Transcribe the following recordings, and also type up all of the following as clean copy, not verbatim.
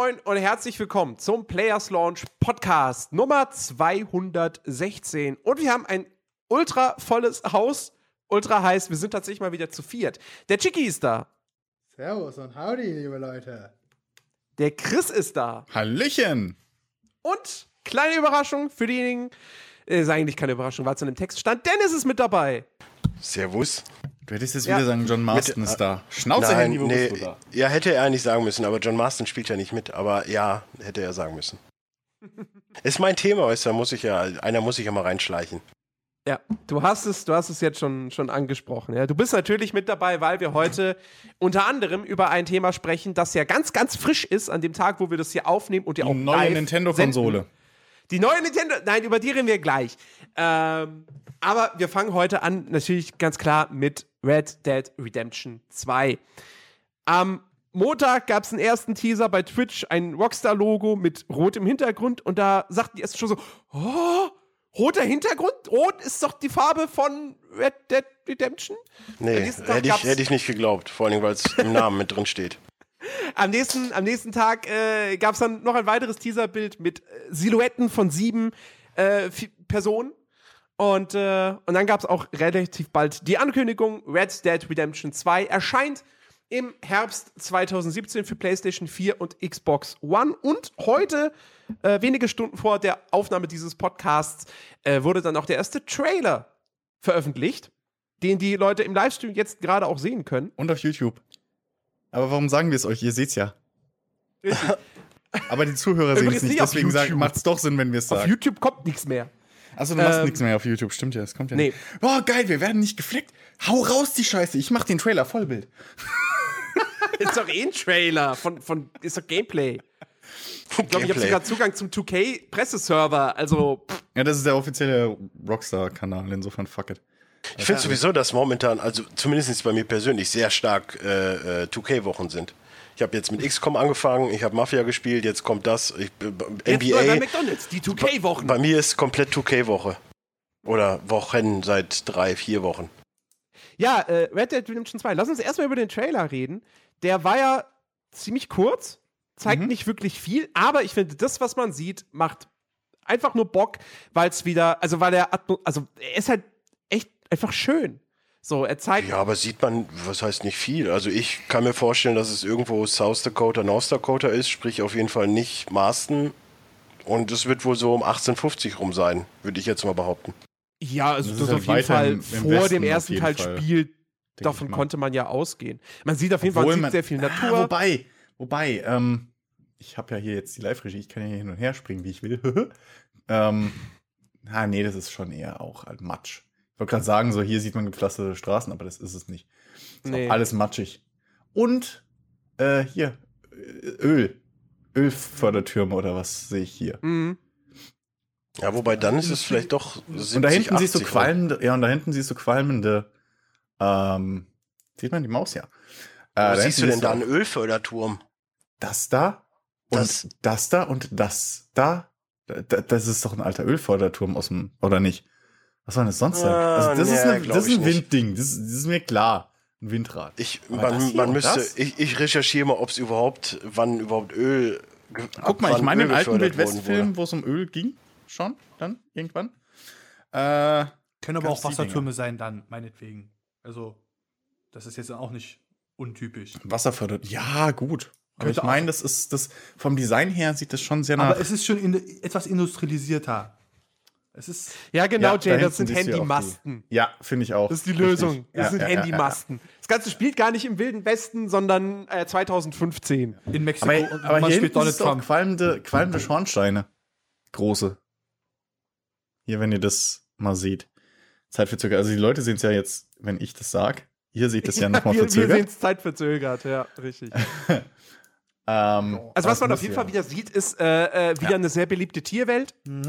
moin und herzlich willkommen zum Players Launch Podcast Nummer 216. Und wir haben ein ultra volles Haus, ultra heiß. Wir sind tatsächlich mal wieder zu viert. Der Chicky ist da. Servus und howdy, liebe Leute. Der Chris ist da. Hallöchen. Und kleine Überraschung für diejenigen, ist eigentlich keine Überraschung, weil es in dem Text stand. Dennis ist mit dabei. Servus. Du hättest jetzt wieder sagen, John Marston ist da. Schnauze, Nein, Handy, wo bist du da? Ja, hätte er nicht sagen müssen, aber John Marston spielt ja nicht mit. Aber ja, hätte er sagen müssen. Ist mein Thema, weißt du, einer muss sich ja mal reinschleichen. Ja, du hast es jetzt schon angesprochen. Ja. Du bist natürlich mit dabei, weil wir heute unter anderem über ein Thema sprechen, das ja ganz, ganz frisch ist an dem Tag, wo wir das hier aufnehmen und ja auch Die neue Nintendo-Konsole. Die neue Nintendo, nein, über die reden wir gleich. Aber wir fangen heute an, natürlich ganz klar mit Red Dead Redemption 2. Am Montag gab es einen ersten Teaser bei Twitch, ein Rockstar-Logo mit rotem Hintergrund und da sagten die erst schon so, oh, roter Hintergrund? Rot ist doch die Farbe von Red Dead Redemption? Nee, hätte ich nicht geglaubt, vor allem, weil es im Namen mit drin steht. Am nächsten Tag gab es dann noch ein weiteres Teaserbild mit Silhouetten von 7 Personen. Und dann gab es auch relativ bald die Ankündigung, Red Dead Redemption 2 erscheint im Herbst 2017 für PlayStation 4 und Xbox One. Und heute, wenige Stunden vor der Aufnahme dieses Podcasts, wurde dann auch der erste Trailer veröffentlicht, den die Leute im Livestream jetzt gerade auch sehen können. Und auf YouTube. Aber warum sagen wir es euch? Ihr seht's ja. Aber die Zuhörer sehen es nicht, deswegen macht es doch Sinn, wenn wir es sagen. Auf YouTube kommt nichts mehr. Achso, du machst nichts mehr auf YouTube, stimmt ja, das kommt ja nicht. Boah, geil, wir werden nicht gefleckt. Hau raus die Scheiße, ich mach den Trailer Vollbild. Ist doch ein Trailer ist doch Gameplay. Ich glaube, ich habe sogar Zugang zum 2K-Presseserver, also. Ja, das ist der offizielle Rockstar-Kanal, insofern fuck it. Ich finde sowieso, dass momentan, also zumindest bei mir persönlich, sehr stark 2K-Wochen sind. Ich habe jetzt mit XCOM angefangen, ich habe Mafia gespielt, jetzt kommt das, NBA. Bei McDonald's, die 2K-Wochen. Bei mir ist komplett 2K-Woche. Oder Wochen seit 3-4 Wochen. Ja, Red Dead Redemption 2. Lass uns erstmal über den Trailer reden. Der war ja ziemlich kurz, zeigt nicht wirklich viel, aber ich finde, das, was man sieht, macht einfach nur Bock, weil er ist halt echt einfach schön. So, er zeigt. Ja, aber sieht man, was heißt nicht viel? Also ich kann mir vorstellen, dass es irgendwo South Dakota, North Dakota ist, sprich auf jeden Fall nicht Marston. Und es wird wohl so um 1850 rum sein, würde ich jetzt mal behaupten. Ja, also das halt auf jeden Fall vor dem ersten Teil spielt. Denk davon konnte man ja ausgehen. Man sieht auf jeden Fall sehr viel Natur. Wobei, ich habe ja hier jetzt die Live-Regie, ich kann ja hier hin und her springen, wie ich will. Nee, das ist schon eher auch halt Matsch. Ich wollte gerade sagen, so hier sieht man gepflasterte Straßen, aber das ist es nicht. Ist auch alles matschig. Und hier, Ölfördertürme oder was sehe ich hier. Mhm. Ja, wobei dann ist es vielleicht doch 70, und da hinten 80, siehst du qualmende, sieht man die Maus ja. Wo siehst du denn da einen Ölförderturm? Das da und das da und das da. Das ist doch ein alter Ölförderturm aus dem, oder nicht? Was soll das sonst sein? Also das ist ein Windding, das ist mir klar. Ein Windrad. Ich recherchiere mal, ob es wann überhaupt Öl. Guck mal, ich meine den alten Wildwest-Film, wo es um Öl ging, schon, dann, irgendwann. Können aber auch Wassertürme sein dann, meinetwegen. Also, das ist jetzt auch nicht untypisch. Wasserfördert, ja, gut. Aber ich meine, das ist vom Design her sieht das schon sehr nach. Aber es ist schon etwas industrialisierter. Es ist. Ja, genau, Jay, das sind Handymasten. Ja, finde ich auch. Das ist die Lösung. Das sind Handymasten. Das Ganze spielt gar nicht im Wilden Westen, sondern 2015. In Mexiko. Aber hier spielt Donald Trump. Qualmende Schornsteine. Große. Hier, wenn ihr das mal seht. Zeitverzögert. Also die Leute sehen es ja jetzt, wenn ich das sage. Ihr seht es ja nochmal verzögert. Wir sehen es zeitverzögert, ja, richtig. Also was man auf jeden Fall wieder sieht, ist wieder eine sehr beliebte Tierwelt.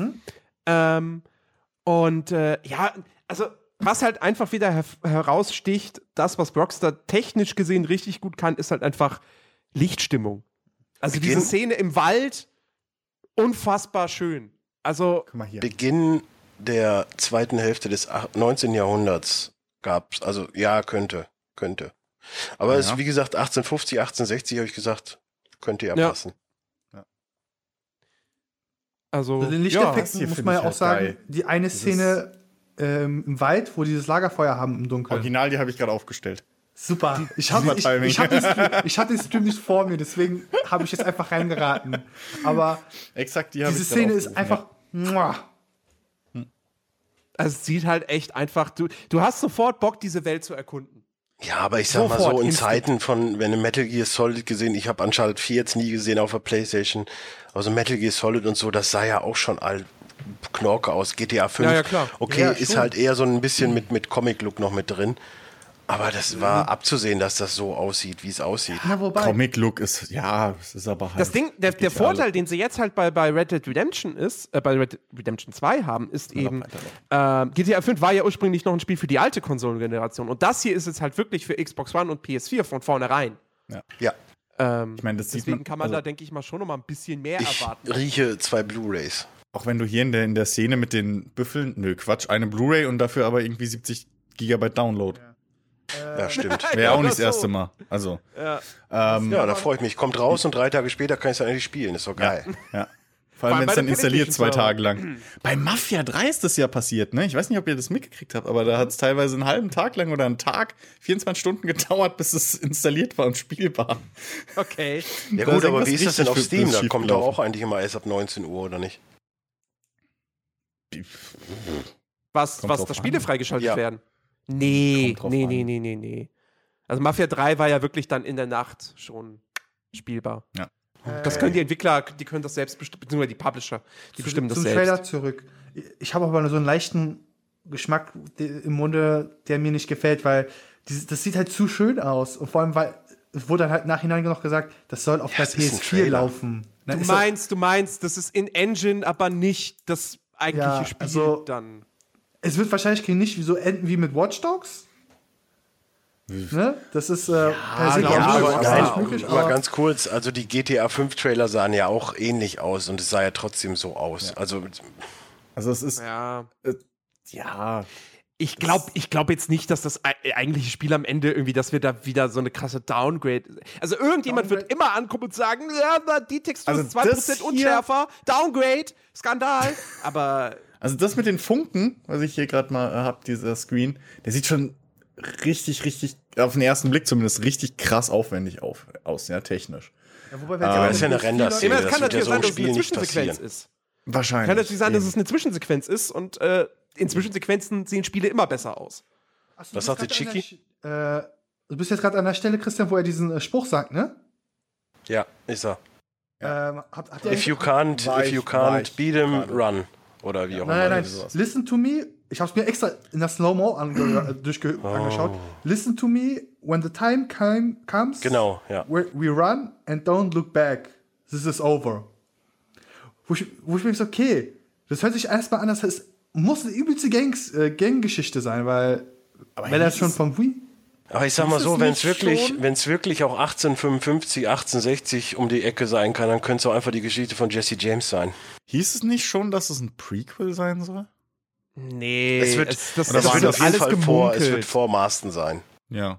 Also was halt einfach wieder heraussticht, das, was Rockstar technisch gesehen richtig gut kann, ist halt einfach Lichtstimmung. Also diese Szene im Wald, unfassbar schön. Also guck mal hier. Beginn der zweiten Hälfte des 19. Jahrhunderts gab's, also ja, könnte. Aber es ist, wie gesagt, 1850, 1860 habe ich gesagt, könnte ja passen. Also den Lichteffekten muss man ja auch sagen, die eine Szene im Wald, wo dieses Lagerfeuer haben im Dunkeln. Original, die habe ich gerade aufgestellt. Super. Ich hab den Stream nicht vor mir, deswegen habe ich jetzt einfach reingeraten. Aber exakt, diese Szene ist einfach. Also es sieht halt echt einfach. Du hast sofort Bock, diese Welt zu erkunden. Ja, aber ich sag mal so, in Zeiten von, wenn du Metal Gear Solid gesehen, ich habe Uncharted 4 jetzt nie gesehen auf der Playstation, also Metal Gear Solid und so, das sah ja auch schon Knorke aus. GTA 5, ja, klar. Okay, ja, ist halt eher so ein bisschen mit Comic-Look noch mit drin. Aber das war abzusehen, dass das so aussieht, wie es aussieht. Ja, Comic-Look ist, es ist aber halt. Das Ding, der Vorteil, den sie jetzt halt bei Red Dead Redemption bei Red Dead Redemption 2 haben, ist eben, GTA 5 war ja ursprünglich noch ein Spiel für die alte Konsolengeneration. Und das hier ist jetzt halt wirklich für Xbox One und PS4 von vornherein. Ja. Ich meine, deswegen kann man da, denke ich mal, schon noch mal ein bisschen mehr erwarten. Ich rieche 2 Blu-Rays. Auch wenn du hier in der Szene mit den Büffeln, eine Blu-Ray und dafür aber irgendwie 70 GB Download. Ja, stimmt. Wäre auch nicht das erste Mal. Also. Ja, da freue ich mich. Kommt raus und 3 Tage später kann ich es dann endlich spielen. Ist doch geil. Ja. Vor allem, wenn es dann installiert 2 Tage lang. Bei Mafia 3 ist das ja passiert, ne? Ich weiß nicht, ob ihr das mitgekriegt habt, aber da hat es teilweise einen halben Tag lang oder einen Tag, 24 Stunden gedauert, bis es installiert war und spielbar. Okay. Ja gut, aber wie ist das denn auf Steam? Da kommt doch auch eigentlich immer erst ab 19 Uhr, oder nicht? Was das Spiele freigeschaltet werden? Nee. Also Mafia 3 war ja wirklich dann in der Nacht schon spielbar. Ja. Das können die Entwickler, die können das selbst bestimmen, beziehungsweise die Publisher, die bestimmen das selbst. Zum Trailer zurück. Ich habe aber so einen leichten Geschmack im Munde, der mir nicht gefällt, weil das sieht halt zu schön aus. Und vor allem, weil es wurde dann halt nachhinein noch gesagt, das soll auf der PS4 laufen. Du meinst, das ist in Engine, aber nicht das eigentliche Spiel dann. Es wird wahrscheinlich nicht so enden wie mit Watch Dogs. Ne? Das ist per se möglich. Aber ganz kurz, also die GTA 5 Trailer sahen ja auch ähnlich aus und es sah ja trotzdem so aus. Ja. Also es ist Ich glaube jetzt nicht, dass das eigentliche Spiel am Ende irgendwie, dass wir da wieder so eine krasse Downgrade. Also irgendjemand wird immer ankommen und sagen, ja, die Textur ist 2% unschärfer, Downgrade, Skandal. Aber also das mit den Funken, was ich hier gerade mal habe, dieser Screen, der sieht schon richtig, auf den ersten Blick zumindest richtig krass aufwendig aus, ja, technisch. Ja, wobei, das ist ja eine Render-Szene, das kann natürlich sein, dass es eine Zwischensequenz ist. Wahrscheinlich. Kann natürlich sein, dass es eine Zwischensequenz ist und in Zwischensequenzen sehen Spiele immer besser aus. Was sagt der Chiki? Du bist jetzt gerade an der Stelle, Christian, wo er diesen Spruch sagt, ne? Ja, ist er. If you can't beat him, run. Oder wie auch immer. Nein. Listen to me. Ich habe es mir extra in der Slow-Mo angeschaut. Listen to me when the time comes. Genau, ja. We run and don't look back. This is over. Wo ich mir so, okay, das hört sich erstmal an, das muss eine übelste Ganggeschichte sein, weil wenn er schon vom Wii. Aber ich sag mal so, wenn es wirklich auch 1855, 1860 um die Ecke sein kann, dann könnte es auch einfach die Geschichte von Jesse James sein. Hieß es nicht schon, dass es ein Prequel sein soll? Nee, es wird auf jeden Fall vor Marston sein. Ja.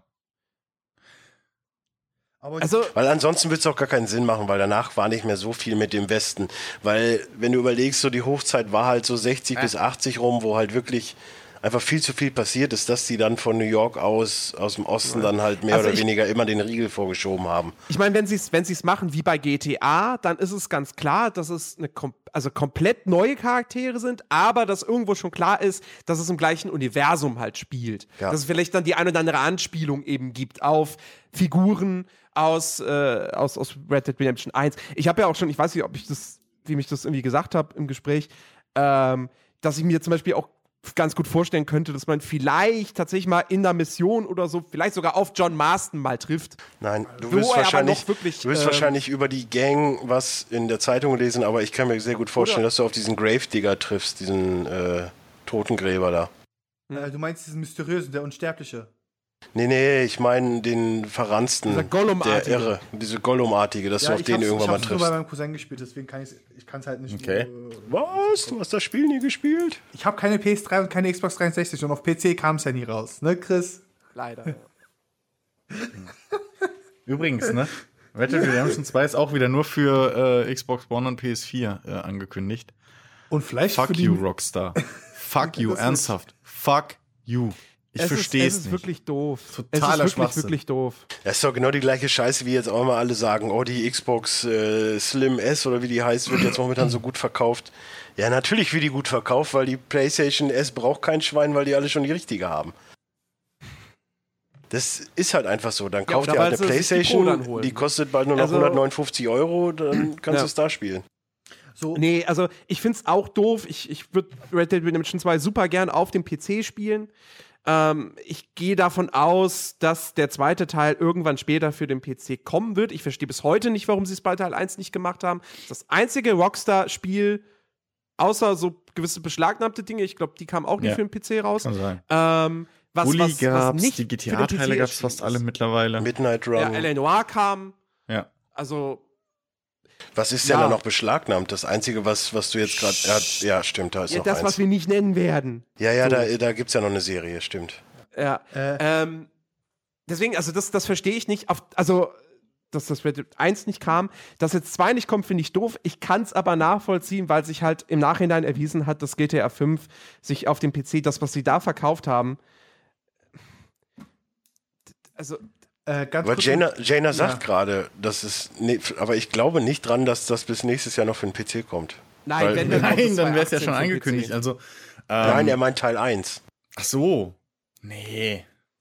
Weil ansonsten wird es auch gar keinen Sinn machen, weil danach war nicht mehr so viel mit dem Westen. Weil, wenn du überlegst, so die Hochzeit war halt so 60 bis 80 rum, wo halt wirklich einfach viel zu viel passiert ist, dass die dann von New York aus dem Osten dann halt mehr oder weniger immer den Riegel vorgeschoben haben. Ich meine, wenn sie es machen wie bei GTA, dann ist es ganz klar, dass es komplett neue Charaktere sind, aber dass irgendwo schon klar ist, dass es im gleichen Universum halt spielt. Ja. Dass es vielleicht dann die ein oder andere Anspielung eben gibt auf Figuren aus Red Dead Redemption 1. Ich habe ja auch schon, ich weiß nicht, wie mich das irgendwie gesagt habe im Gespräch, dass ich mir zum Beispiel auch ganz gut vorstellen könnte, dass man vielleicht tatsächlich mal in der Mission oder so, vielleicht sogar auf John Marston mal trifft. Nein, du wirst wahrscheinlich über die Gang was in der Zeitung lesen, aber ich kann mir sehr gut vorstellen, dass du auf diesen Gravedigger triffst, diesen Totengräber da. Du meinst diesen mysteriösen, der Unsterbliche? Nee, ich meine den Verransten, der Irre, diese Gollum-artige, dass du auf den irgendwann mal triffst. Ich habe bei meinem Cousin gespielt, deswegen kann ich kann es halt nicht. Okay. Was? Du hast das Spiel nie gespielt? Ich habe keine PS3 und keine Xbox 360 und auf PC kam es ja nie raus, ne, Chris? Leider. Übrigens, ne, Red Dead Redemption 2 ist auch wieder nur für Xbox One und PS4 angekündigt. Und vielleicht Fuck you, Rockstar. Fuck you, ernsthaft. Fuck you. Ich verstehe es nicht. Es ist wirklich doof. Totaler Schwachsinn. Wirklich doof. Das ist doch genau die gleiche Scheiße, wie jetzt auch mal alle sagen, oh, die Xbox Slim S oder wie die heißt, wird jetzt momentan so gut verkauft. Ja, natürlich wird die gut verkauft, weil die PlayStation S braucht kein Schwein, weil die alle schon die richtige haben. Das ist halt einfach so. Dann kauft ihr halt eine PlayStation, die kostet bald nur noch 159 €, dann kannst du es da spielen. So. Nee, also ich find's auch doof. Ich würde Red Dead Redemption 2 super gern auf dem PC spielen. Ich gehe davon aus, dass der zweite Teil irgendwann später für den PC kommen wird. Ich verstehe bis heute nicht, warum sie es bei Teil 1 nicht gemacht haben. Das einzige Rockstar-Spiel, außer so gewisse beschlagnahmte Dinge, ich glaube, die kamen auch nicht für den PC raus. Kann sein. Was gab's, nicht die GTA-Teile gab's fast alle mittlerweile. Midnight Run. Ja, L.A. Noire kam. Ja. Also was ist denn da noch beschlagnahmt? Das Einzige, was du jetzt gerade... Ja, stimmt, da ist noch das, eins. was wir nicht nennen werden. Ja, so. da gibt's ja noch eine Serie, stimmt. Ja, deswegen, also das verstehe ich nicht. Dass das Red Dead 1 nicht kam, dass jetzt 2 nicht kommt, finde ich doof. Ich kann es aber nachvollziehen, weil sich halt im Nachhinein erwiesen hat, dass GTA 5 sich auf dem PC, das, was sie da verkauft haben, also aber Jaina sagt gerade, dass es aber ich glaube nicht dran, dass das bis nächstes Jahr noch für den PC kommt. Nein, dann wäre es ja schon angekündigt. Also, nein, er meint Teil 1. Ach so. Nee.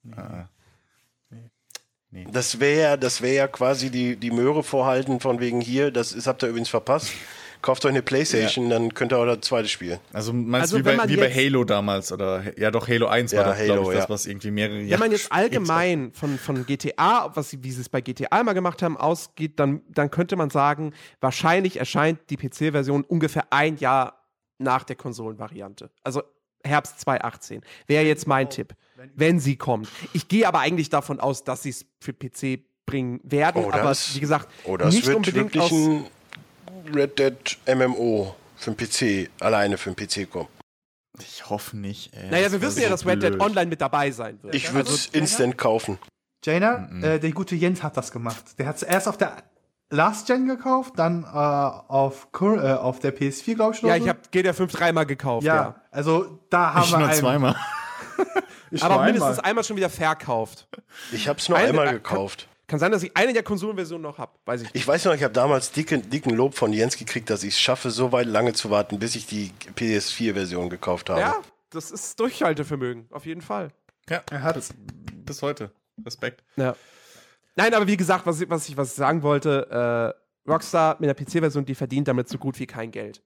Das wäre ja quasi die Möhre vorhalten von wegen hier, habt ihr übrigens verpasst. Kauft euch eine PlayStation, dann könnt ihr auch das zweite spielen. Also meinst du wie bei Halo damals? Oder ja doch, Halo 1 war das, glaube ich, das, was irgendwie mehrere Jahre. Wenn man jetzt allgemein von GTA, wie sie es bei GTA mal gemacht haben, ausgeht, dann könnte man sagen, wahrscheinlich erscheint die PC-Version ungefähr ein Jahr nach der Konsolenvariante. Also Herbst 2018. Wäre jetzt mein Tipp, wenn sie kommt. Ich gehe aber eigentlich davon aus, dass sie es für PC bringen werden. Aber wie gesagt, nicht unbedingt aus Red Dead MMO für den PC, alleine für den PC kommen. Ich hoffe nicht, ey. Naja, wir wissen ja, dass Red Dead Online mit dabei sein wird. Ich würde es instant kaufen. Jaina, der gute Jens hat das gemacht. Der hat es erst auf der Last Gen gekauft, dann auf der PS4, glaube ich. Ja, ich habe GTA 5 dreimal gekauft. Ja, also da haben wir nur zweimal. Aber mindestens einmal schon wieder verkauft. Ich habe es nur einmal gekauft. Kann sein, dass ich eine der Konsolenversionen noch habe, weiß ich nicht. Ich weiß noch, ich habe damals dicken Lob von Jens gekriegt, dass ich es schaffe, so weit lange zu warten, bis ich die PS4-Version gekauft habe. Ja, das ist Durchhaltevermögen, auf jeden Fall. Ja, er hat es bis heute. Respekt. Ja. Nein, aber wie gesagt, was ich sagen wollte, Rockstar mit der PC-Version, die verdient damit so gut wie kein Geld.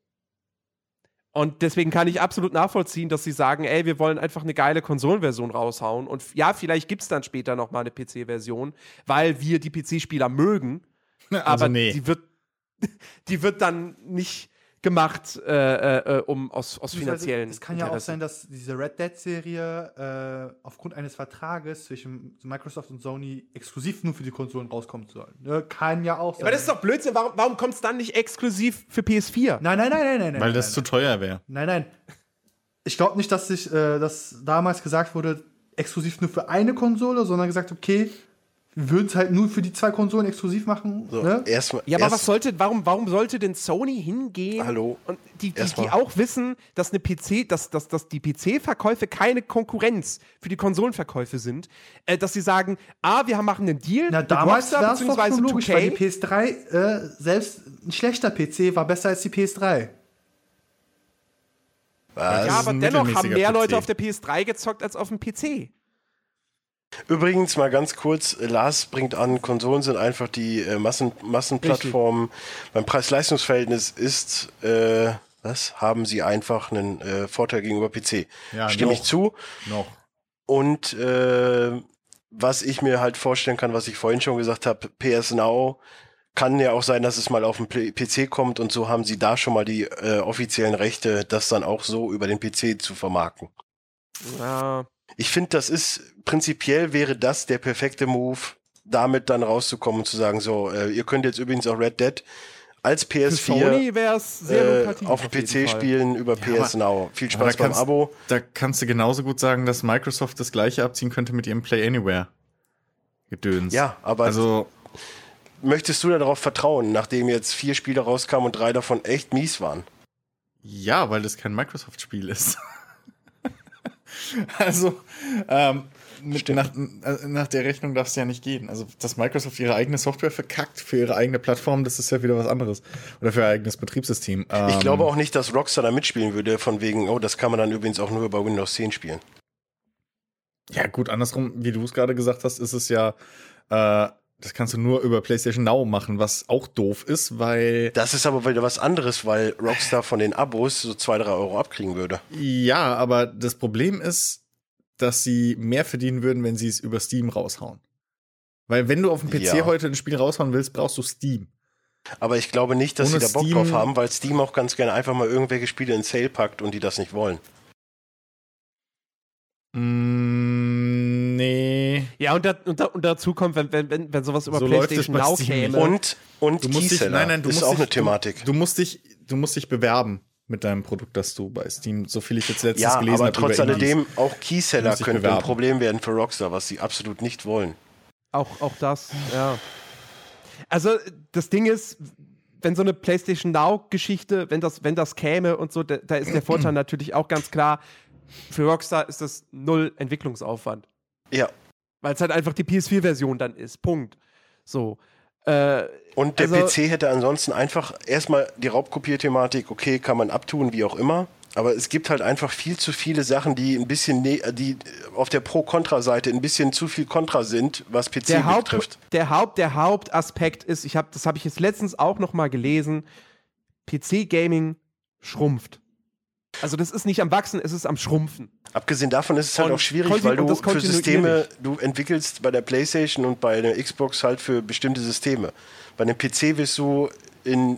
Und deswegen kann ich absolut nachvollziehen, dass sie sagen, ey, wir wollen einfach eine geile Konsolenversion raushauen. Und ja, vielleicht gibt es dann später noch mal eine PC-Version, weil wir die PC-Spieler mögen. Also aber nee. die wird dann nicht gemacht, aus finanziellen Es kann ja auch sein, dass diese Red Dead-Serie aufgrund eines Vertrages zwischen Microsoft und Sony exklusiv nur für die Konsolen rauskommen soll. Ne? Kann ja auch sein. Aber das ist doch Blödsinn. Warum kommt es dann nicht exklusiv für PS4? Nein. Weil das zu teuer wäre. Nein. Ich glaube nicht, dass dass damals gesagt wurde, exklusiv nur für eine Konsole, sondern gesagt, okay, wir würden es halt nur für die 2 Konsolen exklusiv machen. So, ne? Aber warum sollte denn Sony hingehen? Hallo? Und die auch wissen, dass die PC-Verkäufe keine Konkurrenz für die Konsolenverkäufe sind, dass sie sagen, wir machen einen Deal. Na, damals war es doch schon logisch, weil die PS3, selbst ein schlechter PC war besser als die PS3. Ja, aber dennoch haben mehr Leute auf der PS3 gezockt als auf dem PC. Übrigens mal ganz kurz, Lars bringt an, Konsolen sind einfach die Massenplattformen. Beim Preis-Leistungs-Verhältnis haben sie einfach einen Vorteil gegenüber PC. Ja, stimme ich zu. Noch. Und was ich mir halt vorstellen kann, was ich vorhin schon gesagt habe, PS Now kann ja auch sein, dass es mal auf den PC kommt und so haben sie da schon mal die offiziellen Rechte, das dann auch so über den PC zu vermarkten. Ja. Ich finde, prinzipiell wäre das der perfekte Move, damit dann rauszukommen und zu sagen, so, ihr könnt jetzt übrigens auch Red Dead als PS4 auf dem PC spielen über PS Now. Viel Spaß beim Abo. Da kannst du genauso gut sagen, dass Microsoft das gleiche abziehen könnte mit ihrem Play Anywhere Gedöns. Ja, aber möchtest du da darauf vertrauen, nachdem jetzt 4 Spiele rauskamen und 3 davon echt mies waren? Ja, weil das kein Microsoft-Spiel ist. Also, nach der Rechnung darf es ja nicht gehen. Also, dass Microsoft ihre eigene Software verkackt für ihre eigene Plattform, das ist ja wieder was anderes. Oder für ihr eigenes Betriebssystem. Ich glaube auch nicht, dass Rockstar da mitspielen würde, von wegen, oh, das kann man dann übrigens auch nur über Windows 10 spielen. Ja, gut, andersrum, wie du es gerade gesagt hast, ist es ja, das kannst du nur über PlayStation Now machen, was auch doof ist, weil... Das ist aber wieder was anderes, weil Rockstar von den Abos so 2-3 Euro abkriegen würde. Ja, aber das Problem ist, dass sie mehr verdienen würden, wenn sie es über Steam raushauen. Weil wenn du auf dem PC heute ein Spiel raushauen willst, brauchst du Steam. Aber ich glaube nicht, dass Ohne sie da Bock drauf haben, weil Steam auch ganz gerne einfach mal irgendwelche Spiele in Sale packt und die das nicht wollen. Nee. Ja, und dazu kommt, wenn sowas über So PlayStation Now käme. Und Keyseller ist auch eine Thematik. Du musst dich bewerben mit deinem Produkt, das du bei Steam, so viel ich jetzt letztens gelesen habe. Ja, aber trotz alledem, auch Keyseller könnten ein Problem werden für Rockstar, was sie absolut nicht wollen. Auch das, ja. Also, das Ding ist, wenn so eine PlayStation Now-Geschichte, wenn das käme und so, da ist der Vorteil natürlich auch ganz klar, für Rockstar ist das 0 Entwicklungsaufwand. Ja. Weil es halt einfach die PS4-Version dann ist. Punkt. So. Und der PC hätte ansonsten einfach erstmal die Raubkopierthematik, okay, kann man abtun, wie auch immer. Aber es gibt halt einfach viel zu viele Sachen, die ein bisschen, die auf der Pro-Kontra-Seite ein bisschen zu viel Kontra sind, was PC betrifft. Der Hauptaspekt ist, das habe ich jetzt letztens auch noch mal gelesen, PC-Gaming schrumpft. Also das ist nicht am Wachsen, es ist am Schrumpfen. Abgesehen davon ist es halt auch schwierig, weil du für Systeme, du entwickelst bei der PlayStation und bei der Xbox halt für bestimmte Systeme. Bei einem PC wirst du in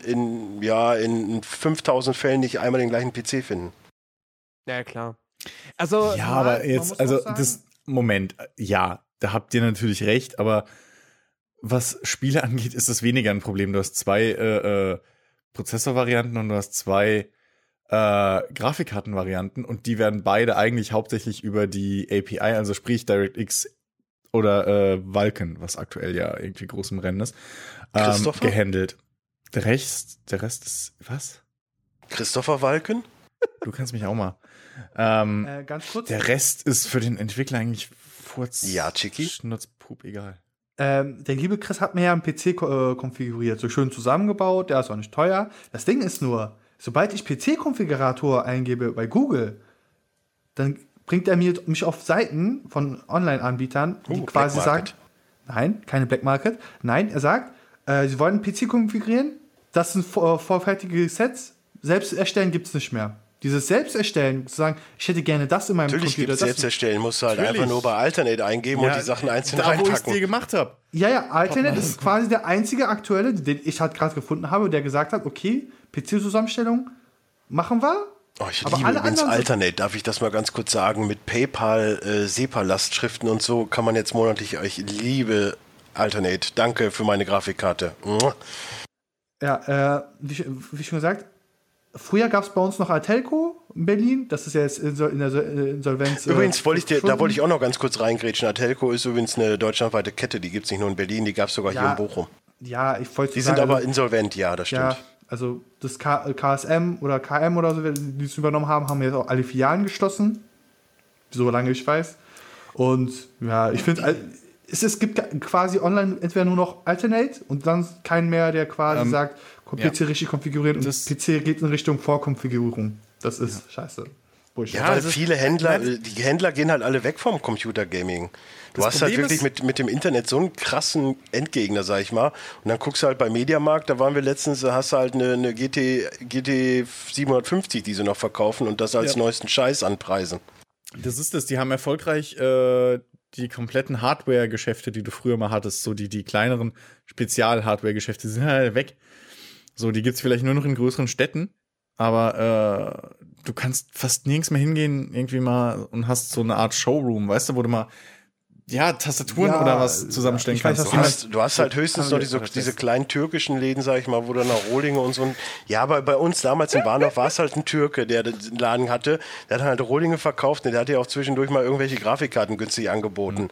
5000 Fällen nicht einmal den gleichen PC finden. Ja, klar. Also, ja, aber jetzt, Moment, ja, da habt ihr natürlich recht, aber was Spiele angeht, ist das weniger ein Problem. Du hast 2 Prozessorvarianten und du hast 2 Grafikkartenvarianten und die werden beide eigentlich hauptsächlich über die API, also sprich DirectX oder Vulkan, was aktuell ja irgendwie groß im Rennen ist, gehandelt. Der Rest ist, was? Christopher Vulkan? Du kannst mich auch mal. Ganz kurz. Der Rest ist für den Entwickler eigentlich Chicky. Schnurzpup, egal. Der liebe Chris hat mir ja einen PC konfiguriert, so schön zusammengebaut, der ist auch nicht teuer. Das Ding ist nur, sobald ich PC-Konfigurator eingebe bei Google, dann bringt er mich auf Seiten von Online-Anbietern, die quasi sagen, nein, keine Black Market, nein, er sagt, sie wollen einen PC konfigurieren, das sind vorfertige Sets, selbst erstellen gibt es nicht mehr. Dieses Selbsterstellen, zu sagen, ich hätte gerne das in meinem Computer. Natürlich selbst erstellen, musst du halt Natürlich. einfach nur bei Alternate eingeben und die Sachen einzeln reinpacken. Wo ich es dir gemacht habe. Ja, Alternate ist quasi der einzige aktuelle, den ich halt gerade gefunden habe, der gesagt hat, okay, PC-Zusammenstellung machen wir. Oh, ich liebe übrigens Alternate, darf ich das mal ganz kurz sagen, mit PayPal, SEPA-Lastschriften und so kann man jetzt monatlich, ich liebe Alternate, danke für meine Grafikkarte. Ja, wie schon gesagt, früher gab es bei uns noch Atelco in Berlin, das ist ja jetzt in der Insolvenz. Übrigens wollte ich auch noch ganz kurz reingrätschen. Atelco ist übrigens eine deutschlandweite Kette, die gibt es nicht nur in Berlin, die gab es sogar hier in Bochum. Ja, ich wollte Die sind aber insolvent, ja, das stimmt. Ja, also das KSM oder KM oder so, die es übernommen haben jetzt auch alle Filialen geschlossen, solange ich weiß. Und ja, ich finde, es gibt quasi online entweder nur noch Alternate und dann keinen mehr, der quasi sagt, PC richtig konfiguriert und PC geht in Richtung Vorkonfigurierung. Das ist scheiße. Ja, weil viele Händler, die Händler gehen halt alle weg vom Computergaming. Du hast halt wirklich mit dem Internet so einen krassen Endgegner, sag ich mal. Und dann guckst du halt bei Mediamarkt, da waren wir letztens, da hast du halt eine GT 750, die sie noch verkaufen und das als neuesten Scheiß anpreisen. Das ist das, die haben erfolgreich die kompletten Hardware-Geschäfte, die du früher mal hattest, so die kleineren Spezial-Hardware-Geschäfte, sind halt weg. So, die gibt's vielleicht nur noch in größeren Städten, aber du kannst fast nirgends mehr hingehen, irgendwie mal und hast so eine Art Showroom, weißt du, wo du mal Tastaturen oder was zusammenstellen kannst. Du hast halt höchstens noch diese kleinen türkischen Läden, sag ich mal, wo dann noch Rohlinge und so. Ja, aber bei uns damals in Warndorf war es halt ein Türke, der den Laden hatte. Der hat halt Rohlinge verkauft und der hat ja auch zwischendurch mal irgendwelche Grafikkarten günstig angeboten.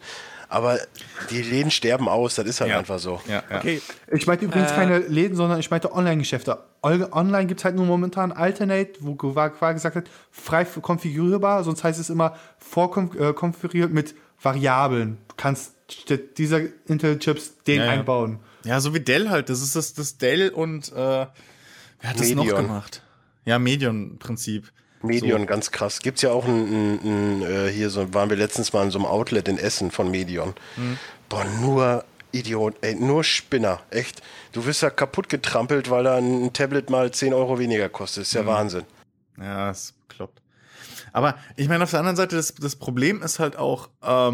Aber die Läden sterben aus, das ist halt einfach so. Ja. Okay. Ich meinte übrigens keine Läden, sondern ich meinte Online-Geschäfte. Online gibt es halt nur momentan Alternate, wo quasi gesagt hat, frei konfigurierbar, sonst heißt es immer vorkonfiguriert mit Variablen. Du kannst statt dieser Intel-Chips einbauen. Ja, so wie Dell halt. Das ist das Dell und wer hat das noch gemacht? Ja, Medion-Prinzip. Medion, so. Ganz krass. Gibt's ja auch hier so, waren wir letztens mal in so einem Outlet in Essen von Medion. Boah, nur Idiot, nur Spinner, echt. Du wirst ja kaputt getrampelt, weil da ein Tablet mal 10 Euro weniger kostet. Ist ja Wahnsinn. Ja, ist bekloppt. Aber ich meine, auf der anderen Seite, das Problem ist halt auch,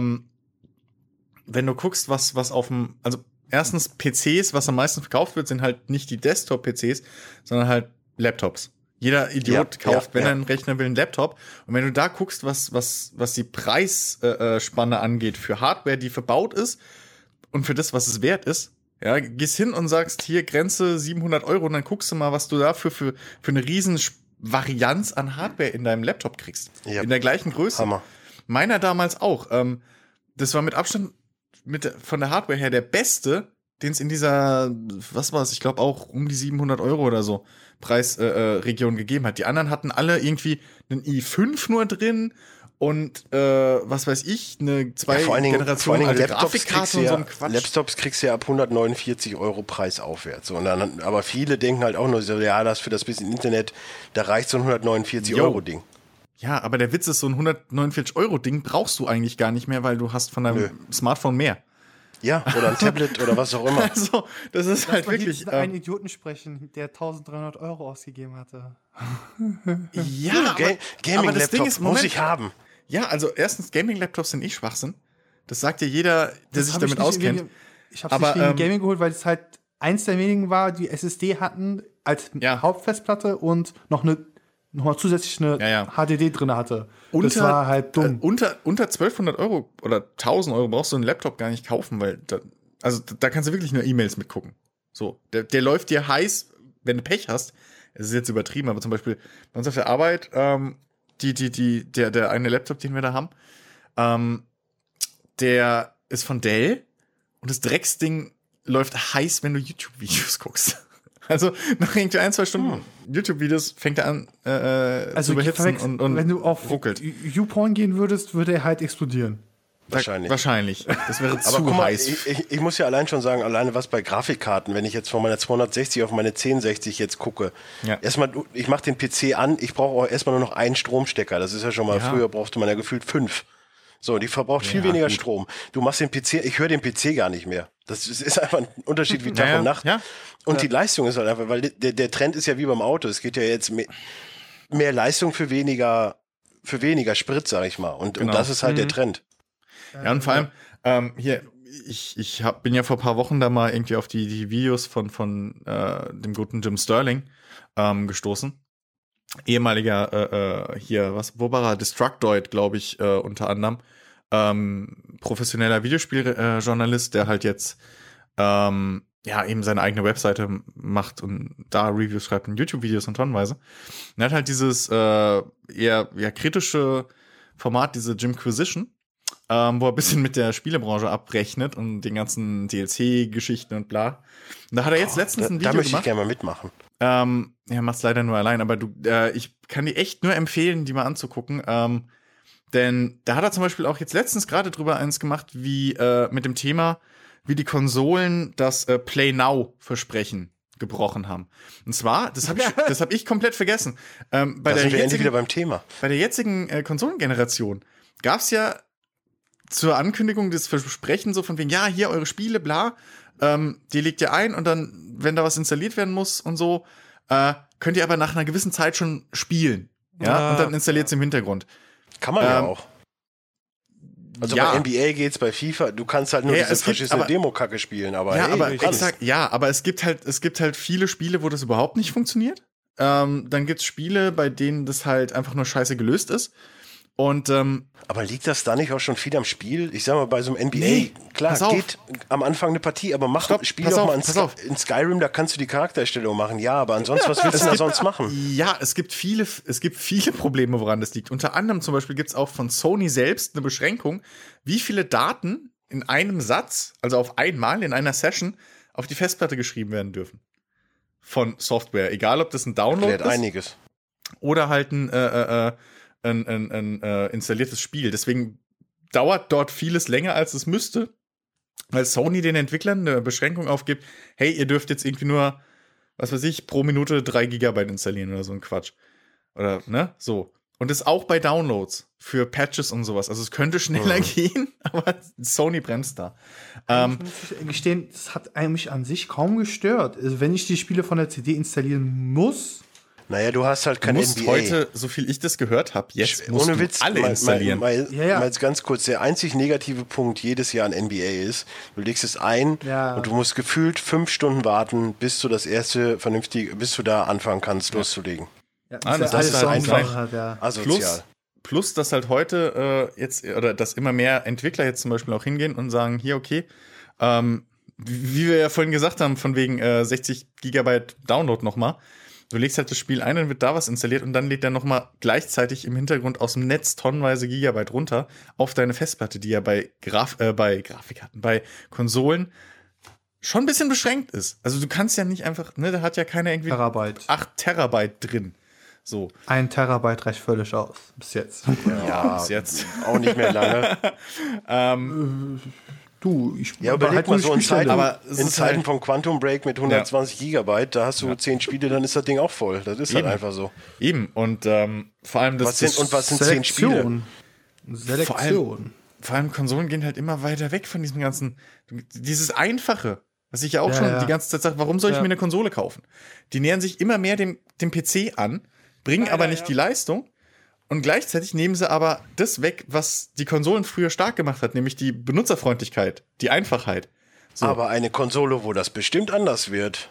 wenn du guckst, was auf dem, also erstens PCs, was am meisten verkauft wird, sind halt nicht die Desktop-PCs, sondern halt Laptops. Jeder Idiot kauft, wenn er einen Rechner will, einen Laptop. Und wenn du da guckst, was die Preisspanne angeht für Hardware, die verbaut ist und für das, was es wert ist, ja, gehst hin und sagst, hier Grenze 700 € und dann guckst du mal, was du dafür für eine riesen Varianz an Hardware in deinem Laptop kriegst. Ja. In der gleichen Größe. Hammer. Meiner damals auch. Das war mit Abstand von der Hardware her der beste, den es in dieser, was war es, ich glaube auch um die 700 € oder so Preisregion gegeben hat. Die anderen hatten alle irgendwie einen i5 nur drin und was weiß ich, vor allen Dingen Grafikkarte und so ein Quatsch. Laptops kriegst du ja ab 149 € Preis aufwärts. Und dann, aber viele denken halt auch nur so, ja, das für das bisschen Internet, da reicht so ein 149 € Ding. Ja, aber der Witz ist, so ein 149 € Ding brauchst du eigentlich gar nicht mehr, weil du hast von deinem Smartphone mehr. Ja, oder ein Tablet oder was auch immer. Also, das ist halt wirklich. Einen Idioten sprechen, der 1.300 € ausgegeben hatte. Ja, Gaming-Laptop muss ich haben. Ja, also erstens, Gaming-Laptops sind Schwachsinn. Das sagt ja jeder, der sich damit auskennt. Ich habe es nicht wegen Gaming geholt, weil es halt eins der wenigen war, die SSD hatten als Hauptfestplatte und noch zusätzlich eine HDD drin hatte. Das war halt dumm. Unter 1.200 € oder 1.000 € brauchst du einen Laptop gar nicht kaufen, weil da kannst du wirklich nur E-Mails mitgucken. So, der läuft dir heiß, wenn du Pech hast. Es ist jetzt übertrieben, aber zum Beispiel bei uns auf der Arbeit, der eine Laptop, den wir da haben, der ist von Dell und das Drecksding läuft heiß, wenn du YouTube-Videos guckst. Also nach irgendwie 1-2 Stunden YouTube-Videos fängt er an zu überhitzen und wenn du auf ruckelt. YouPorn gehen würdest, würde er halt explodieren. Wahrscheinlich. Das wäre zu guck mal, heiß. Ich muss ja allein schon sagen, alleine was bei Grafikkarten, wenn ich jetzt von meiner 260 auf meine 1060 jetzt gucke, erstmal, ich mache den PC an, ich brauche auch erstmal nur noch einen Stromstecker. Das ist ja schon mal, früher brauchte man ja gefühlt 5. So, die verbraucht viel weniger Strom. Du machst den PC, ich höre den PC gar nicht mehr. Das ist einfach ein Unterschied wie Tag und Nacht. Ja. Und die Leistung ist halt einfach, weil der Trend ist ja wie beim Auto. Es geht ja jetzt mehr Leistung für weniger Sprit, sag ich mal. Und das ist halt der Trend. Ja, und vor allem, hier, ich bin ja vor ein paar Wochen da mal irgendwie auf die Videos von dem guten Jim Sterling gestoßen. Ehemaliger wo war er? Destructoid, glaube ich, unter anderem. Professioneller Videospieljournalist, der halt jetzt eben seine eigene Webseite macht und da Reviews schreibt und YouTube-Videos und tonnenweise. Und er hat halt dieses eher kritische Format, diese Jimquisition, wo er ein bisschen mit der Spielebranche abrechnet und den ganzen DLC-Geschichten und bla. Und da hat er jetzt letztens ein Video gemacht. Da möchte ich gerne mal mitmachen. Macht's leider nur allein, aber ich kann dir echt nur empfehlen, die mal anzugucken. Denn da hat er zum Beispiel auch jetzt letztens gerade drüber eins gemacht, wie mit dem Thema, wie die Konsolen das Play Now-Versprechen gebrochen haben. Und zwar, das hab ich komplett vergessen. Da sind wir endlich wieder beim Thema. Bei der jetzigen Konsolengeneration gab's ja zur Ankündigung des Versprechens so von wegen, ja, hier eure Spiele, bla, die legt ihr ein und dann, wenn da was installiert werden muss und so, könnt ihr aber nach einer gewissen Zeit schon spielen. Ja, und dann installiert es im Hintergrund. Kann man ja auch. Also bei NBA geht's, bei FIFA, du kannst halt nur diese verschissene Demo-Kacke spielen, aber aber es gibt halt viele Spiele, wo das überhaupt nicht funktioniert. Dann gibt's Spiele, bei denen das halt einfach nur scheiße gelöst ist. Und aber liegt das da nicht auch schon viel am Spiel? Ich sag mal, bei so einem NBA, klar, geht am Anfang eine Partie, aber spiel doch mal in Skyrim, da kannst du die Charaktererstellung machen. Ja, aber ansonsten, was willst du da sonst machen? Ja, es gibt viele Probleme, woran das liegt. Unter anderem zum Beispiel gibt's auch von Sony selbst eine Beschränkung, wie viele Daten in einem Satz, also auf einmal in einer Session, auf die Festplatte geschrieben werden dürfen. Von Software. Egal, ob das ein Download ist. Einiges. Oder halt ein installiertes Spiel. Deswegen dauert dort vieles länger, als es müsste, weil Sony den Entwicklern eine Beschränkung aufgibt, hey, ihr dürft jetzt irgendwie nur, was weiß ich, pro Minute 3 Gigabyte installieren oder so ein Quatsch. Oder, ne? So. Und das auch bei Downloads für Patches und sowas. Also es könnte schneller gehen, aber Sony bremst da. Ich muss gestehen, das hat mich an sich kaum gestört. Also wenn ich die Spiele von der CD installieren muss. Naja, du hast halt kein du musst NBA. Heute, so viel ich das gehört habe, jetzt musst ohne du Witz, alle installieren. Mal jetzt ganz kurz, der einzig negative Punkt jedes Jahr an NBA ist, du legst es ein und du musst gefühlt 5 Stunden warten, bis du das erste bis du da anfangen kannst, loszulegen. Ja, das ist halt einfach halt, ja. Asozial. Plus, dass halt heute oder dass immer mehr Entwickler jetzt zum Beispiel auch hingehen und sagen, hier, okay, wie wir ja vorhin gesagt haben, von wegen 60 Gigabyte Download nochmal, du legst halt das Spiel ein, dann wird da was installiert und dann lädt er nochmal gleichzeitig im Hintergrund aus dem Netz tonnenweise Gigabyte runter auf deine Festplatte, die ja bei Grafikkarten, bei Konsolen schon ein bisschen beschränkt ist. Also du kannst ja nicht einfach, ne, da hat ja keiner irgendwie Terabyte. 8 Terabyte drin. So. 1 Terabyte reicht völlig aus. Bis jetzt. Ja, bis jetzt. Auch nicht mehr lange. Überleg mal so in Zeiten von Quantum Break mit 120 Gigabyte, da hast du 10 Spiele, dann ist das Ding auch voll. Das ist halt einfach so. Eben, und vor allem was sind 10 Spiele? Selektion. Vor allem Konsolen gehen halt immer weiter weg von diesem ganzen, dieses Einfache, was ich ja auch schon die ganze Zeit sage, warum soll ich mir eine Konsole kaufen? Die nähern sich immer mehr dem PC an, bringen aber nicht die Leistung. Und gleichzeitig nehmen sie aber das weg, was die Konsolen früher stark gemacht hat, nämlich die Benutzerfreundlichkeit, die Einfachheit. So. Aber eine Konsole, wo das bestimmt anders wird.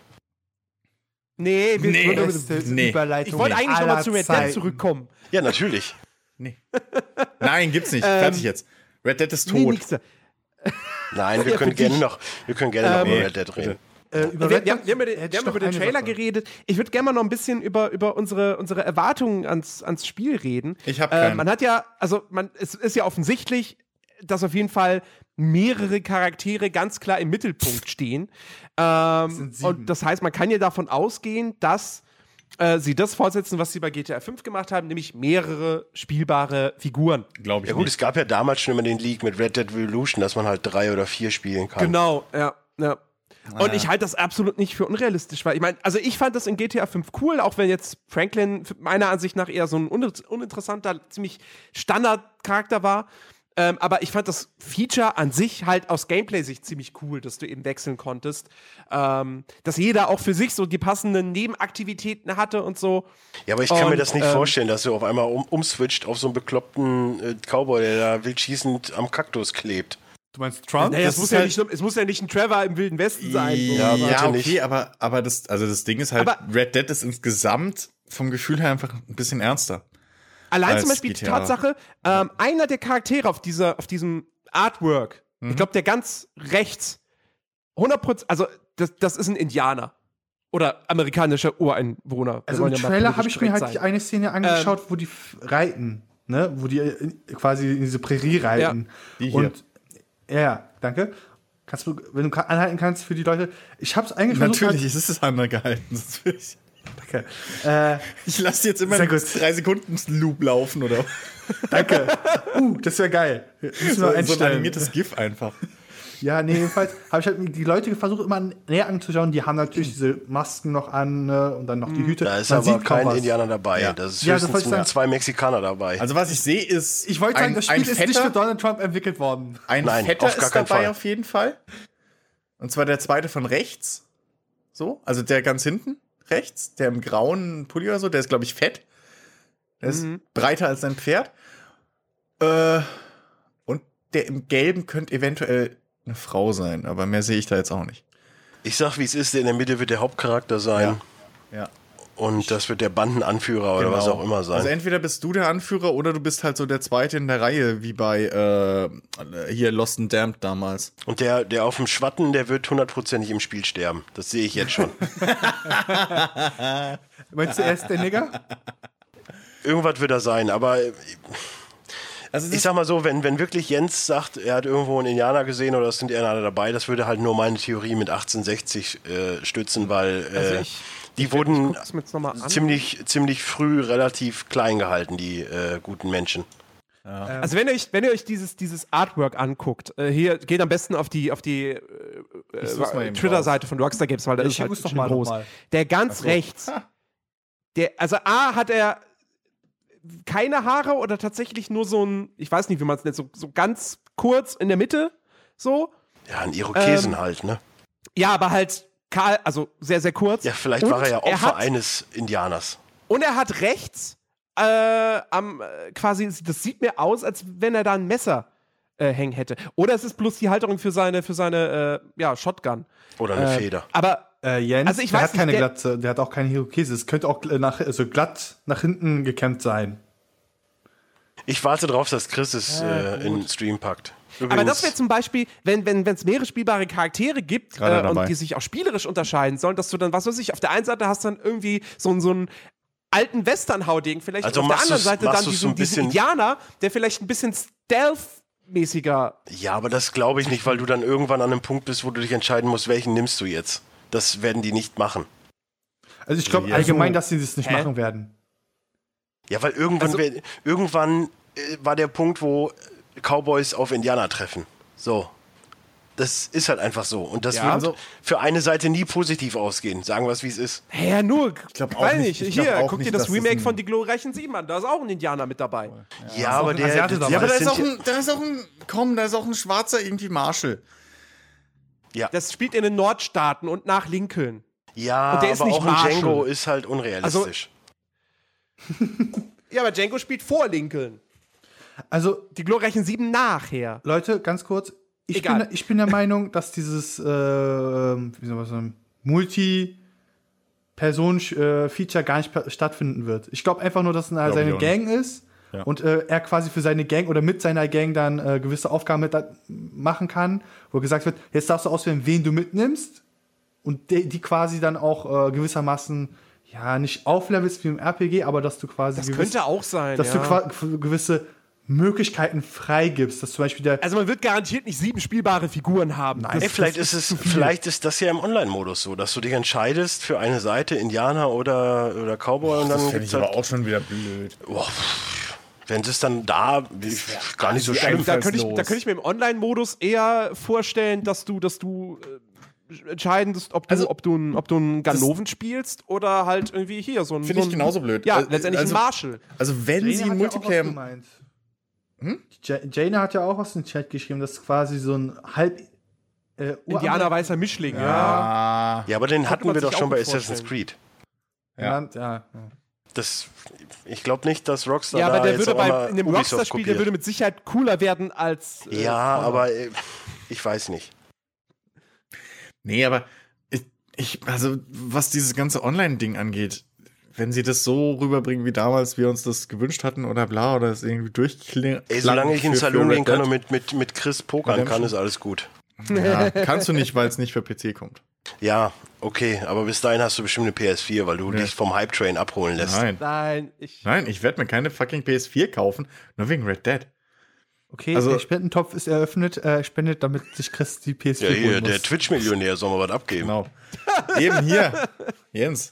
Nee. Überleitung. Ich wollte eigentlich nochmal zu Red Dead zurückkommen. Ja, natürlich. Nee. Nein, gibt's nicht. Fertig jetzt. Red Dead ist tot. Nein, wir können gerne noch über Red Dead reden. Wir haben über den Trailer geredet. Ich würde gerne mal noch ein bisschen über unsere Erwartungen ans Spiel reden. Ich habe keinen. Man hat ja, es ist ja offensichtlich, dass auf jeden Fall mehrere Charaktere ganz klar im Mittelpunkt stehen. Und das heißt, man kann ja davon ausgehen, dass sie das fortsetzen, was sie bei GTA 5 gemacht haben, nämlich mehrere spielbare Figuren. Glaube ich. Ja gut, es gab ja damals schon immer den Leak mit Red Dead Revolution, dass man halt 3 oder 4 spielen kann. Genau, ja. Und ich halte das absolut nicht für unrealistisch, weil ich fand das in GTA 5 cool, auch wenn jetzt Franklin meiner Ansicht nach eher so ein uninteressanter, ziemlich Standardcharakter war. Aber ich fand das Feature an sich halt aus Gameplay-Sicht ziemlich cool, dass du eben wechseln konntest. Dass jeder auch für sich so die passenden Nebenaktivitäten hatte und so. Ja, aber ich kann mir das nicht vorstellen, dass du auf einmal umswitcht auf so einen bekloppten Cowboy, der da wild schießend am Kaktus klebt. Du meinst Trump? Naja, es muss ja nicht ein Trevor im Wilden Westen sein. Ja, okay, nicht. aber das Ding ist halt, Red Dead ist insgesamt vom Gefühl her einfach ein bisschen ernster. Allein zum Beispiel GTA. Die Tatsache, einer der Charaktere auf diesem Artwork, ich glaube, der ganz rechts, 100%, also das ist ein Indianer. Oder amerikanischer Ureinwohner. Also im Trailer habe ich mir halt eine Szene angeschaut, wo die reiten, ne? Wo die quasi in diese Prärie reiten. Die hier. Und ja, danke. Wenn du anhalten kannst für die Leute. Ich hab's eigentlich natürlich ist es angehalten. Sonst will ich. Danke. Ich lasse jetzt immer 3 Sekunden Loop laufen, oder? Danke. Das wäre geil. Müssen wir einstellen. So ein animiertes GIF einfach. Ja, nee, jedenfalls habe ich halt die Leute versucht, immer näher anzuschauen. Die haben natürlich diese Masken noch an und dann noch die Hüte. Da ist aber kein Indianer dabei. Ja. Das ist höchstens 2 Mexikaner dabei. Also was ich sehe ist, ich wollte sagen, das Spiel ist nicht für Donald Trump entwickelt worden. Nein, Fetter ist dabei auf jeden Fall. Und zwar der zweite von rechts. So, also der ganz hinten rechts, der im grauen Pulli oder so, der ist, glaube ich, fett. Der ist breiter als sein Pferd. Und der im Gelben könnte eventuell eine Frau sein, aber mehr sehe ich da jetzt auch nicht. Ich sag, wie es ist, in der Mitte wird der Hauptcharakter sein. Ja. Und das wird der Bandenanführer oder was auch immer sein. Also entweder bist du der Anführer oder du bist halt so der Zweite in der Reihe, wie bei hier Lost and Damned damals. Und der auf dem Schwatten, der wird 100%ig im Spiel sterben. Das sehe ich jetzt schon. Meinst du erst der Nigger? Irgendwas wird er sein, aber Also ich sag mal so, wenn wirklich Jens sagt, er hat irgendwo einen Indianer gesehen oder es sind Indianer dabei, das würde halt nur meine Theorie mit 1860 stützen, weil die wurden ziemlich früh relativ klein gehalten, die guten Menschen. Ja. Also wenn ihr euch dieses Artwork anguckt, hier geht am besten auf die Twitter-Seite von Rockstar Games, weil da ist halt schon groß. Der ganz rechts, also A hat er keine Haare oder tatsächlich nur so ein, ich weiß nicht, wie man es nennt, so ganz kurz in der Mitte, so. Ja, ein Irokesen halt, ne? Ja, aber halt kahl, also sehr, sehr kurz. Ja, vielleicht war er ja Opfer eines Indianers. Und er hat rechts quasi, das sieht mir aus, als wenn er da ein Messer hängen hätte. Oder es ist bloß die Halterung für seine Shotgun. Oder eine Feder. Aber Jens, also ich der weiß hat keine Glatze, der hat auch keine Irokese. Es könnte auch glatt nach hinten gekämmt sein. Ich warte drauf, dass Chris es in Stream packt. Übrigens. Aber das wäre zum Beispiel, wenn es mehrere spielbare Charaktere gibt und die sich auch spielerisch unterscheiden sollen, dass du dann, was weiß ich, auf der einen Seite hast du dann irgendwie so einen alten Western-Haudegen vielleicht, also und auf der anderen Seite dann diesen Indianer, der vielleicht ein bisschen Stealth-mäßiger. Ja, aber das glaube ich nicht, weil du dann irgendwann an einem Punkt bist, wo du dich entscheiden musst, welchen nimmst du jetzt. Das werden die nicht machen. Also ich glaube allgemein, dass sie das nicht machen werden. Ja, weil irgendwann war der Punkt, wo Cowboys auf Indianer treffen. So. Das ist halt einfach so. Und das wird für eine Seite nie positiv ausgehen. Sagen wir es, wie es ist. Ja, nur, ich glaube auch nicht. Hier, guck dir das Remake von Die glorreichen 7 an. Da ist auch ein Indianer mit dabei. Ja, aber da ist auch ein Schwarzer irgendwie Marshall. Ja. Das spielt in den Nordstaaten und nach Lincoln. Ja, und der ist aber nicht auch ein Django ist halt unrealistisch. Ja, aber Django spielt vor Lincoln. Also Die glorreichen 7 nachher. Leute, ganz kurz. Ich bin der Meinung, dass dieses Multi-Person-Feature gar nicht stattfinden wird. Ich glaube einfach nur, dass es seine Gang ist und er quasi für seine Gang oder mit seiner Gang dann gewisse Aufgaben machen kann, wo gesagt wird, jetzt darfst du auswählen, wen du mitnimmst und die quasi dann auch gewissermaßen nicht auflevelst wie im RPG, aber dass du quasi das könnte auch sein, dass du gewisse Möglichkeiten freigibst, dass zum Beispiel also man wird garantiert nicht 7 spielbare Figuren haben. Nein, vielleicht ist das ja im Online-Modus so, dass du dich entscheidest für eine Seite Indianer oder Cowboy und dann das finde ich aber auch schon wieder blöd. Wenn es dann gar nicht so schlimm. Da könnte ich mir im Online-Modus eher vorstellen, dass du entscheidest, ob du einen Ganoven spielst oder halt irgendwie hier so ein. Finde ich genauso blöd. Ja, letztendlich ein Marshall. Also wenn sie einen Multiplayer. Jane hat ja auch was in den Chat geschrieben, das ist quasi so ein halb Indianer-weißer Mischling, Ja, aber den hatten wir doch schon bei Assassin's Creed. Ja. Ich glaube nicht, dass Rockstar aber der jetzt würde in dem Rockstar-Spiel, der würde mit Sicherheit cooler werden als aber ich weiß nicht. Nee, aber also was dieses ganze Online-Ding angeht, wenn sie das so rüberbringen wie damals, wir uns das gewünscht hatten oder bla, oder es irgendwie durchklingen. Solange ich in den Salon gehen kann und mit Chris pokern kann, ist alles gut. Ja, kannst du nicht, weil es nicht für PC kommt. Ja, okay, aber bis dahin hast du bestimmt eine PS4, weil du dich vom Hype-Train abholen lässt. Nein, ich werde mir keine fucking PS4 kaufen, nur wegen Red Dead. Okay, der Spendentopf ist eröffnet, spendet, damit sich Chris die PS4 holen muss. Der Twitch-Millionär soll mal was abgeben. Genau. Eben hier, Jens.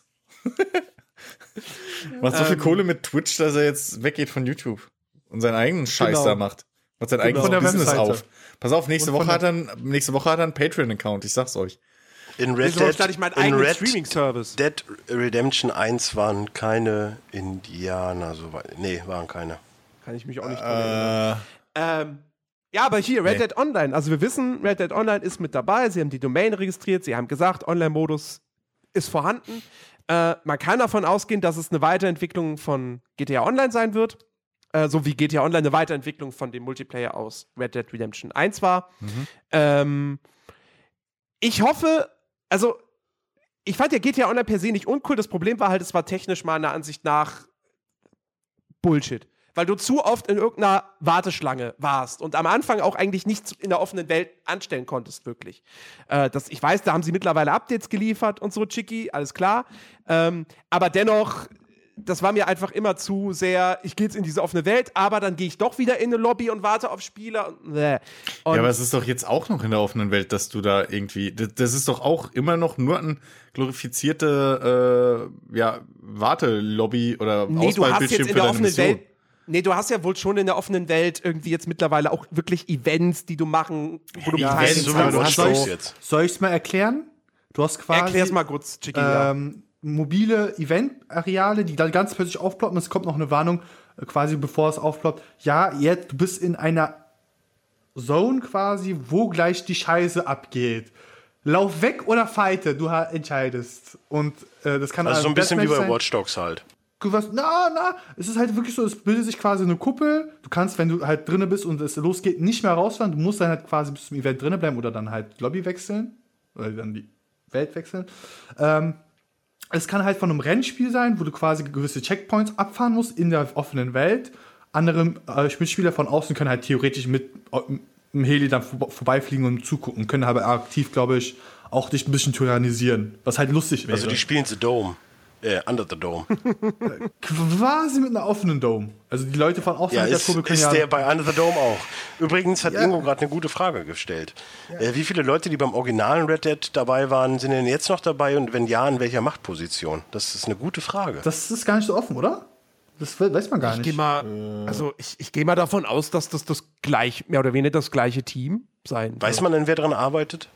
Macht so viel Kohle mit Twitch, dass er jetzt weggeht von YouTube und seinen eigenen Scheiß da macht. Macht sein eigenes Business auf. Pass auf, nächste Woche hat er einen Patreon-Account, ich sag's euch. In Red Dead Redemption 1 waren keine Indianer, soweit. Nee, waren keine. Kann ich mich auch nicht dran erinnern. Ja, aber hier, Red Dead Online. Also wir wissen, Red Dead Online ist mit dabei. Sie haben die Domain registriert. Sie haben gesagt, Online-Modus ist vorhanden. Man kann davon ausgehen, dass es eine Weiterentwicklung von GTA Online sein wird. So wie GTA Online eine Weiterentwicklung von dem Multiplayer aus Red Dead Redemption 1 war. Ich hoffe, also ich fand ja GTA Online per se nicht uncool. Das Problem war halt, es war technisch meiner Ansicht nach Bullshit. Weil du zu oft in irgendeiner Warteschlange warst und am Anfang auch eigentlich nichts in der offenen Welt anstellen konntest, wirklich. Ich weiß, da haben sie mittlerweile Updates geliefert und so, Chicky, alles klar. Aber dennoch, das war mir einfach immer zu sehr, ich gehe jetzt in diese offene Welt, aber dann gehe ich doch wieder in eine Lobby und warte auf Spieler. Und ja, aber es ist doch jetzt auch noch in der offenen Welt, dass du da irgendwie, das ist doch auch immer noch nur ein glorifizierte Wartelobby oder Auswahlbildschirm für deine Mission. Welt. Nee, du hast ja wohl schon in der offenen Welt irgendwie jetzt mittlerweile auch wirklich Events, die du machen, wo du beteiligst. Soll ich es mal erklären? Du hast quasi. Erklär's mal kurz, Chicky. Mobile Event-Areale, die dann ganz plötzlich aufploppen. Es kommt noch eine Warnung, quasi bevor es aufploppt. Ja, jetzt, du bist in einer Zone quasi, wo gleich die Scheiße abgeht. Lauf weg oder fighte, du entscheidest. Und das kann also so ein bisschen wie bei Watch Dogs halt. Es ist halt wirklich so, es bildet sich quasi eine Kuppel. Du kannst, wenn du halt drinne bist und es losgeht, nicht mehr rausfahren. Du musst dann halt quasi bis zum Event drinne bleiben oder dann halt Lobby wechseln. Oder dann die Welt wechseln. Es kann halt von einem Rennspiel sein, wo du quasi gewisse Checkpoints abfahren musst in der offenen Welt. Andere Mitspieler von außen können halt theoretisch mit dem Heli dann vorbeifliegen und zugucken. Können aber aktiv, glaube ich, auch dich ein bisschen tyrannisieren. Was halt lustig wäre. Also die spielen The Dome. Under the Dome. Quasi mit einer offenen Dome. Also die Leute von außen der Kuppel können der bei Under the Dome auch. Übrigens hat Ingo gerade eine gute Frage gestellt. Ja. Wie viele Leute, die beim originalen Red Dead dabei waren, sind denn jetzt noch dabei und wenn ja, in welcher Machtposition? Das ist eine gute Frage. Das ist gar nicht so offen, oder? Das weiß man gar nicht. Ich gehe mal davon aus, dass das mehr oder weniger das gleiche Team sein wird. Weiß man denn, wer daran arbeitet?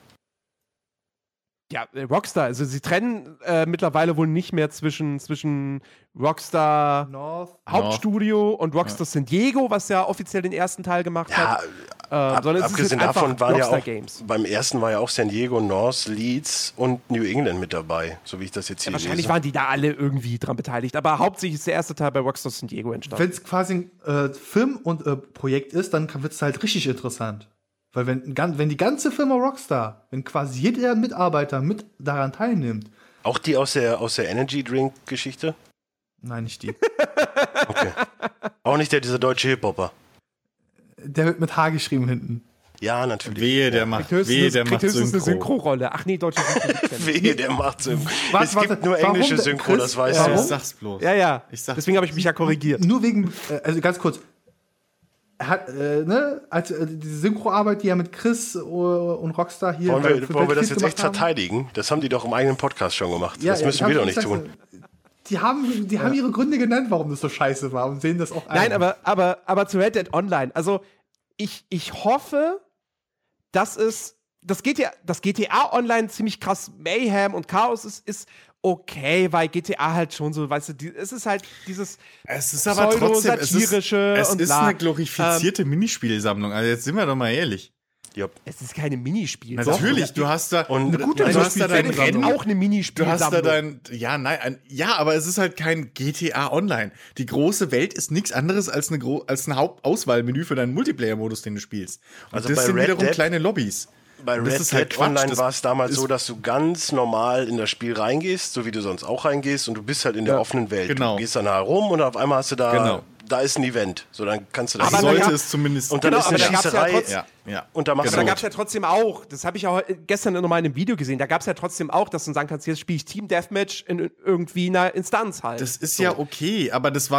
Ja, Rockstar, also sie trennen mittlerweile wohl nicht mehr zwischen Rockstar Hauptstudio und Rockstar San Diego, was ja offiziell den ersten Teil gemacht hat. Sondern abgesehen davon waren ja auch, beim ersten war ja auch San Diego, North, Leeds und New England mit dabei, so wie ich das jetzt hier lese. Wahrscheinlich waren die da alle irgendwie dran beteiligt, aber hauptsächlich ist der erste Teil bei Rockstar San Diego entstanden. Wenn es quasi ein Film und Projekt ist, dann wird es halt richtig interessant. Weil wenn die ganze Firma Rockstar, wenn quasi jeder Mitarbeiter mit daran teilnimmt. Auch die aus der Energy Drink Geschichte? Nein, nicht die. Okay. Auch nicht dieser deutsche Hip-Hopper. Der wird mit H geschrieben hinten. Ja, natürlich. Wehe, der macht Synchro. Eine Synchro-Rolle. Ach nee, deutsche Synchro. Wehe, der macht Synchro. Es gibt nur englische Synchro, das weißt du. Ich sag's bloß. Ja. Deswegen habe ich mich ja korrigiert. Nur wegen, also ganz kurz. Diese Synchroarbeit, die ja mit Chris und Rockstar hier. Wollen wir das jetzt echt verteidigen? Das haben die doch im eigenen Podcast schon gemacht. Das müssen wir doch nicht tun. Die haben ihre Gründe genannt, warum das so scheiße war und sehen das auch ein. Nein, aber zu Red Dead Online. Also, ich hoffe, dass das GTA Online ziemlich krass Mayhem und Chaos ist okay, weil GTA halt schon so, weißt du, es ist halt dieses es ist aber trotzdem satirische es ist eine glorifizierte Minispielsammlung. Also jetzt sind wir doch mal ehrlich. Yep. Es ist keine Minispielsammlung. Natürlich, du hast da eine gute Rennen auch eine Minispielsammlung. Du hast da aber es ist halt kein GTA Online. Die große Welt ist nichts anderes als ein Hauptauswahlmenü für deinen Multiplayer-Modus, den du spielst. Und also das sind wiederum kleine Lobbys. Bei Red Dead Online war es damals so, dass du ganz normal in das Spiel reingehst, so wie du sonst auch reingehst, und du bist halt in der offenen Welt. Genau. Du gehst dann herum und auf einmal hast du da ist ein Event. So, dann kannst du da aber sollte es zumindest. Und dann ist eine Schießerei. Und da machst du. Da gab es ja trotzdem auch, das habe ich auch gestern nochmal in einem Video gesehen, da gab es ja trotzdem auch, dass du sagen kannst, jetzt spiele ich Team Deathmatch in irgendwie einer Instanz halt. Das ist ja okay, aber das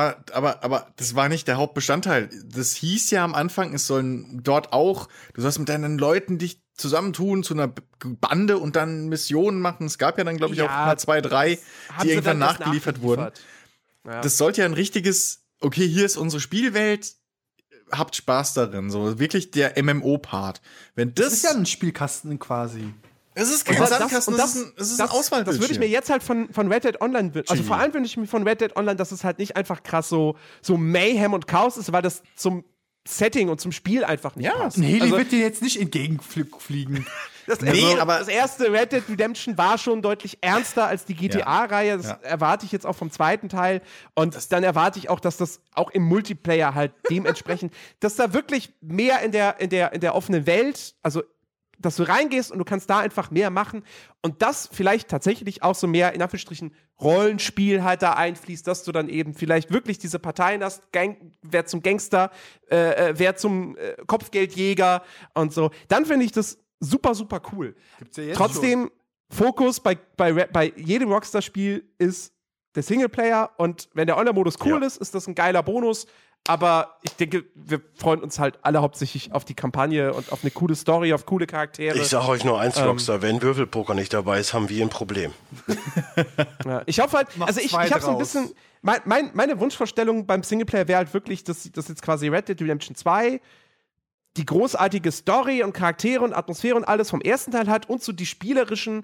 war nicht der Hauptbestandteil. Das hieß ja am Anfang, es sollen dort auch, du sollst mit deinen Leuten dich zusammentun zu einer Bande und dann Missionen machen. Es gab ja dann, glaube ich, auch mal 2, 3, die irgendwann nachgeliefert wurden. Ja. Das sollte ja ein richtiges, okay, hier ist unsere Spielwelt, habt Spaß darin. So wirklich der MMO-Part. Das ist ja ein Spielkasten quasi. Es ist kein Sandkasten, es ist ein Auswahlbildschirm. Das würde ich mir jetzt halt von Red Dead Online wünschen. Also vor allem wünsche ich mir von Red Dead Online, dass es halt nicht einfach krass so Mayhem und Chaos ist, weil das zum Setting und zum Spiel einfach nicht passt. Ein Heli wird dir jetzt nicht entgegenfliegen. Das erste Red Dead Redemption war schon deutlich ernster als die GTA-Reihe. Das erwarte ich jetzt auch vom zweiten Teil. Und dann erwarte ich auch, dass das auch im Multiplayer halt dementsprechend, dass da wirklich mehr in der offenen Welt, also dass du reingehst und du kannst da einfach mehr machen und das vielleicht tatsächlich auch so mehr, in Anführungsstrichen, Rollenspiel halt da einfließt, dass du dann eben vielleicht wirklich diese Parteien hast, wer zum Gangster, wer zum Kopfgeldjäger und so. Dann finde ich das super, super cool. Gibt's ja jetzt Trotzdem, schon. Fokus bei jedem Rockstar-Spiel ist der Singleplayer. Und wenn der Online-Modus cool ist das ein geiler Bonus. Aber ich denke, wir freuen uns halt alle hauptsächlich auf die Kampagne und auf eine coole Story, auf coole Charaktere. Ich sag euch nur eins, Rockstar, wenn Würfelpoker nicht dabei ist, haben wir ein Problem. Ja, ich hoffe halt, also ich habe so ein bisschen, meine Wunschvorstellung beim Singleplayer wäre halt wirklich, dass jetzt quasi Red Dead Redemption 2 die großartige Story und Charaktere und Atmosphäre und alles vom ersten Teil hat und so die spielerische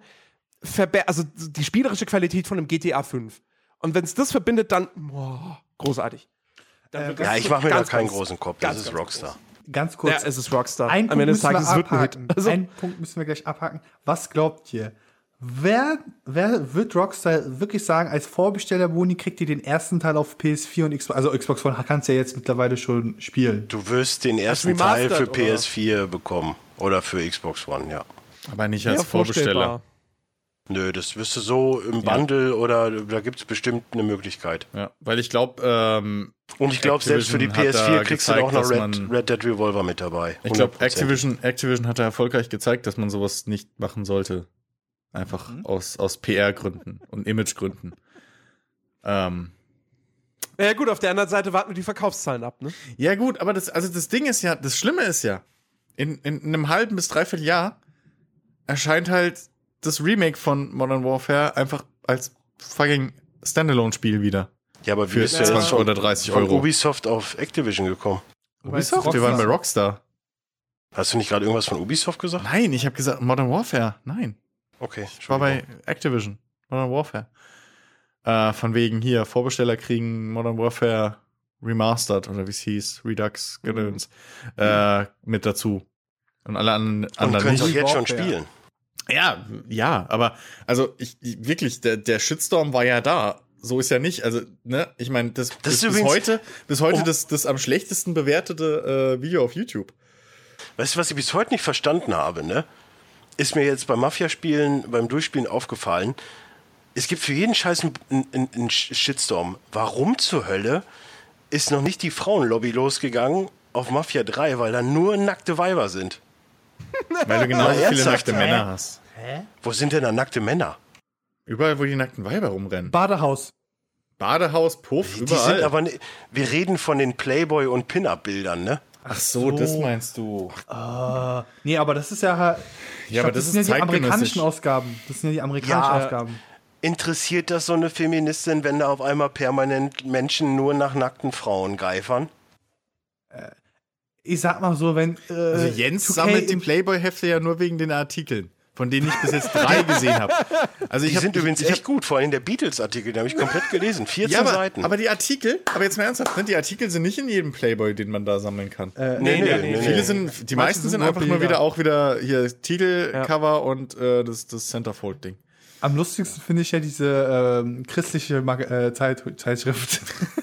Qualität von einem GTA 5. Und wenn es das verbindet, dann großartig. Ich mache mir da keinen großen Kopf. Das ist Rockstar. Ganz kurz. Ja, es ist Rockstar. Am Ende des Tages wird ein Hit. Also, einen Punkt müssen wir gleich abhaken. Was glaubt ihr? Wer wird Rockstar wirklich sagen, als Vorbesteller-Boni kriegt ihr den ersten Teil auf PS4 und Xbox? Also Xbox One kannst du ja jetzt mittlerweile schon spielen. Du wirst den ersten Teil für PS4 bekommen. Oder für Xbox One, ja. Aber nicht als Vorbesteller. Nö, das wirst du so im Bundle oder da gibt es bestimmt eine Möglichkeit. Ja, weil ich glaube, und ich glaube, selbst für die PS4 kriegst du auch noch Red Dead Revolver mit dabei. Ich glaube, Activision hat da erfolgreich gezeigt, dass man sowas nicht machen sollte. Einfach aus PR-Gründen und Image-Gründen. Ja gut, auf der anderen Seite warten wir die Verkaufszahlen ab, ne? Ja gut, aber das Ding ist ja, das Schlimme ist ja, in einem halben bis dreiviertel Jahr erscheint halt das Remake von Modern Warfare einfach als fucking Standalone-Spiel wieder. Ja, aber für 20 oder 30 Euro. Von Ubisoft auf Activision gekommen. Ubisoft? Wir waren bei Rockstar. Hast du nicht gerade irgendwas von Ubisoft gesagt? Nein, ich habe gesagt Modern Warfare. Nein. Okay. Ich war bei Activision. Modern Warfare. Von wegen hier, Vorbesteller kriegen Modern Warfare Remastered oder wie es hieß, Redux, Gedöns, mit dazu. Und alle anderen können doch jetzt schon spielen. Ja, aber also wirklich, der Shitstorm war ja da. So ist ja nicht. Also, ne, ich meine, das ist bis heute das am schlechtesten bewertete Video auf YouTube. Weißt du, was ich bis heute nicht verstanden habe, ne? Ist mir jetzt beim Mafia-Spielen, beim Durchspielen aufgefallen. Es gibt für jeden Scheiß einen Shitstorm. Warum zur Hölle ist noch nicht die Frauenlobby losgegangen auf Mafia 3, weil da nur nackte Weiber sind? Weil du genauso viele nackte Männer hast. Hä? Wo sind denn da nackte Männer? Überall, wo die nackten Weiber rumrennen. Badehaus, Puff, überall. Die sind aber wir reden von den Playboy- und Pin-Up-Bildern, ne? Ach so, das meinst du. Nee, aber das ist ja... aber das sind ja die amerikanischen Ausgaben. Das sind ja die amerikanischen Ausgaben. Interessiert das so eine Feministin, wenn da auf einmal permanent Menschen nur nach nackten Frauen geifern? Ich sag mal so, wenn... also Jens sammelt die Playboy-Hefte ja nur wegen den Artikeln, von denen ich bis jetzt 3 gesehen habe. Also die sind übrigens echt gut, vor allem der Beatles-Artikel, den habe ich komplett gelesen. 14 Seiten. Aber die Artikel, aber jetzt mal ernsthaft, ne? Die Artikel sind nicht in jedem Playboy, den man da sammeln kann. Nee. Viele sind, die meisten sind einfach nur wieder hier Titelcover und das Centerfold-Ding. Am lustigsten finde ich ja diese christliche Zeitschrift.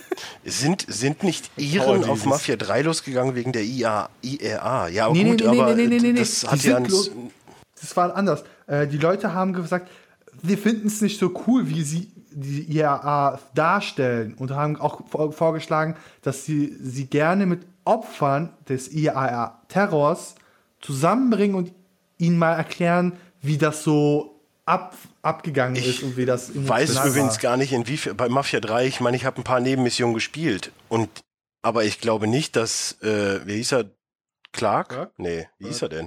Sind nicht Iren auf Mafia 3 losgegangen wegen der IRA? Ja, aber Nee, das hat ja das war anders. Die Leute haben gesagt, wir finden es nicht so cool, wie sie die IRA darstellen und haben auch vorgeschlagen, dass sie gerne mit Opfern des IRA-Terrors zusammenbringen und ihnen mal erklären, wie das so abgegangen ist und wie das weiß übrigens gar nicht, inwiefern bei Mafia 3, ich meine, ich habe ein paar Nebenmissionen gespielt aber ich glaube nicht, dass wie hieß er? Clark? Burke? Nee, wie hieß er denn?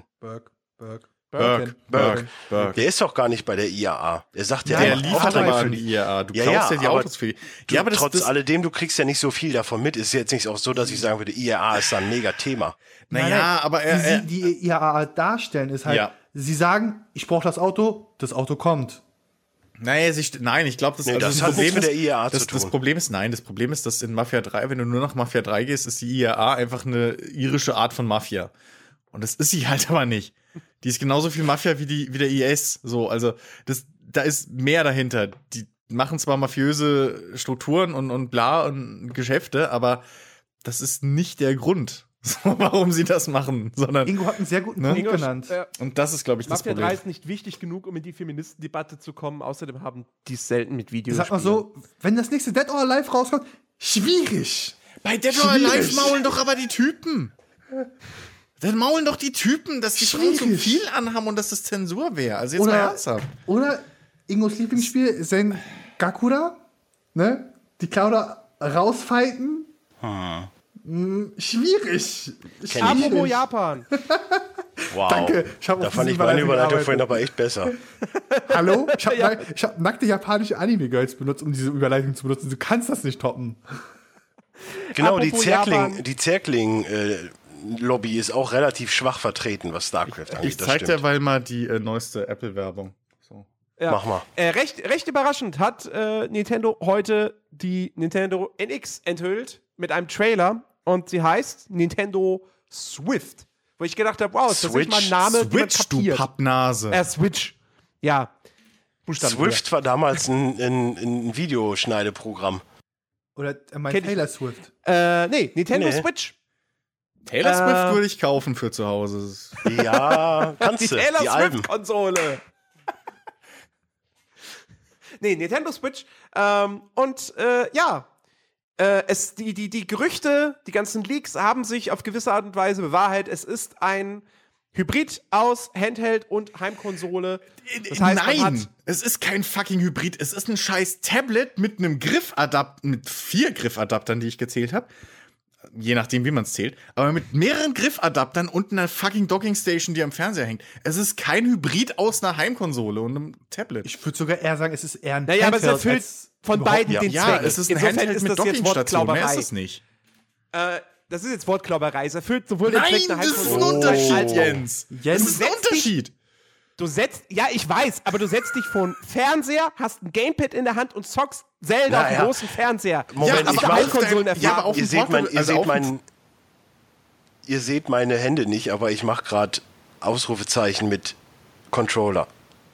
Burke. Der ist doch gar nicht bei der IAA. Er sagt ja, der liefert aber für die IAA. Du kaufst ja die Autos für die. Aber trotz alledem, du kriegst ja nicht so viel davon mit. Ist jetzt nicht auch so, dass ich sagen würde, IAA ist da ein mega Thema. Naja, aber wie sie die IAA darstellen, ist halt, sie sagen, ich brauche das Auto kommt. Nein, ich glaube, das hat nichts mit der IAA zu tun. Das Problem ist, dass in Mafia 3, wenn du nur nach Mafia 3 gehst, ist die IAA einfach eine irische Art von Mafia. Und das ist sie halt aber nicht. Die ist genauso viel Mafia wie der IS. So, also da ist mehr dahinter. Die machen zwar mafiöse Strukturen und bla und Geschäfte, aber das ist nicht der Grund, warum sie das machen, sondern Ingo hat einen sehr guten Punkt genannt. Und das ist, glaube ich, das Problem. Mafia 3 ist nicht wichtig genug, um in die Feministendebatte zu kommen. Außerdem haben die es selten mit Videos. Sag mal so, wenn das nächste Dead or Alive rauskommt, schwierig. Bei Dead or Alive maulen doch aber die Typen. Dann maulen doch die Typen, dass die Frauen zu viel anhaben und dass das Zensur wäre. Also jetzt mal ernsthaft. Oder Ingos Lieblingsspiel, Sengakura. ne? Die Clouder rausfighten. Schwierig. Apropos Japan. Wow. Danke. Da fand ich meine Überleitung vorhin aber echt besser. Hallo? Ich hab nackte japanische Anime-Girls benutzt, um diese Überleitung zu benutzen. Du kannst das nicht toppen. Genau, Apropos die Zerkling-Lobby ist auch relativ schwach vertreten, was StarCraft angeht. Ich zeig dir mal die neueste Apple-Werbung. So. Ja. Mach mal. Recht überraschend hat Nintendo heute die Nintendo NX enthüllt mit einem Trailer und sie heißt Nintendo Swift. Wo ich gedacht habe, wow, ist das nicht mal ein Name, den man Switch, du kapiert. Pappnase. Switch. Ja. Buchstaben. Swift war damals ein Videoschneideprogramm. Oder mein Kenn ich. Taylor Swift. Nee, Nintendo Nee. Switch. Taylor Swift würde ich kaufen für zu Hause. Ja, kannst Die du. Taylor Die Alben. Swift-Konsole. Nee, Nintendo Switch. Die Gerüchte, die ganzen Leaks haben sich auf gewisse Art und Weise bewahrheitet. Es ist ein Hybrid aus Handheld und Heimkonsole. Das heißt, man Nein, hat es ist kein fucking Hybrid. Es ist ein scheiß Tablet mit einem mit 4 Griffadaptern, die ich gezählt habe. Je nachdem, wie man es zählt. Aber mit mehreren Griffadaptern und einer fucking Dockingstation, die am Fernseher hängt. Es ist kein Hybrid aus einer Heimkonsole und einem Tablet. Ich würde sogar eher sagen, es ist eher ein Naja, aber es Handheld erfüllt als von überhaupt- beiden den ja, Zweck. es ist ein Insofern Handheld ist mit das jetzt Dockingstation. Mehr ist Wortklauberei. es nicht. Das ist jetzt Wortklauberei. Es erfüllt sowohl den Nein, Zweck der das ist ein Heimkonsole Unterschied, als auch- Jens. Das ist ein Unterschied. Ja, ich weiß, aber du setzt dich vor einen Fernseher, hast ein Gamepad in der Hand und zockst Zelda auf dem Ja. großen Fernseher. Moment, das ist ich der mach- Heimkonsolenerfahrung. Ja, aber auf Ihr dem seht, Portable- ihr seht meine Hände nicht, aber ich mache gerade Ausrufezeichen mit Controller.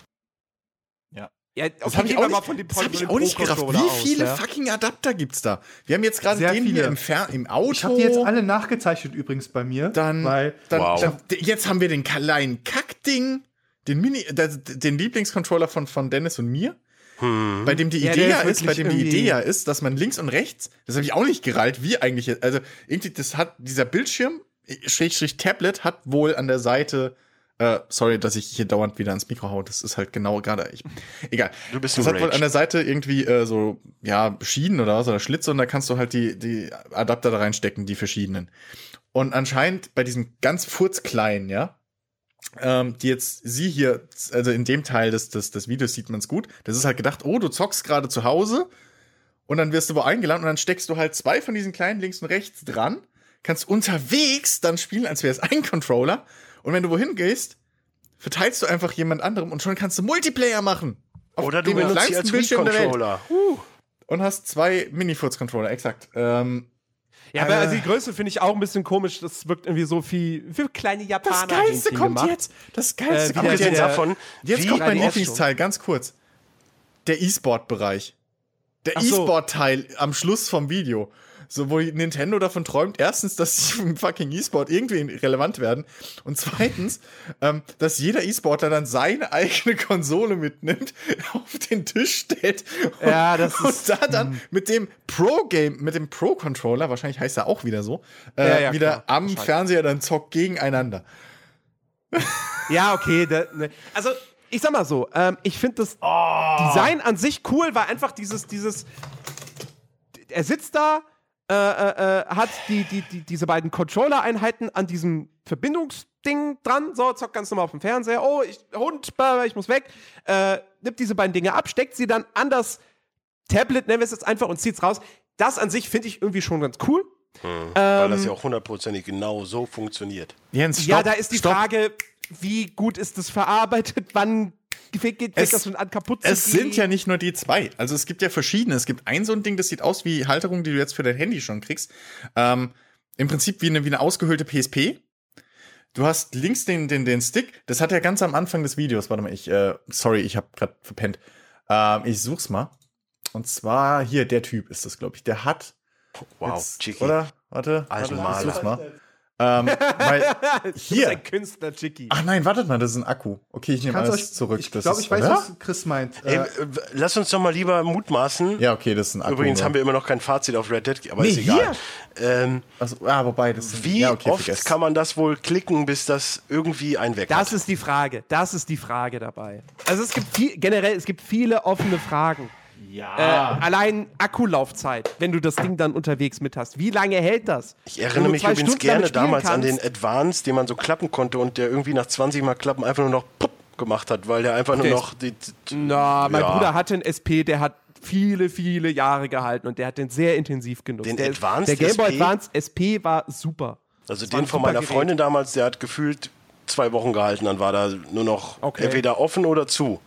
Ja, Das okay, habe ich, gehen wir auch mal nicht- von dem das hab ich von dem auch nicht gerafft. Pro-Controller Wie viele aus, ja? fucking Adapter gibt's da? Wir haben jetzt gerade Sehr den hier viele. im Auto. Ich habe die jetzt alle nachgezeichnet übrigens bei mir. Dann, weil Wow. jetzt haben wir den kleinen Kackding, den Lieblingscontroller von Dennis und mir. Bei dem die Ja, Idee der ist ist, wirklich ist, dass man links und rechts, das habe ich auch nicht gereilt, wie eigentlich, also irgendwie, das hat dieser Bildschirm, Tablet hat wohl an der Seite, sorry, dass ich hier dauernd wieder ans Mikro hau, das ist halt genau gerade, egal. Du bist Das im hat wohl Rage. an der Seite irgendwie Schienen oder was, oder Schlitze, und da kannst du halt die Adapter da reinstecken, die verschiedenen. Und anscheinend bei diesem ganz furzkleinen, ja, die jetzt sie hier, also in dem Teil des Videos sieht man es gut, das ist halt gedacht, oh, du zockst gerade zu Hause und dann wirst du wo eingeladen und dann steckst du halt 2 von diesen kleinen links und rechts dran, kannst unterwegs dann spielen, als wäre es ein Controller, und wenn du wohin gehst, verteilst du einfach jemand anderem und schon kannst du Multiplayer machen. Auf Oder du dem benutzt sie kleinsten als Bildschirm der Welt. Wii-Controller. Und hast 2 Mini-Furz-Controller, exakt. Ja, aber also die Größe finde ich auch ein bisschen komisch. Das wirkt irgendwie so viel kleine Japaner. Das Geilste irgendwie kommt gemacht. jetzt. Das Geilste kommt Abgesehen jetzt. davon, Jetzt wie kommt mein Ja, die Lieblingsteil, ganz kurz. Der E-Sport-Bereich. Der Ach so. E-Sport-Teil am Schluss vom Video. So, wo Nintendo davon träumt, erstens, dass sie im fucking E-Sport irgendwie relevant werden, und zweitens, dass jeder E-Sportler dann seine eigene Konsole mitnimmt, auf den Tisch stellt und, Ja, das und ist- da dann mit dem Pro-Controller, wahrscheinlich heißt er auch wieder so, Ja, wieder klar, am wahrscheinlich. Fernseher dann zockt gegeneinander. Ja, okay. Also, ich sag mal so, ich finde das Design an sich cool, weil einfach dieses er sitzt da, hat diese beiden Controller-Einheiten an diesem Verbindungsding dran, so, zockt ganz normal auf dem Fernseher, oh, Hund, ich muss weg, nimmt diese beiden Dinge ab, steckt sie dann an das Tablet, nennen wir es jetzt einfach, und zieht's raus. Das an sich finde ich irgendwie schon ganz cool. weil das ja auch hundertprozentig genau so funktioniert. Jens, Ja, da ist die Frage, wie gut ist das verarbeitet, wann geht Es- das schon an kaputt zu Es gehen? sind ja nicht nur die 2. Also es gibt ja verschiedene. Es gibt ein so ein Ding, das sieht aus wie Halterung, die du jetzt für dein Handy schon kriegst. Im Prinzip wie eine ausgehöhlte PSP. Du hast links den Stick. Das hat er ganz am Anfang des Videos. Warte mal, ich habe gerade verpennt. Ich such's mal. Und zwar hier, der Typ ist das, glaube ich. Der hat Wow, jetzt, Chicky. oder? Warte, ich Maler. such's mal. Weil Das ist hier. ein Künstler, Chicky. Ach nein, wartet mal, das ist ein Akku. Okay, ich nehme Kannst alles euch zurück. Ich Das glaube, ist- ich weiß, oder? was Chris meint. Ey, lass uns doch mal lieber mutmaßen. Ja, okay, das ist ein Akku. Übrigens ja. haben wir immer noch kein Fazit auf Red Dead, aber Nee, ist egal. Also, wobei, das ist Wie ja, okay, oft vergesst. kann man das wohl klicken, bis das irgendwie ein weg Das hat? ist die Frage. Das ist die Frage dabei. Also es gibt viele offene Fragen. Allein Akkulaufzeit, wenn du das Ding dann unterwegs mit hast. Wie lange hält das? Ich erinnere mich übrigens gerne damals an den Advance, den man so klappen konnte und der irgendwie nach 20 Mal Klappen einfach nur noch Pupp gemacht hat, weil der einfach nur noch mein Bruder hatte einen SP, der hat viele, viele Jahre gehalten und der hat den sehr intensiv genutzt. Der Game Boy Advance SP war super. Also den von meiner Freundin damals, der hat gefühlt 2 Wochen gehalten, dann war da nur noch entweder offen oder zu.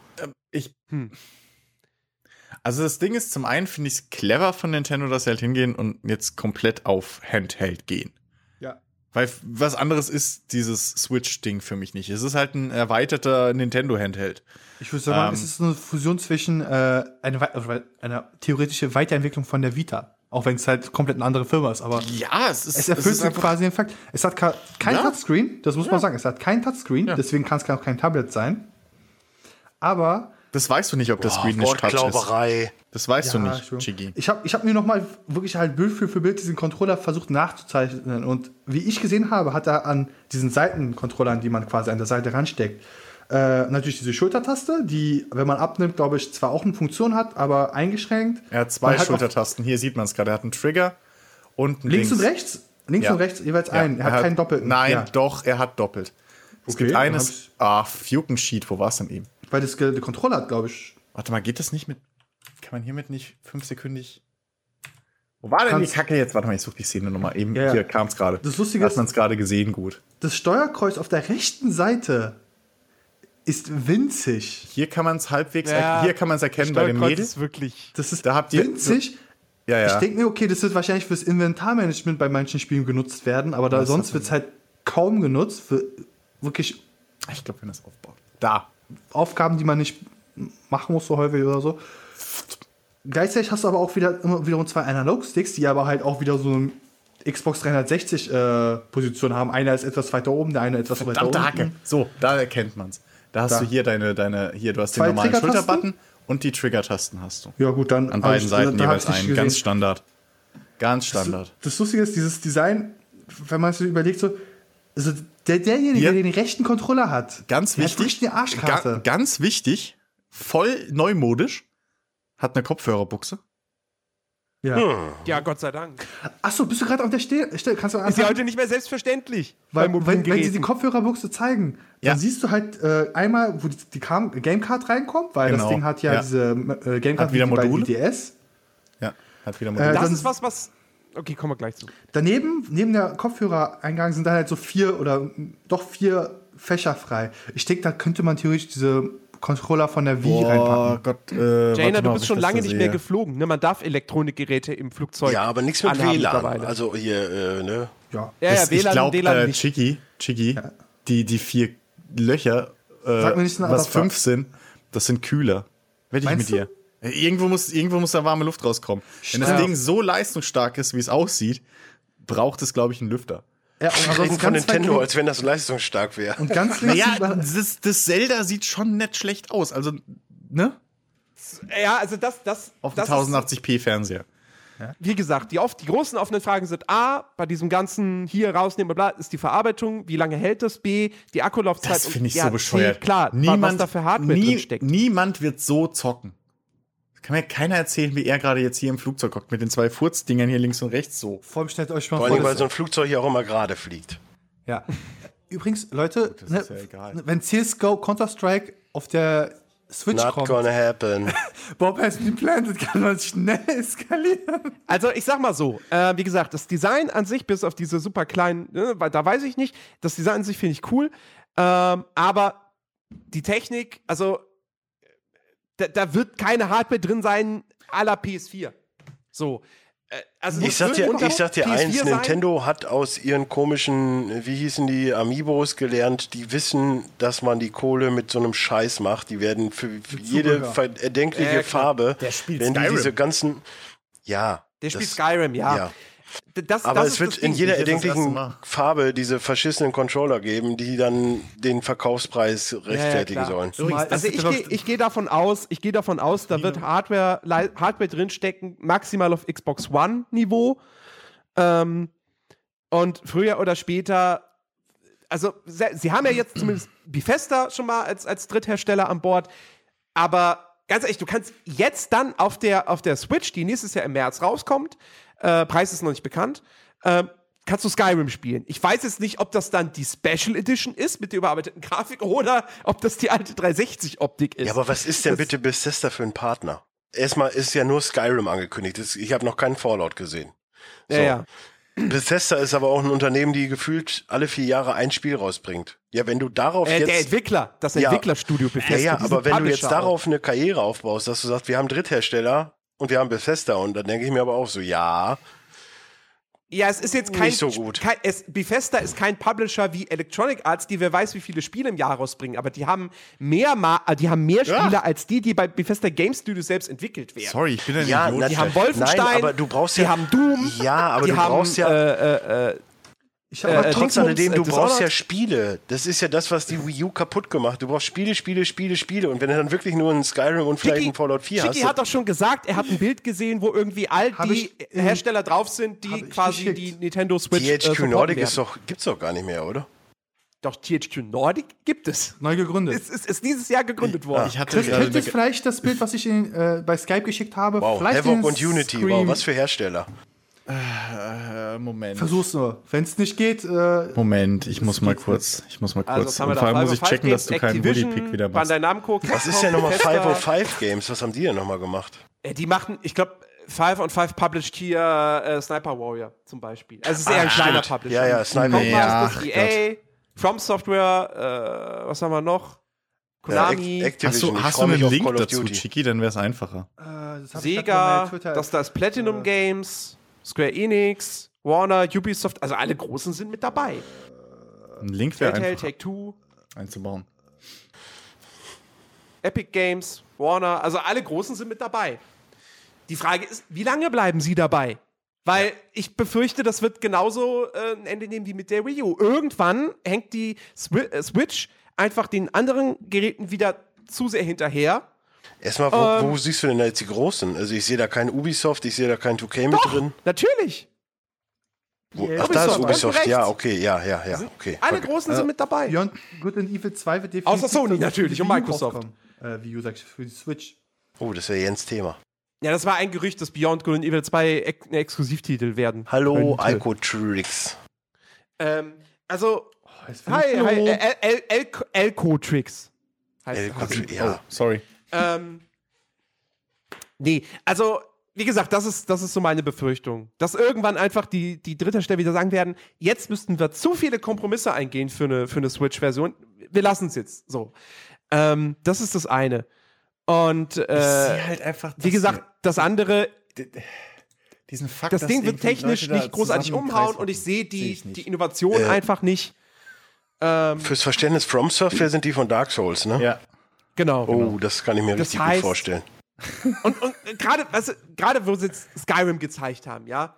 Also das Ding ist, zum einen finde ich es clever von Nintendo, dass sie halt hingehen und jetzt komplett auf Handheld gehen. Ja. Weil was anderes ist dieses Switch-Ding für mich nicht. Es ist halt ein erweiterter Nintendo-Handheld. Ich würde sagen, es ist eine Fusion zwischen eine theoretische Weiterentwicklung von der Vita. Auch wenn es halt komplett eine andere Firma ist. Aber ja, es erfüllt quasi den Fakt. Es hat kein Touchscreen, das muss man sagen. Es hat kein Touchscreen, deswegen kann es auch kein Tablet sein. Aber das weißt du nicht, ob das Screen nicht Touch ist. Das weißt du nicht, Chigi. Ich hab mir nochmal wirklich halt Bild für Bild diesen Controller versucht nachzuzeichnen. Und wie ich gesehen habe, hat er an diesen Seitencontrollern, die man quasi an der Seite ransteckt, natürlich diese Schultertaste, die, wenn man abnimmt, glaube ich, zwar auch eine Funktion hat, aber eingeschränkt. Er hat 2 Schultertasten. Hier sieht man es gerade. Er hat einen Trigger und einen links und rechts? Links und rechts jeweils einen. Er hat keinen doppelten. Nein, doch, er hat doppelt. Es gibt eines. Fuken Sheet, wo war es denn eben? Weil das der Controller hat, glaube ich. Warte mal, geht das nicht mit. Kann man hiermit nicht 5-sekündig. Wo war denn die Kacke jetzt? Warte mal, ich suche die Szene nochmal. Eben hier kam es gerade. Das Lustige ist, hat man es gerade gesehen, gut. Das Steuerkreuz auf der rechten Seite ist winzig. Hier kann man es halbwegs hier kann man es erkennen bei dem Mädel. Ist wirklich. Das ist da habt ihr winzig. Ja. Ich denke mir, okay, das wird wahrscheinlich fürs Inventarmanagement bei manchen Spielen genutzt werden, aber sonst wird es halt kaum genutzt für wirklich. Ich glaube, wenn das aufbaut. Da. Aufgaben, die man nicht machen muss so häufig oder so. Gleichzeitig hast du aber auch wiederum 2 Analog-Sticks, die aber halt auch wieder so eine Xbox 360 Position haben. Einer ist etwas weiter oben, der eine etwas weiter unten. Hacke. So, da erkennt man es. Da hast du hier du hast den normalen Schulterbutton und die Trigger-Tasten hast du. Ja gut, dann an beiden Seiten jeweils einen. Ganz Standard. Ganz Standard. Das Lustige ist, dieses Design, wenn man sich überlegt, so, also derjenige, der den rechten Controller hat, ganz wichtig, eine Arschkarte. Ganz wichtig, voll neumodisch, hat eine Kopfhörerbuchse. Ja, Gott sei Dank. Achso, bist du gerade auf der Stelle? Kannst du ist ja heute nicht mehr selbstverständlich. Weil, wenn sie die Kopfhörerbuchse zeigen, dann siehst du halt einmal, wo die Gamecard reinkommt, weil das Ding hat diese Gamecard wieder bei DS. Ja, hat wieder Module. Das ist was. Okay, kommen wir gleich zu. Daneben, neben der Kopfhörereingang sind dann halt so 4 Fächer frei. Ich denke, da könnte man theoretisch diese Controller von der Wii reinpacken. Gott, Jaina, du bist schon lange nicht mehr geflogen. Ne? Man darf Elektronikgeräte im Flugzeug. Ja, aber nichts mit WLAN. Also hier, ne? Ja, WLAN, ich glaube, nicht. Chigi, die 4 Löcher, was 5 sind, das sind Kühler. Wette ich mit dir. Irgendwo muss da warme Luft rauskommen. Wenn das Ding so leistungsstark ist, wie es aussieht, braucht es, glaube ich, einen Lüfter. Ja, wir reden von Nintendo, als wenn das leistungsstark wäre. Und ganz links das Zelda sieht schon nicht schlecht aus. Also, ne? Ja, also das auf dem 1080p Fernseher. Wie gesagt, die großen offenen Fragen sind A, bei diesem ganzen hier rausnehmen, bla, ist die Verarbeitung, wie lange hält das? B, die Akkulaufzeit. Das finde ich so bescheuert. Klar, was da für Hardware drin steckt. Niemand wird so zocken. Kann mir keiner erzählen, wie er gerade jetzt hier im Flugzeug hockt, mit den 2 Furzdingern hier links und rechts so. Vor allem stellt euch mal vor, weil so ein Flugzeug hier auch immer gerade fliegt. Ja. Übrigens, Leute, wenn CSGO Counter-Strike auf der Switch kommt. Not gonna happen. Bob has been planted, kann man schnell eskalieren. Also ich sag mal so, wie gesagt, das Design an sich, bis auf diese super kleinen, da weiß ich nicht, das Design an sich finde ich cool, aber die Technik, also da wird keine Hardware drin sein à la PS4. So. Also ich sag dir eins, Nintendo hat aus ihren komischen, wie hießen die, Amiibos gelernt, die wissen, dass man die Kohle mit so einem Scheiß macht. Die werden für jede erdenkliche Farbe, der spielt wenn Skyrim. die diese ganzen, der spielt Skyrim, ja. Aber es wird in jeder erdenklichen Farbe diese verschissenen Controller geben, die dann den Verkaufspreis rechtfertigen sollen. Also ich gehe davon aus, da wird Hardware drinstecken, maximal auf Xbox One Niveau. Und früher oder später, also sie haben ja jetzt zumindest Bethesda schon mal als Dritthersteller an Bord, aber ganz ehrlich, du kannst jetzt dann auf der Switch, die nächstes Jahr im März rauskommt, Preis ist noch nicht bekannt, kannst du Skyrim spielen. Ich weiß jetzt nicht, ob das dann die Special Edition ist mit der überarbeiteten Grafik oder ob das die alte 360-Optik ist. Ja, aber was ist denn bitte Bethesda für ein Partner? Erstmal ist ja nur Skyrim angekündigt. Ich habe noch keinen Fallout gesehen. So. Ja. Bethesda ist aber auch ein Unternehmen, die gefühlt alle 4 Jahre ein Spiel rausbringt. Ja, wenn du darauf jetzt... Der Entwickler, das Entwicklerstudio Bethesda. Ja, aber wenn du jetzt darauf auch eine Karriere aufbaust, dass du sagst, wir haben Dritthersteller und wir haben Bethesda und dann denke ich mir aber auch so, ja... Ja, es ist jetzt kein... Nicht so gut. Bethesda ist kein Publisher wie Electronic Arts, die wer weiß, wie viele Spiele im Jahr rausbringen, aber die haben mehr Spiele als die bei Bethesda Game Studios selbst entwickelt werden. Sorry, ich bin ein Ja, Idiot. Die haben Wolfenstein, Nein, aber du brauchst die haben Doom, Ja, aber die du haben, brauchst ja... Aber trotz Dingsbums, alledem, du brauchst ja Dishonored. Spiele. Das ist ja das, was die Wii U kaputt gemacht. Du brauchst Spiele. Und wenn du dann wirklich nur ein Skyrim und vielleicht ein Fallout 4 Schicki hast... hat doch schon gesagt, er hat ein Bild gesehen, wo irgendwie all die Hersteller drauf sind, die quasi die Nintendo Switch THQ Nordic werden. Gibt's doch gar nicht mehr, oder? Doch, THQ Nordic gibt es. Neu gegründet. Ist dieses Jahr gegründet worden. Ich hatte Chris, kennt jetzt vielleicht das Bild, was ich bei Skype geschickt habe? Wow, Vielleicht Havoc den und Unity. Scream. Wow, was für Hersteller. Moment. Versuch's nur. Wenn es nicht geht, Moment, ich muss mal kurz. Also, was haben wir Und da? vor allem muss ich 505 checken, dass du keinen Activision, Woody-Pick wieder machst. Bandai Namco, Was ist denn nochmal 505 Games? Was haben die denn nochmal gemacht? Die machten, ich glaube, 505 published hier Sniper Warrior zum Beispiel. Also es ist eher ein kleiner Publisher. Ja, Sniper. Codemasters, EA, From Software, was haben wir noch? Konami, Activision. Hast du einen Link dazu, Chiki? Dann wäre es einfacher. Sega, da ist Platinum Games, Square Enix, Warner, Ubisoft, also alle Großen sind mit dabei. Ein Link wäre Telltale, einfach Take-Two, einzubauen. Epic Games, Warner, also alle Großen sind mit dabei. Die Frage ist, wie lange bleiben sie dabei? Weil ich befürchte, das wird genauso ein Ende nehmen wie mit der Wii U. Irgendwann hängt die Switch einfach den anderen Geräten wieder zu sehr hinterher. Erstmal, wo siehst du denn da jetzt die Großen? Also ich sehe da kein Ubisoft, ich sehe da kein 2K mit drin. Natürlich. Ach, da ist Ubisoft, Ubisoft. rechts. Ja, okay, ja, okay. Alle Großen sind mit dabei. Beyond Good and Evil 2 wird definitiv Außer Sony natürlich und für die Wii U Microsoft. rauskommen. Wii U, sag ich, für die Switch. Oh, das wäre Jens Thema. Ja, das war ein Gerücht, dass Beyond Good and Evil 2 ein Exklusivtitel werden. Hallo, könnte. Icotrix. Also, hi, Elco-Trix. Ja. Oh, sorry. Nee, also, wie gesagt, das ist so meine Befürchtung. Dass irgendwann einfach die Dritthersteller wieder sagen werden, jetzt müssten wir zu viele Kompromisse eingehen für eine Switch-Version. Wir lassen es jetzt so. Das ist das eine. Und halt einfach, wie gesagt, das andere, diesen Fakt, das Ding wird technisch nicht großartig umhauen und ich sehe die Innovation einfach nicht. Fürs Verständnis From Software sind die von Dark Souls, ne? Ja. Genau. Oh, das kann ich mir richtig gut vorstellen. Und gerade wo sie jetzt Skyrim gezeigt haben, ja.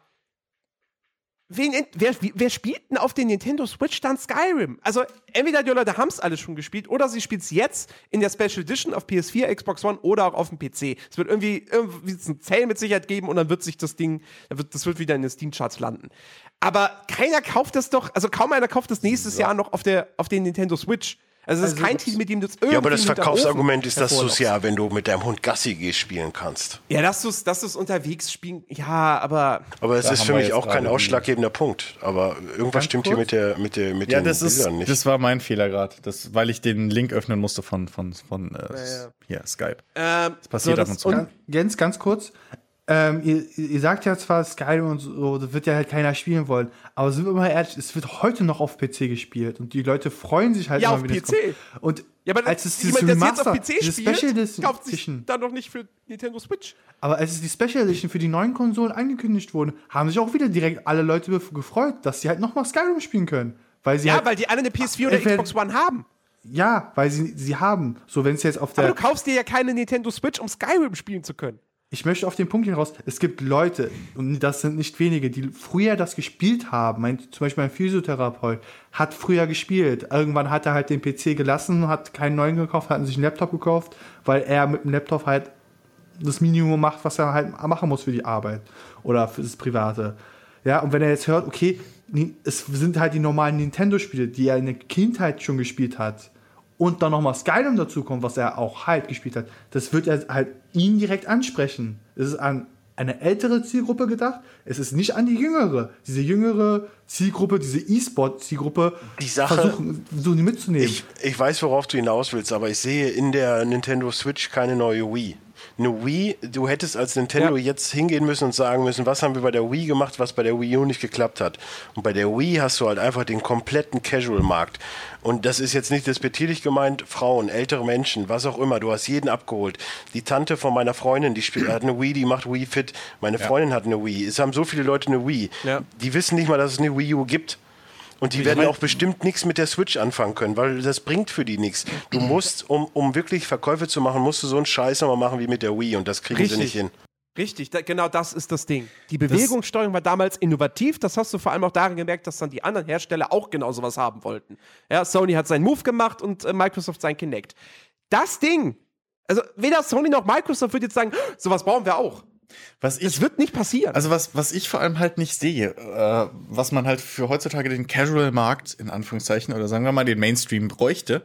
Wer spielt denn auf den Nintendo Switch dann Skyrim? Also, entweder die Leute haben es alle schon gespielt oder sie spielen es jetzt in der Special Edition auf PS4, Xbox One oder auch auf dem PC. Es wird irgendwie ein Sale mit Sicherheit geben und dann wird sich das Ding, das wird wieder in den Steam-Charts landen. Aber keiner kauft das doch, also kaum einer kauft das nächstes Jahr noch auf den Nintendo Switch. Also es ist kein Titel, mit dem du es irgendwie Ja, aber das hinterm Verkaufsargument Ofen ist, dass du es hervorlockst. ja, wenn du mit deinem Hund Gassi gehst, spielen kannst. Ja, dass du es unterwegs spielen, ja, aber... Aber es Da ist haben für wir mich jetzt auch kein gerade ausschlaggebender Punkt. Aber irgendwas Ganz stimmt kurz? hier mit den Ja, das Bildern nicht. das war mein Fehler gerade, weil ich den Link öffnen musste von hier, Skype. Das passiert ab und zu. Und Jens, ganz kurz. Ihr sagt ja zwar Skyrim und so, das wird ja halt keiner spielen wollen, aber sind wir mal ehrlich, es wird heute noch auf PC gespielt und die Leute freuen sich halt Ja, immer, auf wenn es PC. kommt. Und Ja, aber als es dieses jemand, der jetzt Remaster, auf PC diese spielt, Special kauft sich Edition, dann noch nicht für Nintendo Switch. aber als es die Special Edition für die neuen Konsolen angekündigt wurde, haben sich auch wieder direkt alle Leute gefreut, dass sie halt nochmal Skyrim spielen können. Weil sie Ja, halt, weil die alle eine PS4 oder entweder- Xbox One haben. ja, weil sie haben. So, wenn es jetzt auf Aber der du kaufst dir ja keine Nintendo Switch, um Skyrim spielen zu können. Ich möchte auf den Punkt hinaus, es gibt Leute, und das sind nicht wenige, die früher das gespielt haben. Zum Beispiel mein Physiotherapeut hat früher gespielt. Irgendwann hat er halt den PC gelassen, hat keinen neuen gekauft, hat sich einen Laptop gekauft, weil er mit dem Laptop halt das Minimum macht, was er halt machen muss für die Arbeit oder für das Private. Ja, und wenn er jetzt hört, okay, es sind halt die normalen Nintendo-Spiele, die er in der Kindheit schon gespielt hat, und dann nochmal Skyrim dazu kommt, was er auch halt gespielt hat, das wird er halt ihn direkt ansprechen. Es ist an eine ältere Zielgruppe gedacht, es ist nicht an die jüngere. Diese jüngere Zielgruppe, diese E-Sport-Zielgruppe, versuchen die mitzunehmen. Ich weiß, worauf du hinaus willst, aber ich sehe in der Nintendo Switch keine neue Wii. Eine Wii, du hättest als Nintendo jetzt hingehen müssen und sagen müssen, was haben wir bei der Wii gemacht, was bei der Wii U nicht geklappt hat. Und bei der Wii hast du halt einfach den kompletten Casual-Markt. Und das ist jetzt nicht despektierlich gemeint, Frauen, ältere Menschen, was auch immer, du hast jeden abgeholt. Die Tante von meiner Freundin, die hat eine Wii, die macht Wii Fit. Meine Freundin hat eine Wii. Es haben so viele Leute eine Wii. Ja. Die wissen nicht mal, dass es eine Wii U gibt. Und die werden auch bestimmt nichts mit der Switch anfangen können, weil das bringt für die nichts. Du musst, um wirklich Verkäufe zu machen, musst du so einen Scheiß nochmal machen wie mit der Wii und das kriegen sie nicht hin. Richtig, genau das ist das Ding. Die Bewegungssteuerung war damals innovativ, das hast du vor allem auch darin gemerkt, dass dann die anderen Hersteller auch genau sowas haben wollten. Ja, Sony hat seinen Move gemacht und Microsoft sein Kinect. Das Ding, also weder Sony noch Microsoft wird jetzt sagen, sowas brauchen wir auch. Es wird nicht passieren. Also was ich vor allem halt nicht sehe, was man halt für heutzutage den Casual-Markt, in Anführungszeichen, oder sagen wir mal den Mainstream bräuchte,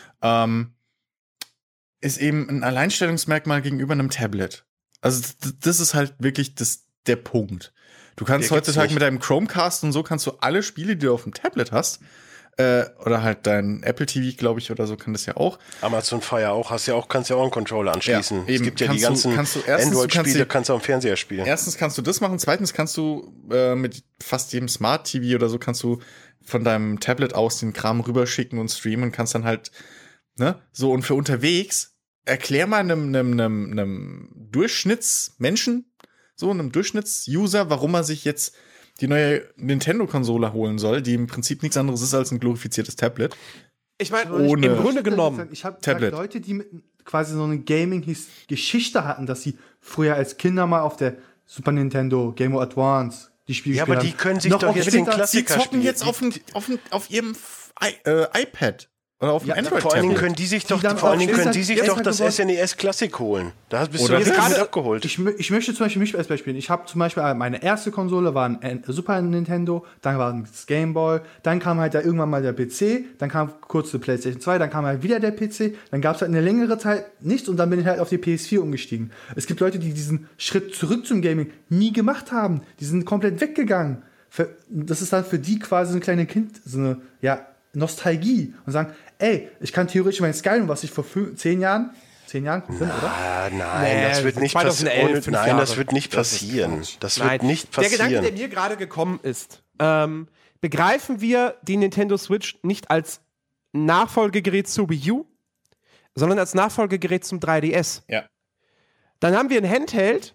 ist eben ein Alleinstellungsmerkmal gegenüber einem Tablet. Also das ist halt wirklich der Punkt. Du kannst heutzutage mit deinem Chromecast und so kannst du alle Spiele, die du auf dem Tablet hast, oder halt dein Apple TV, glaube ich, oder so kann das ja auch. Amazon Fire auch, kannst ja auch einen Controller anschließen. Ja, es gibt ja die ganzen Android-Spiele, kannst du am Fernseher spielen. Erstens kannst du das machen, zweitens kannst du mit fast jedem Smart TV oder so kannst du von deinem Tablet aus den Kram rüberschicken und streamen und kannst dann halt, ne, so, und für unterwegs, erklär mal einem Durchschnittsmenschen, so einem Durchschnittsuser, warum er sich jetzt die neue Nintendo-Konsole holen soll, die im Prinzip nichts anderes ist als ein glorifiziertes Tablet. Ich meine, im Grunde genommen, ich habe Leute, die quasi so eine Gaming-Geschichte hatten, dass sie früher als Kinder mal auf der Super Nintendo, Game Boy Advance die Spiele spielen. Ja, aber die können sich doch jetzt den Klassiker spielen. Die zocken jetzt auf ihrem iPad. Oder auf dem Android-Tablet. Vor allen Dingen können die sich doch das SNES Classic holen. Da bist du jetzt gerade abgeholt. Ich möchte zum Beispiel mich als Beispiel. Ich habe zum Beispiel meine erste Konsole war ein Super Nintendo, dann war das Game Boy, dann kam halt da irgendwann mal der PC, dann kam kurz die PlayStation 2, dann kam halt wieder der PC, dann gab es halt eine längere Zeit nichts und dann bin ich halt auf die PS4 umgestiegen. Es gibt Leute, die diesen Schritt zurück zum Gaming nie gemacht haben. Die sind komplett weggegangen. Das ist dann für die quasi so ein kleines Kind, so eine, Nostalgie und sagen, ey, ich kann theoretisch mein Skyrim, was ich vor 10 Jahren bin, oder? Nein, das wird nicht passieren. Nein, das wird nicht passieren. Das wird nicht passieren. Der Gedanke, der mir gerade gekommen ist, begreifen wir die Nintendo Switch nicht als Nachfolgegerät zur Wii U, sondern als Nachfolgegerät zum 3DS. Ja. Dann haben wir ein Handheld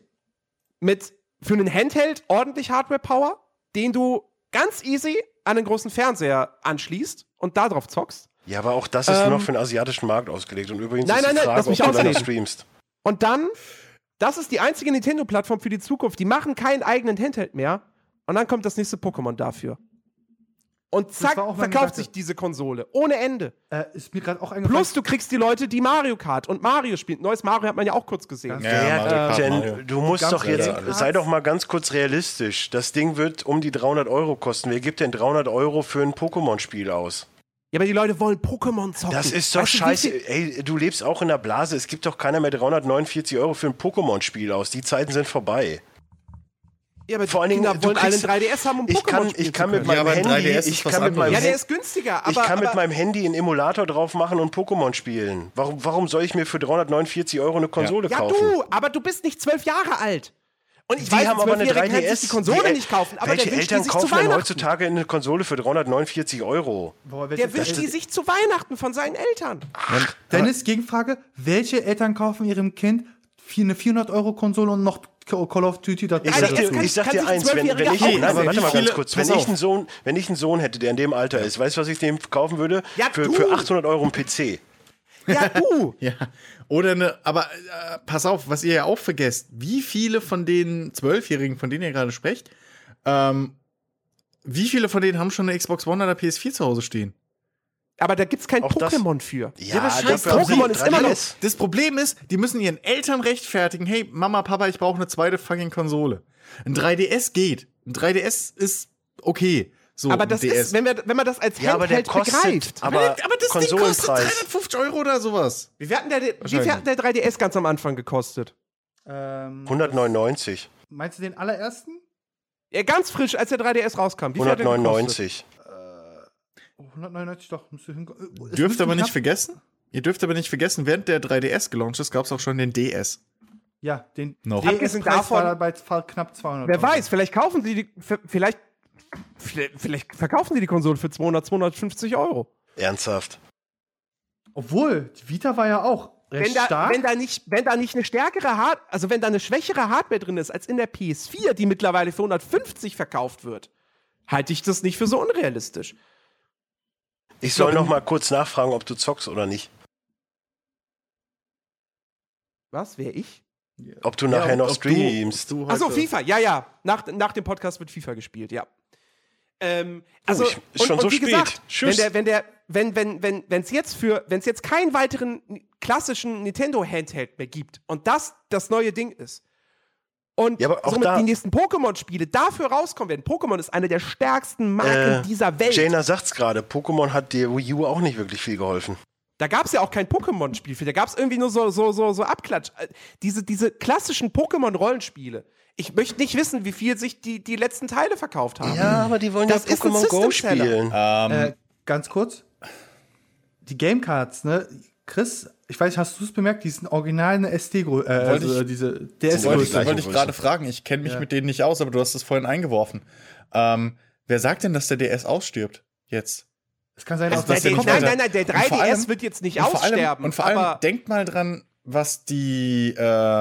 für einen Handheld ordentlich Hardware-Power, den du ganz easy an einen großen Fernseher anschließt und da drauf zockst. Ja, aber auch das ist nur noch für den asiatischen Markt ausgelegt. Und übrigens ist die Frage, ob du da streamst. Und dann, das ist die einzige Nintendo-Plattform für die Zukunft. Die machen keinen eigenen Handheld mehr. Und dann kommt das nächste Pokémon dafür. Und zack, verkauft sich diese Konsole. Ohne Ende. Ist mir gerade auch eingefallen. Plus, du kriegst die Leute, die Mario Kart und Mario spielen. Neues Mario hat man ja auch kurz gesehen. Du musst doch jetzt, sei doch mal ganz kurz realistisch. Das Ding wird um die 300 € kosten. Wer gibt denn 300 € für ein Pokémon-Spiel aus? Ja, aber die Leute wollen Pokémon zocken. Das ist doch scheiße. Ey, du lebst auch in der Blase. Es gibt doch keiner mehr 349 € für ein Pokémon-Spiel aus. Die Zeiten sind vorbei. Ja, aber vor allen Dingen, wollen alle einen 3DS haben, um Pokémon ich kann mit meinem Handy, der ist günstiger. Ich kann mit meinem Handy einen Emulator drauf machen und Pokémon spielen. Warum soll ich mir für 349 € eine Konsole kaufen? Ja, aber du bist nicht 12 Jahre alt. Und die haben aber eine 3DS. Die Konsole nicht kaufen. Aber welche Eltern kaufen denn heutzutage eine Konsole für 349 €? Der wünscht die sich zu Weihnachten von seinen Eltern. Dennis, Gegenfrage. Welche Eltern kaufen ihrem Kind eine 400-€ und noch Call of Duty dazu? Ich sag dir eins, wenn ich einen Sohn hätte, der in dem Alter ist, weißt du, was ich dem kaufen würde? Für 800 € einen PC. Ja, du! Ja. Aber pass auf, was ihr ja auch vergesst, wie viele von den 12-Jährigen, von denen ihr gerade sprecht, wie viele von denen haben schon eine Xbox One oder PS4 zu Hause stehen? Aber da gibt's kein Pokémon für. Ja, aber scheiß Pokémon ist immer noch. Das Problem ist, die müssen ihren Eltern rechtfertigen, hey, Mama, Papa, ich brauche eine zweite fucking Konsole. Ein 3DS geht. Ein 3DS ist okay. So, aber das ist, wenn man das als Handheld begreift. Aber das Ding kostet 350 € oder sowas. Wie viel hat der 3DS ganz am Anfang gekostet? 199. Meinst du den allerersten? Ja, ganz frisch, als der 3DS rauskam. Wie viel hat der gekostet? 199. 199 doch. Musst du Ihr dürft aber nicht vergessen, während der 3DS gelauncht ist, gab es auch schon den DS. Ja, den noch. DS-Preis war bei knapp 200 €. Wer weiß, vielleicht kaufen sie vielleicht verkaufen sie die Konsole für 250 €. Ernsthaft. Obwohl, die Vita war ja auch recht stark. Wenn da nicht eine stärkere wenn da eine schwächere Hardware drin ist als in der PS4, die mittlerweile für 150 verkauft wird, halte ich das nicht für so unrealistisch. Ich soll noch mal kurz nachfragen, ob du zockst oder nicht. Was? Wer ich? Ob du nachher noch streamst. Achso, FIFA, ja. Nach dem Podcast wird FIFA gespielt, ja. Also, ist schon so wie spät. Gesagt, Tschüss. wenn es jetzt keinen weiteren klassischen Nintendo Handheld mehr gibt und das neue Ding ist und somit die nächsten Pokémon-Spiele dafür rauskommen werden. Pokémon ist eine der stärksten Marken dieser Welt. Jaina sagt's gerade, Pokémon hat der Wii U auch nicht wirklich viel geholfen. Da gab es ja auch kein Pokémon-Spiel für. Da gab es irgendwie nur so Abklatsch. Diese klassischen Pokémon-Rollenspiele. Ich möchte nicht wissen, wie viel sich die letzten Teile verkauft haben. Ja, aber die wollen ja Pokémon Go spielen. Ganz kurz. Die Gamecards, ne? Chris, ich weiß nicht, hast du es bemerkt? Die sind original eine SD-Größe. Diese DS-Größe. Wollte ich gerade fragen. Ich kenne mich mit denen nicht aus, aber du hast es vorhin eingeworfen. Wer sagt denn, dass der DS ausstirbt? Jetzt. Es kann sein, dass der der 3DS wird jetzt nicht aussterben. Und vor allem denkt mal dran, was die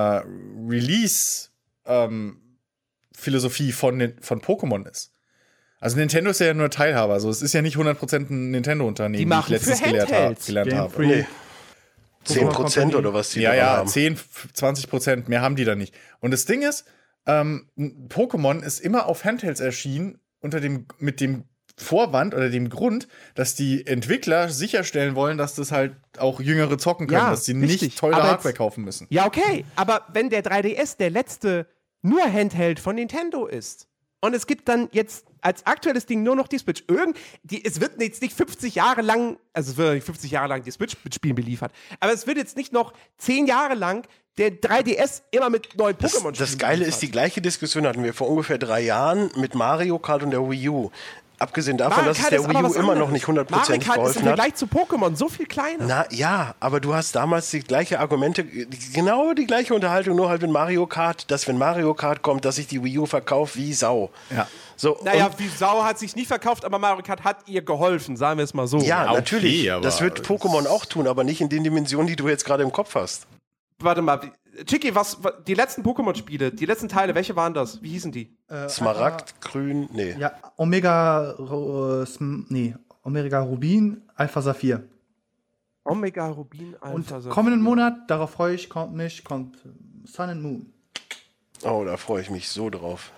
Release-Philosophie von Pokémon ist. Also Nintendo ist ja nur Teilhaber, also es ist ja nicht 100% ein Nintendo-Unternehmen, wie ich letztens gelernt habe. Nee. 10% oder was die da haben. 10, 20%, mehr haben die da nicht. Und das Ding ist, Pokémon ist immer auf Handhelds erschienen mit dem Vorwand oder dem Grund, dass die Entwickler sicherstellen wollen, dass das halt auch Jüngere zocken können, dass sie nicht teure Hardware kaufen müssen. Ja, okay, aber wenn der 3DS der letzte nur Handheld von Nintendo ist und es gibt dann jetzt als aktuelles Ding nur noch die Switch, es wird jetzt nicht 50 Jahre lang, also es wird nicht 50 Jahre lang die Switch mit Spielen beliefert, aber es wird jetzt nicht noch 10 Jahre lang der 3DS immer mit neuen Pokémon-Spielen Das Geile ist, die gleiche Diskussion hatten wir vor ungefähr 3 Jahren mit Mario Kart und der Wii U. Abgesehen davon, dass es der Wii U immer noch nicht 100% geholfen hat. Mario Kart ist im Vergleich zu Pokémon so viel kleiner. Na ja, aber du hast damals die gleiche Argumente, genau die gleiche Unterhaltung, nur halt mit Mario Kart, dass wenn Mario Kart kommt, dass sich die Wii U verkauft wie Sau. Ja. So, naja, wie Sau hat sich nicht verkauft, aber Mario Kart hat ihr geholfen, sagen wir es mal so. Ja, natürlich. Okay, das wird Pokémon auch tun, aber nicht in den Dimensionen, die du jetzt gerade im Kopf hast. Warte mal, Chicky, die letzten Pokémon-Spiele, die letzten Teile, welche waren das? Wie hießen die? Smaragd, Grün, nee. Ja, Omega Rubin, Alpha Saphir. Omega Rubin, Alpha Saphir. Kommenden Monat, darauf freue ich, kommt Sun and Moon. Oh, da freue ich mich so drauf.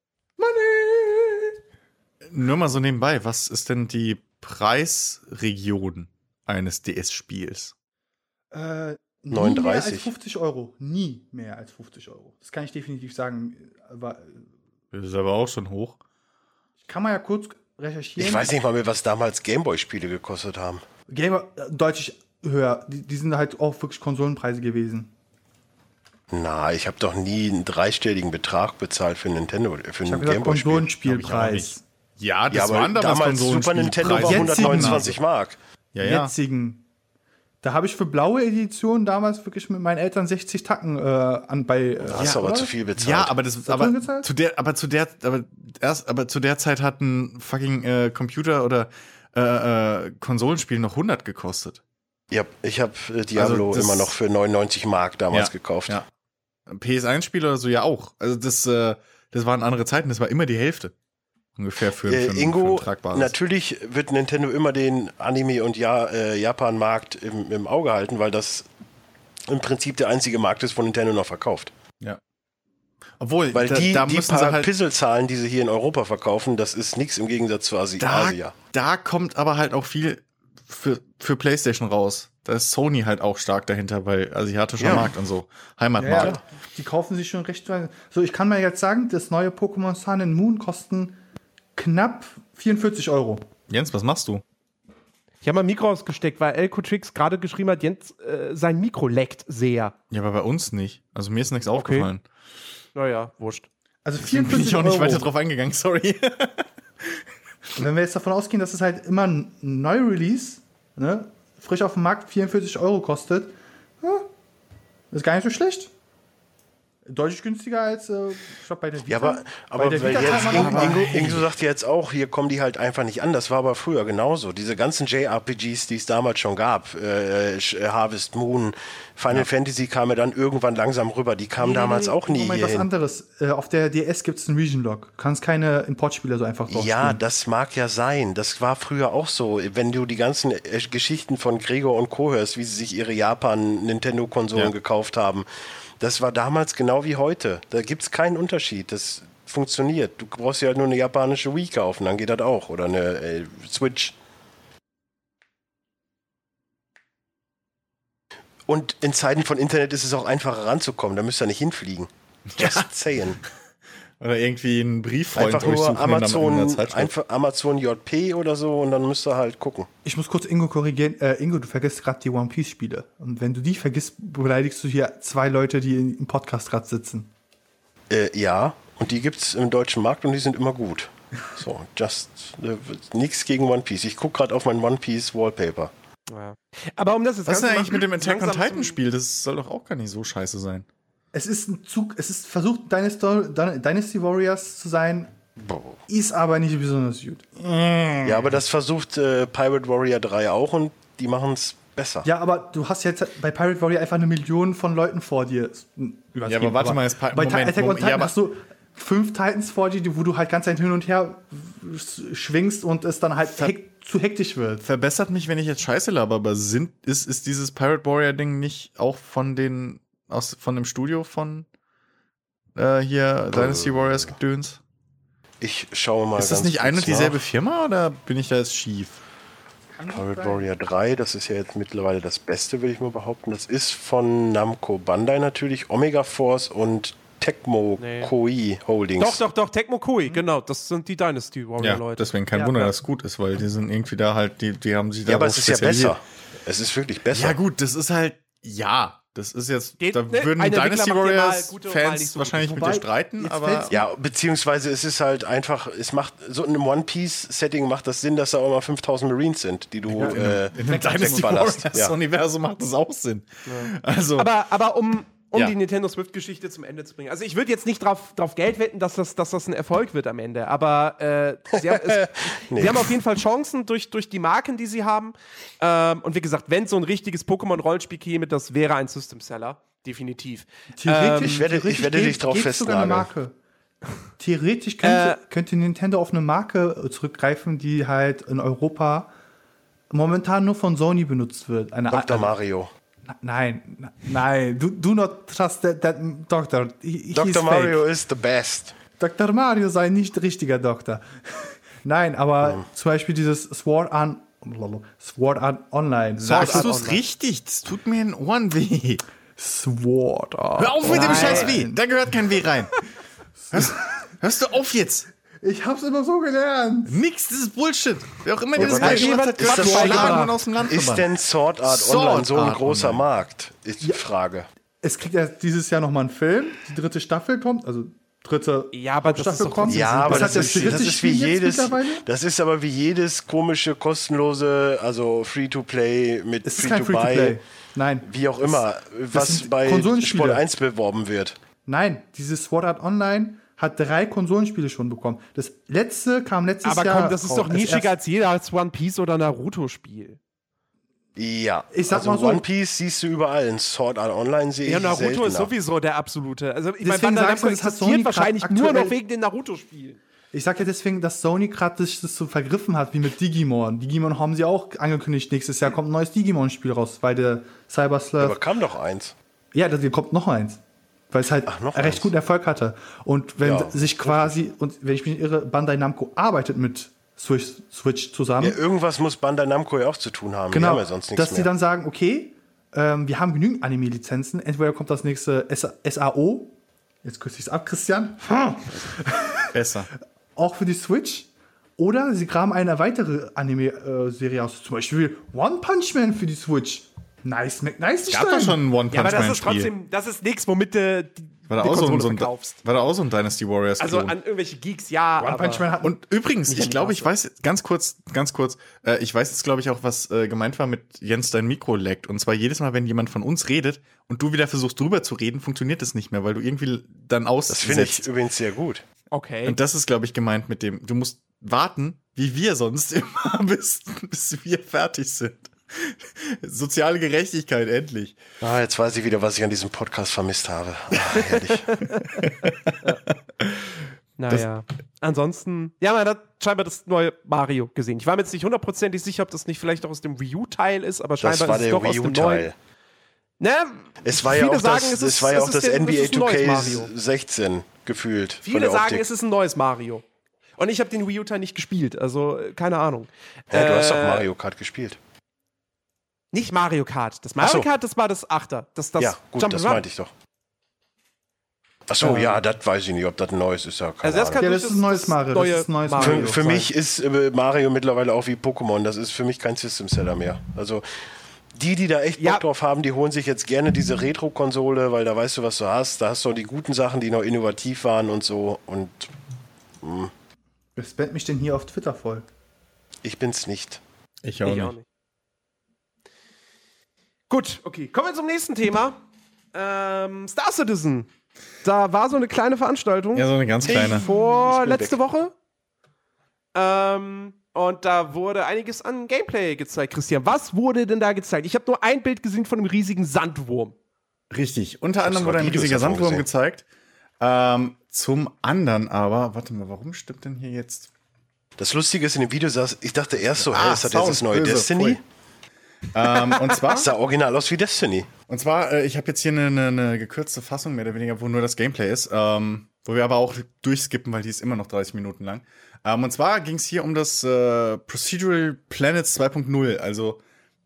Nur mal so nebenbei, was ist denn die Preisregion eines DS-Spiels? 39. Nie mehr als 50 €. Nie mehr als 50 €. Das kann ich definitiv sagen. Das ist aber auch schon hoch. Kann man ja kurz recherchieren. Ich weiß nicht mal mehr, was damals Gameboy-Spiele gekostet haben. Gameboy deutlich höher. Die sind halt auch wirklich Konsolenpreise gewesen. Na, ich habe doch nie einen dreistelligen Betrag bezahlt für einen Gameboy-Spiel. Konsolenspielpreis. Ja, das waren damals Super Nintendo war 129 Mark. Ja. Jetzigen. Da habe ich für blaue Edition damals wirklich mit meinen Eltern 60 Tacken hast aber zu viel bezahlt. Ja, aber zu der Zeit hatten fucking Computer oder Konsolenspiel noch 100 gekostet. Ja, ich habe Diablo immer noch für 99 Mark damals gekauft. Ja. PS1-Spiel oder so ja auch. Also das waren andere Zeiten, das war immer die Hälfte. Ungefähr für ein tragbares. Natürlich wird Nintendo immer den Anime- und Japan-Markt im Auge halten, weil das im Prinzip der einzige Markt ist, wo Nintendo noch verkauft. Ja. Obwohl, weil die paar Pixelzahlen, die sie hier in Europa verkaufen, das ist nichts im Gegensatz zu Asia. Da kommt aber halt auch viel für PlayStation raus. Da ist Sony halt auch stark dahinter, weil asiatischer Markt und so. Heimatmarkt. Ja, die kaufen sich schon recht. So, ich kann mal jetzt sagen, das neue Pokémon Sun and Moon kosten knapp 44 €. Jens, was machst du? Ich habe mein Mikro ausgesteckt, weil Elko Trix gerade geschrieben hat, Jens, sein Mikro leckt sehr. Ja, aber bei uns nicht. Also mir ist nichts aufgefallen. Naja, wurscht. Also Bin 44 ich auch nicht €. weiter drauf eingegangen, sorry. Und wenn wir jetzt davon ausgehen, dass es halt immer ein Neu-Release, ne, frisch auf dem Markt 44 € kostet, ja, ist gar nicht so schlecht. Deutlich günstiger als, ich glaube, bei der Vita. Ja, aber der weil Vita jetzt kann man noch mal- Ingo sagt jetzt auch, hier kommen die halt einfach nicht an. Das war aber früher genauso. Diese ganzen JRPGs, die es damals schon gab, Harvest Moon, Final Fantasy kam ja dann irgendwann langsam rüber. Die kamen damals auch nie Moment, hier was hin. anderes. Auf der DS gibt es einen Region-Lock. Du kannst keine Importspieler so einfach drauf Ja, spielen. das mag ja sein. Das war früher auch so. Wenn du die ganzen Geschichten von Gregor und Co. hörst, wie sie sich ihre Japan-Nintendo-Konsolen gekauft haben, das war damals genau wie heute. Da gibt es keinen Unterschied. Das funktioniert. Du brauchst ja halt nur eine japanische Wii kaufen, dann geht das auch. Oder eine Switch. Und in Zeiten von Internet ist es auch einfacher ranzukommen. Da müsst ihr nicht hinfliegen. Just saying. Oder irgendwie einen Brieffreund Einfach nur Amazon, Amazon JP oder so und dann müsst ihr halt gucken. Ich muss kurz Ingo korrigieren. Ingo, du vergisst gerade die One Piece-Spiele. Und wenn du die vergisst, beleidigst du hier 2 Leute, die im Podcast gerade sitzen. Ja, und die gibt's im deutschen Markt und die sind immer gut. So, nichts gegen One Piece. Ich gucke gerade auf mein One Piece Wallpaper. Ja. Aber um das jetzt Was ist Ganze denn eigentlich mit dem Attack on langsam Titan Spiel? Das soll doch auch gar nicht so scheiße sein. Es ist ein Zug, es ist versucht, Dynasty Warriors zu sein, ist aber nicht besonders gut. Ja, aber das versucht Pirate Warrior 3 auch und die machen es besser. Ja, aber du hast jetzt bei Pirate Warrior einfach 1 Million von Leuten vor dir. Ja, aber warte mal, jetzt bei Attack on Titan ja, hast du 5 Titans vor dir, wo du halt ganz hin und her schwingst und es dann halt zu hektisch wird. verbessert mich, wenn ich jetzt Scheiße laber, aber ist dieses Pirate Warrior Ding nicht auch von dem Studio von hier Dynasty Warriors Gedöns? Ich schaue mal. Ist das nicht eine und dieselbe Firma oder bin ich da jetzt schief? Pirate Warrior 3, das ist ja jetzt mittlerweile das Beste, würde ich mal behaupten. Das ist von Namco Bandai natürlich, Omega Force und Tecmo Koei Holdings. Doch, Tecmo Koei, genau. Das sind die Dynasty Warrior-Leute. Deswegen kein Wunder, dass es gut ist, weil die sind irgendwie da halt, die haben sich da aber es ist ja besser. Es ist wirklich besser. Ja gut, das ist halt, das ist jetzt, da würden ein Dynasty Entwickler macht ja mal Warriors gute und mal Fans nicht so wahrscheinlich mit dir streiten, aber Ja, beziehungsweise es ist halt einfach, es macht, so in einem One-Piece-Setting macht das Sinn, dass da auch mal 5000 Marines sind, die du in einem Dynasty wegballerst. Warriors Universum macht das auch Sinn. Ja. Also, aber um die Nintendo Swift-Geschichte zum Ende zu bringen. Also ich würde jetzt nicht drauf Geld wetten, dass das ein Erfolg wird am Ende, aber sie haben auf jeden Fall Chancen durch die Marken, die sie haben. Und wie gesagt, wenn so ein richtiges Pokémon-Rollenspiel käme, das wäre ein System-Seller. Definitiv. Ich werde dich drauf festnageln. Theoretisch könnte Nintendo auf eine Marke zurückgreifen, die halt in Europa momentan nur von Sony benutzt wird. Dr. Mario. Nein, do not trust that Doctor. Dr. Mario is the best. Dr. Mario sei nicht richtiger Doktor. Nein, aber zum Beispiel dieses Sword Art Online. sagst du es richtig? Das tut mir in den Ohren weh. Sword Art. Hör auf mit dem scheiß W. Da gehört kein W rein. Hörst du auf jetzt? Ich hab's immer so gelernt. Nix, das ist Bullshit. Wer auch immer dieses aber Geld hat, ist das Schlagen und aus dem Land Ist denn Sword Art Online so ein großer Markt? Ist die Frage. Es kriegt ja dieses Jahr nochmal einen Film. Die 3. Staffel kommt, also 3. aber das Staffel ist kommt. Ja, aber das ist wie jedes. mittlerweile? Das ist aber wie jedes komische, kostenlose, also Free-to-Play mit Es ist kein Free-to-Buy. Free-to-Play. Nein. Wie auch immer, was sind bei Konsolenspiele. Sport 1 beworben wird. Nein, dieses Sword Art Online hat 3 Konsolenspiele schon bekommen. Das letzte kam letztes Jahr. Aber komm, das ist doch raus. nischiger als jeder als One Piece oder Naruto-Spiel. Ja, Ich sag also mal so. One Piece siehst du überall. In Sword Art Online sehe ich Ja, Naruto seltener. ist sowieso der absolute. Also ich meine, Deswegen Bandai sagst du, Namco das hat existiert Sony wahrscheinlich grad nur noch aktuell- wegen den Naruto-Spielen. Ich sag ja deswegen, dass Sony gerade sich das so vergriffen hat, wie mit Digimon. Digimon haben sie auch angekündigt, nächstes Jahr kommt ein neues Digimon-Spiel raus, weil der Cyber Sleuth. Aber kam doch eins. Ja, da kommt noch eins. Weil es halt noch recht eins. guten Erfolg hatte. Und wenn Ja, sich quasi, und wenn ich mich nicht irre, Bandai Namco arbeitet mit Switch zusammen. Ja, irgendwas muss Bandai Namco ja auch zu tun haben. Die Genau, haben ja sonst nichts dass mehr. die dann sagen, okay, wir haben genügend Anime-Lizenzen, entweder kommt das nächste SAO, jetzt kürze ich es ab, Christian, Besser. auch für die Switch, Oder sie graben eine weitere Anime-Serie aus. Zum Beispiel One Punch Man für die Switch. Nice, McNice. Es gab doch schon ein One Punch Man. Ja, aber das ist trotzdem, das ist nichts, womit du die Konsole verkaufst. War da auch so ein Dynasty Warriors Also an irgendwelche Geeks, ja. One Punch Man hat und übrigens, ich glaube, ich weiß, ganz kurz, ich weiß jetzt, glaube ich, auch, was gemeint war mit Jens, dein Mikro leckt. Und zwar jedes Mal, wenn jemand von uns redet und du wieder versuchst, drüber zu reden, funktioniert das nicht mehr, weil du irgendwie dann aussetzt. Das finde ich übrigens sehr gut. Okay. Und das ist, glaube ich, gemeint mit dem, du musst warten, wie wir sonst immer, bis wir fertig sind. Soziale Gerechtigkeit, endlich. Jetzt weiß ich wieder, was ich an diesem Podcast vermisst habe. Herrlich. Naja. Ansonsten, ja, man hat scheinbar das neue Mario gesehen. Ich war mir jetzt nicht hundertprozentig sicher, ob das nicht vielleicht auch aus dem Wii U-Teil ist, aber scheinbar ist es doch aus dem neuen. Ne? Es war ja auch das NBA 2K16 gefühlt. Viele sagen, es ist ein neues Mario. Und ich habe den Wii U-Teil nicht gespielt, also keine Ahnung. Ja, du hast doch Mario Kart gespielt. Nicht Mario Kart. Das Mario Kart, das war das Achter. Ja, gut, das meinte ich doch. Achso, ja, das weiß ich nicht, ob das ein neues ist. Ja, also das ist ein neues Mario. Für mich ist Mario mittlerweile auch wie Pokémon. Das ist für mich kein System-Seller mehr. Also die da echt Bock drauf haben, die holen sich jetzt gerne diese Retro-Konsole, weil da weißt du, was du hast. Da hast du die guten Sachen, die noch innovativ waren und so. Und wer spammt mich denn hier auf Twitter voll? Ich bin's nicht. Ich auch nicht. Gut, okay. Kommen wir zum nächsten Thema. Star Citizen. Da war so eine kleine Veranstaltung. Ja, so eine ganz kleine. Letzte Woche. Und da wurde einiges an Gameplay gezeigt. Christian, was wurde denn da gezeigt? Ich habe nur ein Bild gesehen von einem riesigen Sandwurm. Richtig. Unter anderem wurde ein riesiger Sandwurm gezeigt. Zum anderen aber, warte mal, warum stimmt denn hier jetzt? Das Lustige ist, in dem Video ich dachte erst so, ist das jetzt das neue Destiny? Und zwar das sah original aus wie Destiny. Und zwar, ich habe jetzt hier eine gekürzte Fassung, mehr oder weniger, wo nur das Gameplay ist, wo wir aber auch durchskippen, weil die ist immer noch 30 Minuten lang. Und zwar ging es hier um das Procedural Planets 2.0, also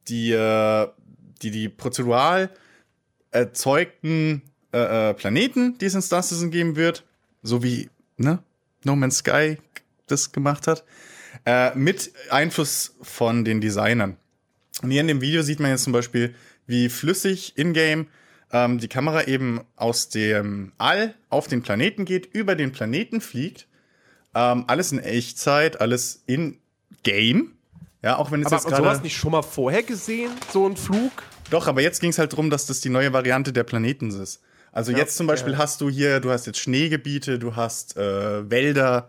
die prozedural erzeugten Planeten, die es in Star Citizen geben wird, so wie No Man's Sky das gemacht hat, mit Einfluss von den Designern. Und hier in dem Video sieht man jetzt zum Beispiel, wie flüssig in-game die Kamera eben aus dem All auf den Planeten geht, über den Planeten fliegt. Alles in Echtzeit, alles in-game. Ja, auch wenn es jetzt gerade. Aber sowas nicht schon mal vorher gesehen, so ein Flug? Doch, aber jetzt ging es halt darum, dass das die neue Variante der Planeten ist. Also jetzt zum Beispiel hast du jetzt Schneegebiete, du hast Wälder.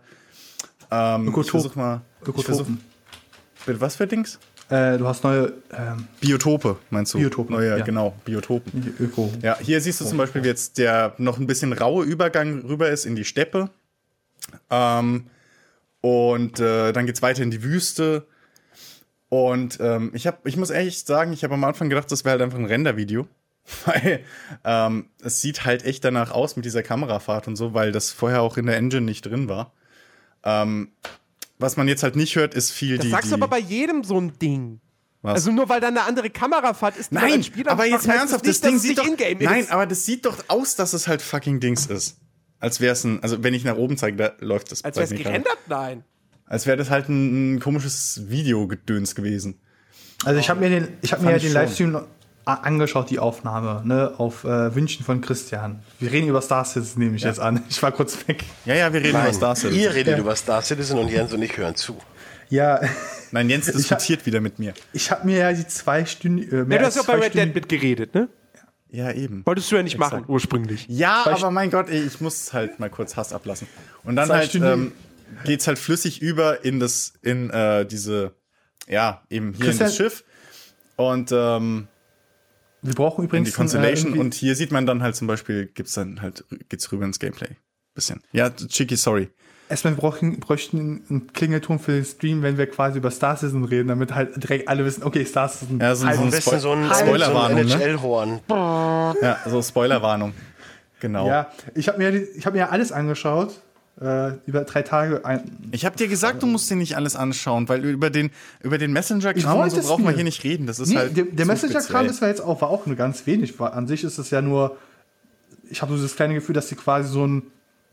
Ökotopen. Was für Dings? Du hast neue Biotope, meinst du? Biotopen, neue, genau, Biotopen. Öko. Ja, hier siehst du zum Beispiel, wie jetzt der noch ein bisschen raue Übergang rüber ist in die Steppe. Dann geht's weiter in die Wüste. Und ich muss ehrlich sagen, ich habe am Anfang gedacht, das wäre halt einfach ein Rendervideo. Weil es sieht halt echt danach aus mit dieser Kamerafahrt und so, weil das vorher auch in der Engine nicht drin war. Was man jetzt halt nicht hört, ist viel das sagst du aber bei jedem so ein Ding. Was? Also nur weil da eine andere Kamerafahrt ist. Nein, aber jetzt mal ernsthaft, das Ding sieht doch in-game ist. Nein, aber das sieht doch aus, dass es halt fucking Dings ist. Als wäre es also wenn ich nach oben zeige, da läuft das. Als wäre es gerendert? Nein. Als wäre das halt ein komisches Videogedöns gewesen. Also ich habe mir den Livestream angeschaut, die Aufnahme, ne, auf Wünschen von Christian. Wir reden über Star Citizen, nehme ich jetzt an. Ich war kurz weg. Ja, wir reden über Star Citizen. Ihr redet über Star Citizen und Jens und ich hören zu. Ja. Nein, Jens diskutiert wieder mit mir. Ich habe mir ja die 2 Stunden. Du hast ja auch bei Red Dead mitgeredet, ne? Ja, eben. Wolltest du ja nicht machen, ursprünglich. Ja, aber mein Gott, ich muss halt mal kurz Hass ablassen. Und dann geht's halt flüssig über in diese, ja, eben hier in das Schiff. Und wir brauchen übrigens die Constellation und hier sieht man dann halt zum Beispiel, geht's rüber ins Gameplay. Bisschen. Ja, Chicky, sorry. Erstmal, wir bräuchten einen Klingelton für den Stream, wenn wir quasi über Star Citizen reden, damit halt direkt alle wissen, okay, Star Citizen. Ja, so ein Spoilerwarnung, so ein NHL-Horn. Ja, so Spoilerwarnung. Genau. Ja, ich hab mir alles angeschaut. Über 3 Tage. Ich habe dir gesagt, du musst dir nicht alles anschauen, weil über den Messenger-Kram und so brauchen wir hier nicht reden. Das ist halt der Messenger-Kram war auch nur ganz wenig. An sich ist es ja nur, ich habe so das kleine Gefühl, dass sie quasi so ein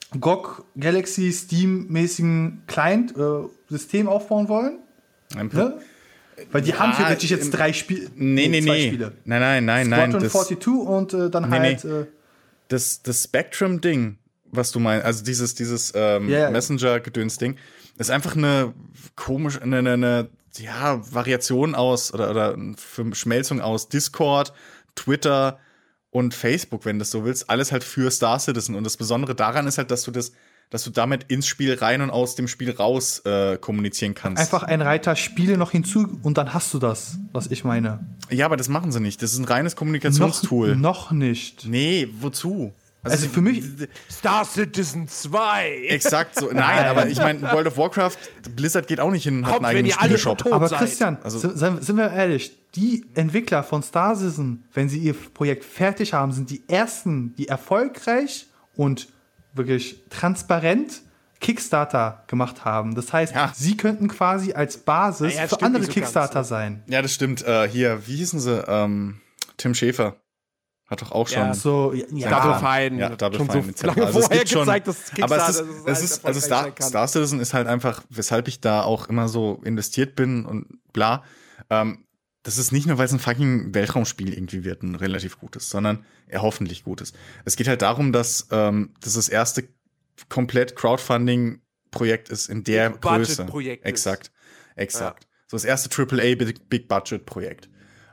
GOG Galaxy Steam-mäßigen Client-System aufbauen wollen. Ne? Weil die haben theoretisch jetzt 3 Spiele. Zwei Spiele. Nein. Squadron 42 und dann halt. Das Spectrum-Ding, was du meinst, also dieses Messenger-Gedöns-Ding, ist einfach eine komische, eine Variation aus oder Verschmelzung aus Discord, Twitter und Facebook, wenn du das so willst. Alles halt für Star Citizen. Und das Besondere daran ist halt, dass du damit ins Spiel rein und aus dem Spiel raus kommunizieren kannst. Einfach ein Reiter Spiele noch hinzu und dann hast du das, was ich meine. Ja, aber das machen sie nicht. Das ist ein reines Kommunikationstool. Noch nicht. Nee, wozu? Also für mich Star Citizen 2. Exakt so. Nein, aber ich meine, World of Warcraft, Blizzard geht auch nicht hin und hat einen eigenen Spieleshop. Aber Christian, sind wir ehrlich, die Entwickler von Star Citizen, wenn sie ihr Projekt fertig haben, sind die ersten, die erfolgreich und wirklich transparent Kickstarter gemacht haben. Das heißt, sie könnten quasi als Basis für andere Kickstarter sein. Ja, das stimmt. Hier, wie hießen sie? Tim Schäfer. Hat doch auch schon. Double Fine. Ja, Double schon Fine. so lange also vorher gezeigt, dass Kickstarter aber Star Citizen ist halt einfach, weshalb ich da auch immer so investiert bin und bla. Das ist nicht nur, weil es ein fucking Weltraumspiel irgendwie wird, ein relativ gutes, sondern eher hoffentlich gutes. Es geht halt darum, dass das erste komplett Crowdfunding-Projekt ist in der Größe. Budget-Projekt. Exakt. Ja. So das erste AAA Big-Budget-Projekt.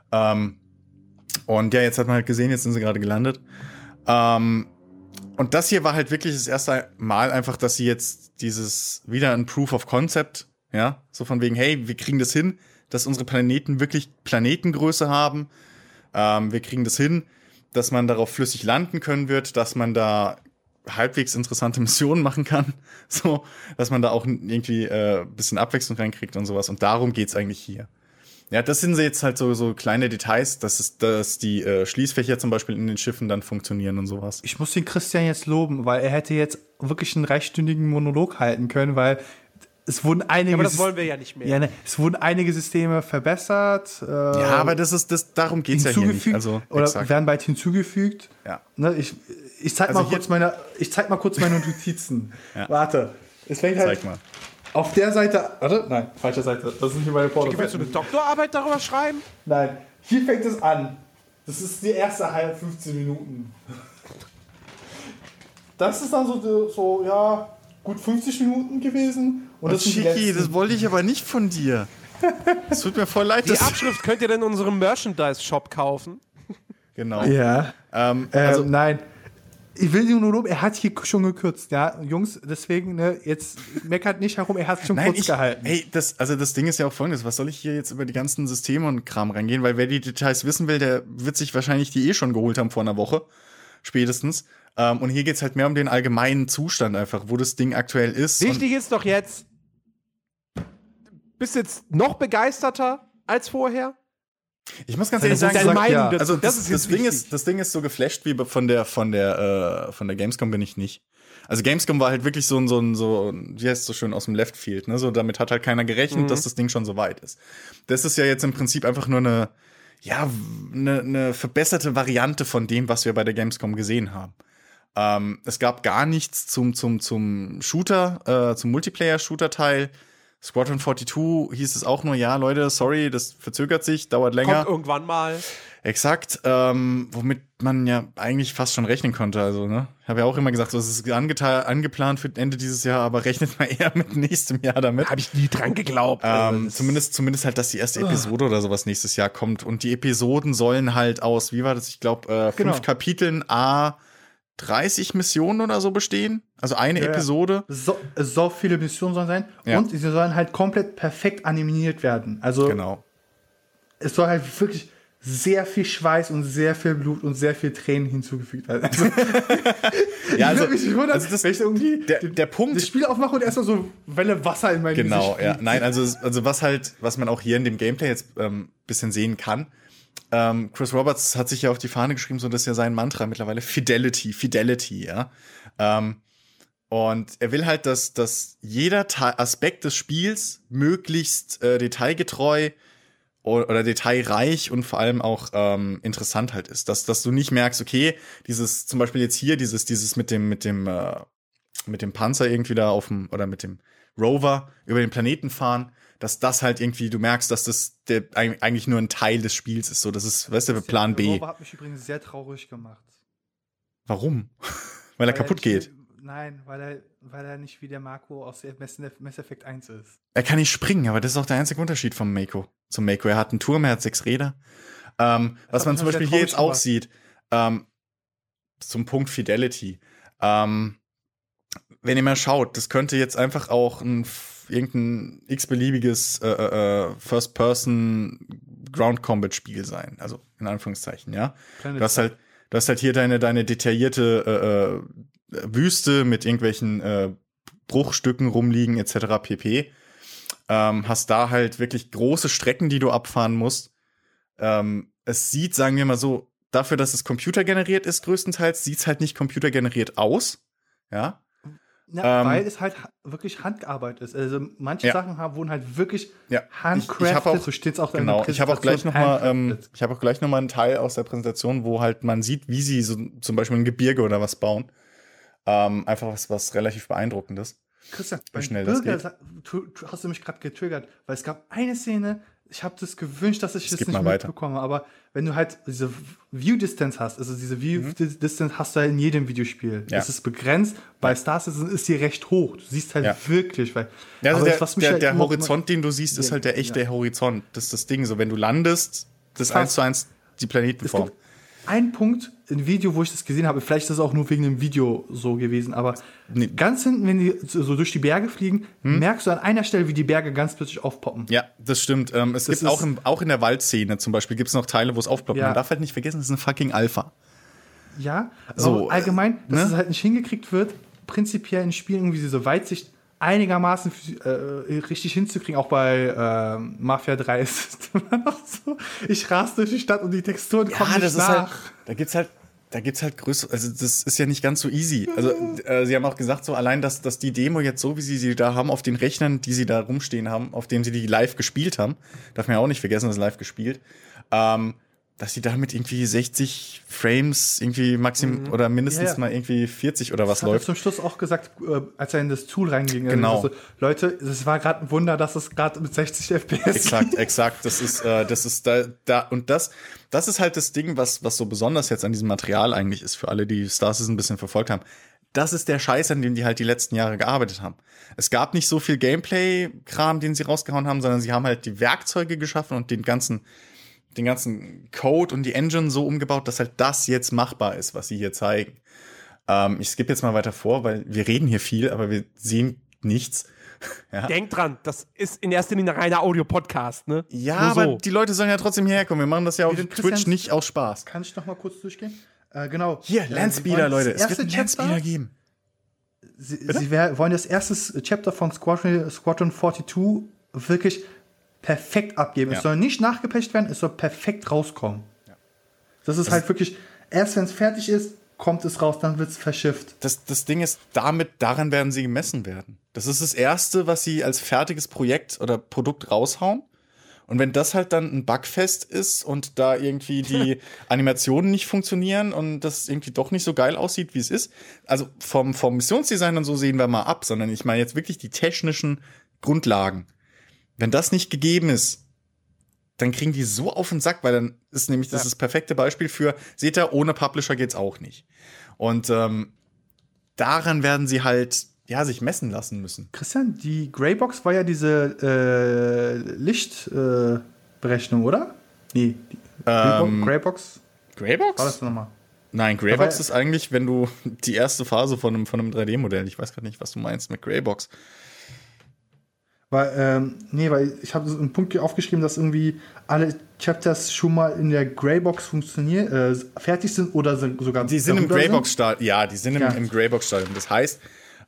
Und ja, jetzt hat man halt gesehen, jetzt sind sie gerade gelandet. Und das hier war halt wirklich das erste Mal einfach, dass sie jetzt wieder ein Proof of Concept, ja, so von wegen, hey, wir kriegen das hin, dass unsere Planeten wirklich Planetengröße haben. Wir kriegen das hin, dass man darauf flüssig landen können wird, dass man da halbwegs interessante Missionen machen kann, so, dass man da auch irgendwie bisschen Abwechslung reinkriegt und sowas. Und darum geht's eigentlich hier. Ja, das sind jetzt halt so kleine Details, dass die Schließfächer zum Beispiel in den Schiffen dann funktionieren und sowas. Ich muss den Christian jetzt loben, weil er hätte jetzt wirklich einen 3-stündigen Monolog halten können, weil es wurden einige. Ja, aber das wollen wir ja nicht mehr. Ja, ne, es wurden einige Systeme verbessert. Ja, aber darum geht's ja hier nicht. Also, oder werden bald hinzugefügt. Ja. Ne, ich zeig mal kurz meine Notizen. Ja. Warte. Es fängt halt. Zeig mal. Auf der Seite. Warte, nein, falsche Seite. Das sind hier meine Portfolio. Willst du eine Doktorarbeit darüber schreiben? Nein. Hier fängt es an. Das ist die erste halbe 15 Minuten. Das ist dann so gut 50 Minuten gewesen. Und das Schicki, das wollte ich aber nicht von dir. Es tut mir voll leid. Die Abschrift könnt ihr denn in unserem Merchandise-Shop kaufen. Genau. Ja. Nein. Ich will nur loben, er hat hier schon gekürzt, ja. Jungs, deswegen, ne, jetzt meckert nicht herum, er hat es schon kurz gehalten. Hey, das Ding ist ja auch folgendes, was soll ich hier jetzt über die ganzen Systeme und Kram reingehen? Weil wer die Details wissen will, der wird sich wahrscheinlich die schon geholt haben vor einer Woche, spätestens. Und hier geht's halt mehr um den allgemeinen Zustand einfach, wo das Ding aktuell ist. Wichtig ist doch jetzt, bist du jetzt noch begeisterter als vorher? Ich muss ganz ehrlich sagen, also das Ding ist so geflasht wie von der Gamescom bin ich nicht. Also Gamescom war halt wirklich so, wie heißt es so schön, aus dem Left Field, ne? So, damit hat halt keiner gerechnet, dass das Ding schon so weit ist. Das ist ja jetzt im Prinzip einfach nur eine verbesserte Variante von dem, was wir bei der Gamescom gesehen haben. Es gab gar nichts zum Shooter, zum Multiplayer-Shooter-Teil. Squadron 42 hieß es auch nur, ja, Leute, sorry, das verzögert sich, dauert länger. Kommt irgendwann mal. Exakt, womit man ja eigentlich fast schon rechnen konnte. Also, ne? Ich habe ja auch immer gesagt, so, es ist angeplant für Ende dieses Jahr, aber rechnet mal eher mit nächstem Jahr damit. Habe ich nie dran geglaubt. Zumindest halt, dass die erste Episode oder sowas nächstes Jahr kommt. Und die Episoden sollen halt aus, wie war das? Ich glaube, 5 Kapiteln, 30 Missionen oder so bestehen. Also eine Episode. So viele Missionen sollen sein. Ja. Und sie sollen halt komplett perfekt animiert werden. Also genau. Es soll halt wirklich sehr viel Schweiß und sehr viel Blut und sehr viel Tränen hinzugefügt werden. Also, ja, also, der Punkt. Das Spiel aufmache und erstmal so Welle Wasser in mein Gesicht. Genau, ja. Nein, also was man auch hier in dem Gameplay jetzt bisschen sehen kann. Chris Roberts hat sich ja auf die Fahne geschrieben, so das ist ja sein Mantra mittlerweile, Fidelity, ja. Und er will halt, dass jeder Aspekt des Spiels möglichst detailgetreu oder detailreich und vor allem auch interessant halt ist. Dass du nicht merkst, okay, zum Beispiel jetzt hier, dieses mit dem Panzer irgendwie da oder mit dem Rover über den Planeten fahren, dass das halt irgendwie, du merkst, dass das eigentlich nur ein Teil des Spiels ist. So, das ist, weißt du, Plan B. Der Rover hat mich übrigens sehr traurig gemacht. Warum? Weil er kaputt geht. Nein, weil er nicht wie der Marco aus Mass Effect 1 ist. Er kann nicht springen, aber das ist auch der einzige Unterschied zum Mako. Er hat einen Turm, er hat 6 Räder. Was man zum Beispiel hier jetzt auch sieht, zum Punkt Fidelity. Wenn ihr mal schaut, das könnte jetzt einfach auch irgendein x-beliebiges First-Person Ground-Combat-Spiel sein. Also in Anführungszeichen, ja. Du hast halt hier deine detaillierte Wüste mit irgendwelchen Bruchstücken rumliegen, etc. pp. Hast da halt wirklich große Strecken, die du abfahren musst. Es sieht, sagen wir mal so, dafür, dass es computergeneriert ist, größtenteils, sieht es halt nicht computergeneriert aus. Ja. Weil es halt wirklich Handgearbeitet ist. Also manche Sachen wurden halt wirklich handcrafted, so steht es auch in der Präsentation. Ich habe auch gleich noch mal einen Teil aus der Präsentation, wo halt man sieht, wie sie so zum Beispiel ein Gebirge oder was bauen. Einfach was relativ beeindruckendes. Christian, wie schnell das geht. Hast du mich gerade getriggert, weil es gab eine Szene, ich habe das gewünscht, dass ich das nicht mitbekomme, aber wenn du halt diese View-Distance hast, also diese View-Distance hast du ja in jedem Videospiel. Das ist begrenzt, bei Star Citizen ist die recht hoch. Du siehst halt wirklich, weil also der Horizont, den du siehst, ist halt der echte Horizont. Das ist das Ding, so wenn du landest, das 1:1 die Planetenform. Ein Punkt im Video, wo ich das gesehen habe, vielleicht ist es auch nur wegen dem Video so gewesen, aber ganz hinten, wenn die so durch die Berge fliegen, merkst du an einer Stelle, wie die Berge ganz plötzlich aufpoppen. Ja, das stimmt. Es gibt auch in der Waldszene zum Beispiel, gibt es noch Teile, wo es aufploppt. Man darf halt nicht vergessen, das ist eine fucking Alpha. Ja, so allgemein, dass es halt nicht hingekriegt wird, prinzipiell in Spielen irgendwie diese Weitsicht einigermaßen richtig hinzukriegen, auch bei Mafia 3 ist es immer noch so. Ich ras durch die Stadt und die Texturen kommen nicht nach. Da gibt's halt größere, also das ist ja nicht ganz so easy. Also sie haben auch gesagt, so allein, dass die Demo jetzt so, wie sie da haben, auf den Rechnern, die sie da rumstehen haben, auf denen sie die live gespielt haben, darf man ja auch nicht vergessen, das ist live gespielt, dass sie damit irgendwie 60 Frames irgendwie oder mindestens mal irgendwie 40 oder was läuft. Ich habe zum Schluss auch gesagt, als er in das Tool reinging. Genau. Also, Leute, es war gerade ein Wunder, dass es gerade mit 60 FPS Exakt. Das ist da und das ist halt das Ding, was so besonders jetzt an diesem Material eigentlich ist, für alle, die Star Citizen ein bisschen verfolgt haben. Das ist der Scheiß, an dem die halt die letzten Jahre gearbeitet haben. Es gab nicht so viel Gameplay-Kram, den sie rausgehauen haben, sondern sie haben halt die Werkzeuge geschaffen und den ganzen Code und die Engine so umgebaut, dass halt das jetzt machbar ist, was sie hier zeigen. Ich skippe jetzt mal weiter vor, weil wir reden hier viel, aber wir sehen nichts. Ja. Denkt dran, das ist in erster Linie ein reiner Audio-Podcast, ne? Ja, aber die Leute sollen ja trotzdem hierher kommen. Wir machen das ja auf Twitch nicht aus Spaß. Kann ich noch mal kurz durchgehen? Genau. Hier, Landspeeder, Leute. Es wird einen Landspeeder geben. Sie wollen das erste Chapter von Squadron 42 wirklich perfekt abgeben. Es soll nicht nachgepatcht werden, es soll perfekt rauskommen. Ja. Das ist halt wirklich, erst wenn es fertig ist, kommt es raus, dann wird es verschifft. Das Ding ist, daran werden sie gemessen werden. Das ist das Erste, was sie als fertiges Projekt oder Produkt raushauen. Und wenn das halt dann ein Bugfest ist und da irgendwie die Animationen nicht funktionieren und das irgendwie doch nicht so geil aussieht, wie es ist, also vom Missionsdesign und so sehen wir mal ab, sondern ich meine jetzt wirklich die technischen Grundlagen. Wenn das nicht gegeben ist, dann kriegen die so auf den Sack, weil dann ist nämlich das perfekte Beispiel für, seht ihr, ohne Publisher geht's auch nicht. Und daran werden sie halt sich messen lassen müssen. Christian, die Greybox war ja diese Lichtberechnung, oder? Nee, Greybox? Greybox? War das nochmal? Nein, Greybox ist eigentlich, wenn du die erste Phase von einem 3D-Modell, ich weiß gerade nicht, was du meinst mit Greybox. Weil ich habe so einen Punkt hier aufgeschrieben, dass irgendwie alle Chapters schon mal in der Greybox fertig sind oder sind sogar. Die sind im Greybox-Stadium. Ja, die sind im Greybox-Stadium. Das heißt,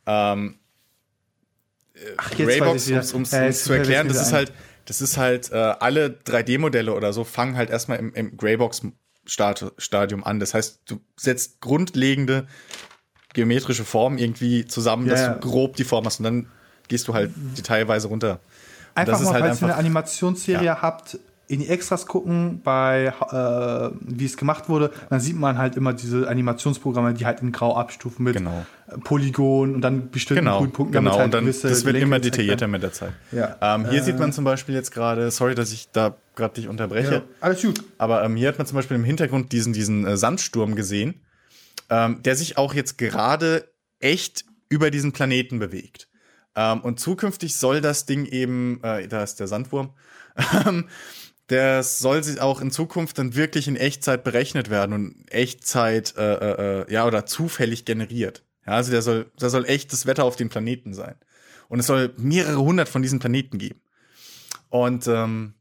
Greybox, um es zu erklären, das ist halt alle 3D-Modelle oder so fangen halt erstmal im Greybox-Stadium an. Das heißt, du setzt grundlegende geometrische Formen irgendwie zusammen, dass du grob die Form hast und dann gehst du halt detailweise runter. Einfach mal, falls ihr eine Animationsserie habt, in die Extras gucken, wie es gemacht wurde, dann sieht man halt immer diese Animationsprogramme, die halt in Grau abstufen mit Polygon und dann bestimmten grünen Punkten. Genau, halt und dann, das wird immer detaillierter mit der Zeit. Ja. Hier sieht man zum Beispiel jetzt gerade, sorry, dass ich da gerade dich unterbreche. Ja, alles gut. Aber hier hat man zum Beispiel im Hintergrund diesen Sandsturm gesehen, der sich auch jetzt gerade echt über diesen Planeten bewegt. Und zukünftig soll das Ding eben, da ist der Sandwurm, der soll sich auch in Zukunft dann wirklich in Echtzeit berechnet werden und Echtzeit, oder zufällig generiert. Ja, also der soll echt das Wetter auf dem Planeten sein. Und es soll mehrere hundert von diesen Planeten geben. Und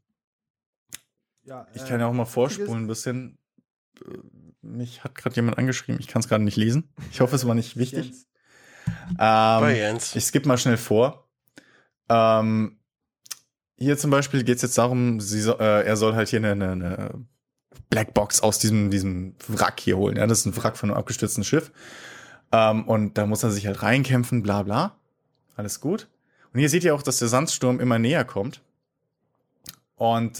ich kann ja auch mal vorspulen ein bisschen. Mich hat gerade jemand angeschrieben, ich kann es gerade nicht lesen. Ich hoffe, es war nicht wichtig. Ich skippe mal schnell vor. Hier zum Beispiel geht es jetzt darum, er soll halt hier eine Blackbox aus diesem Wrack hier holen. Ja, das ist ein Wrack von einem abgestürzten Schiff. Und da muss er sich halt reinkämpfen, bla bla. Alles gut. Und hier seht ihr auch, dass der Sandsturm immer näher kommt. Und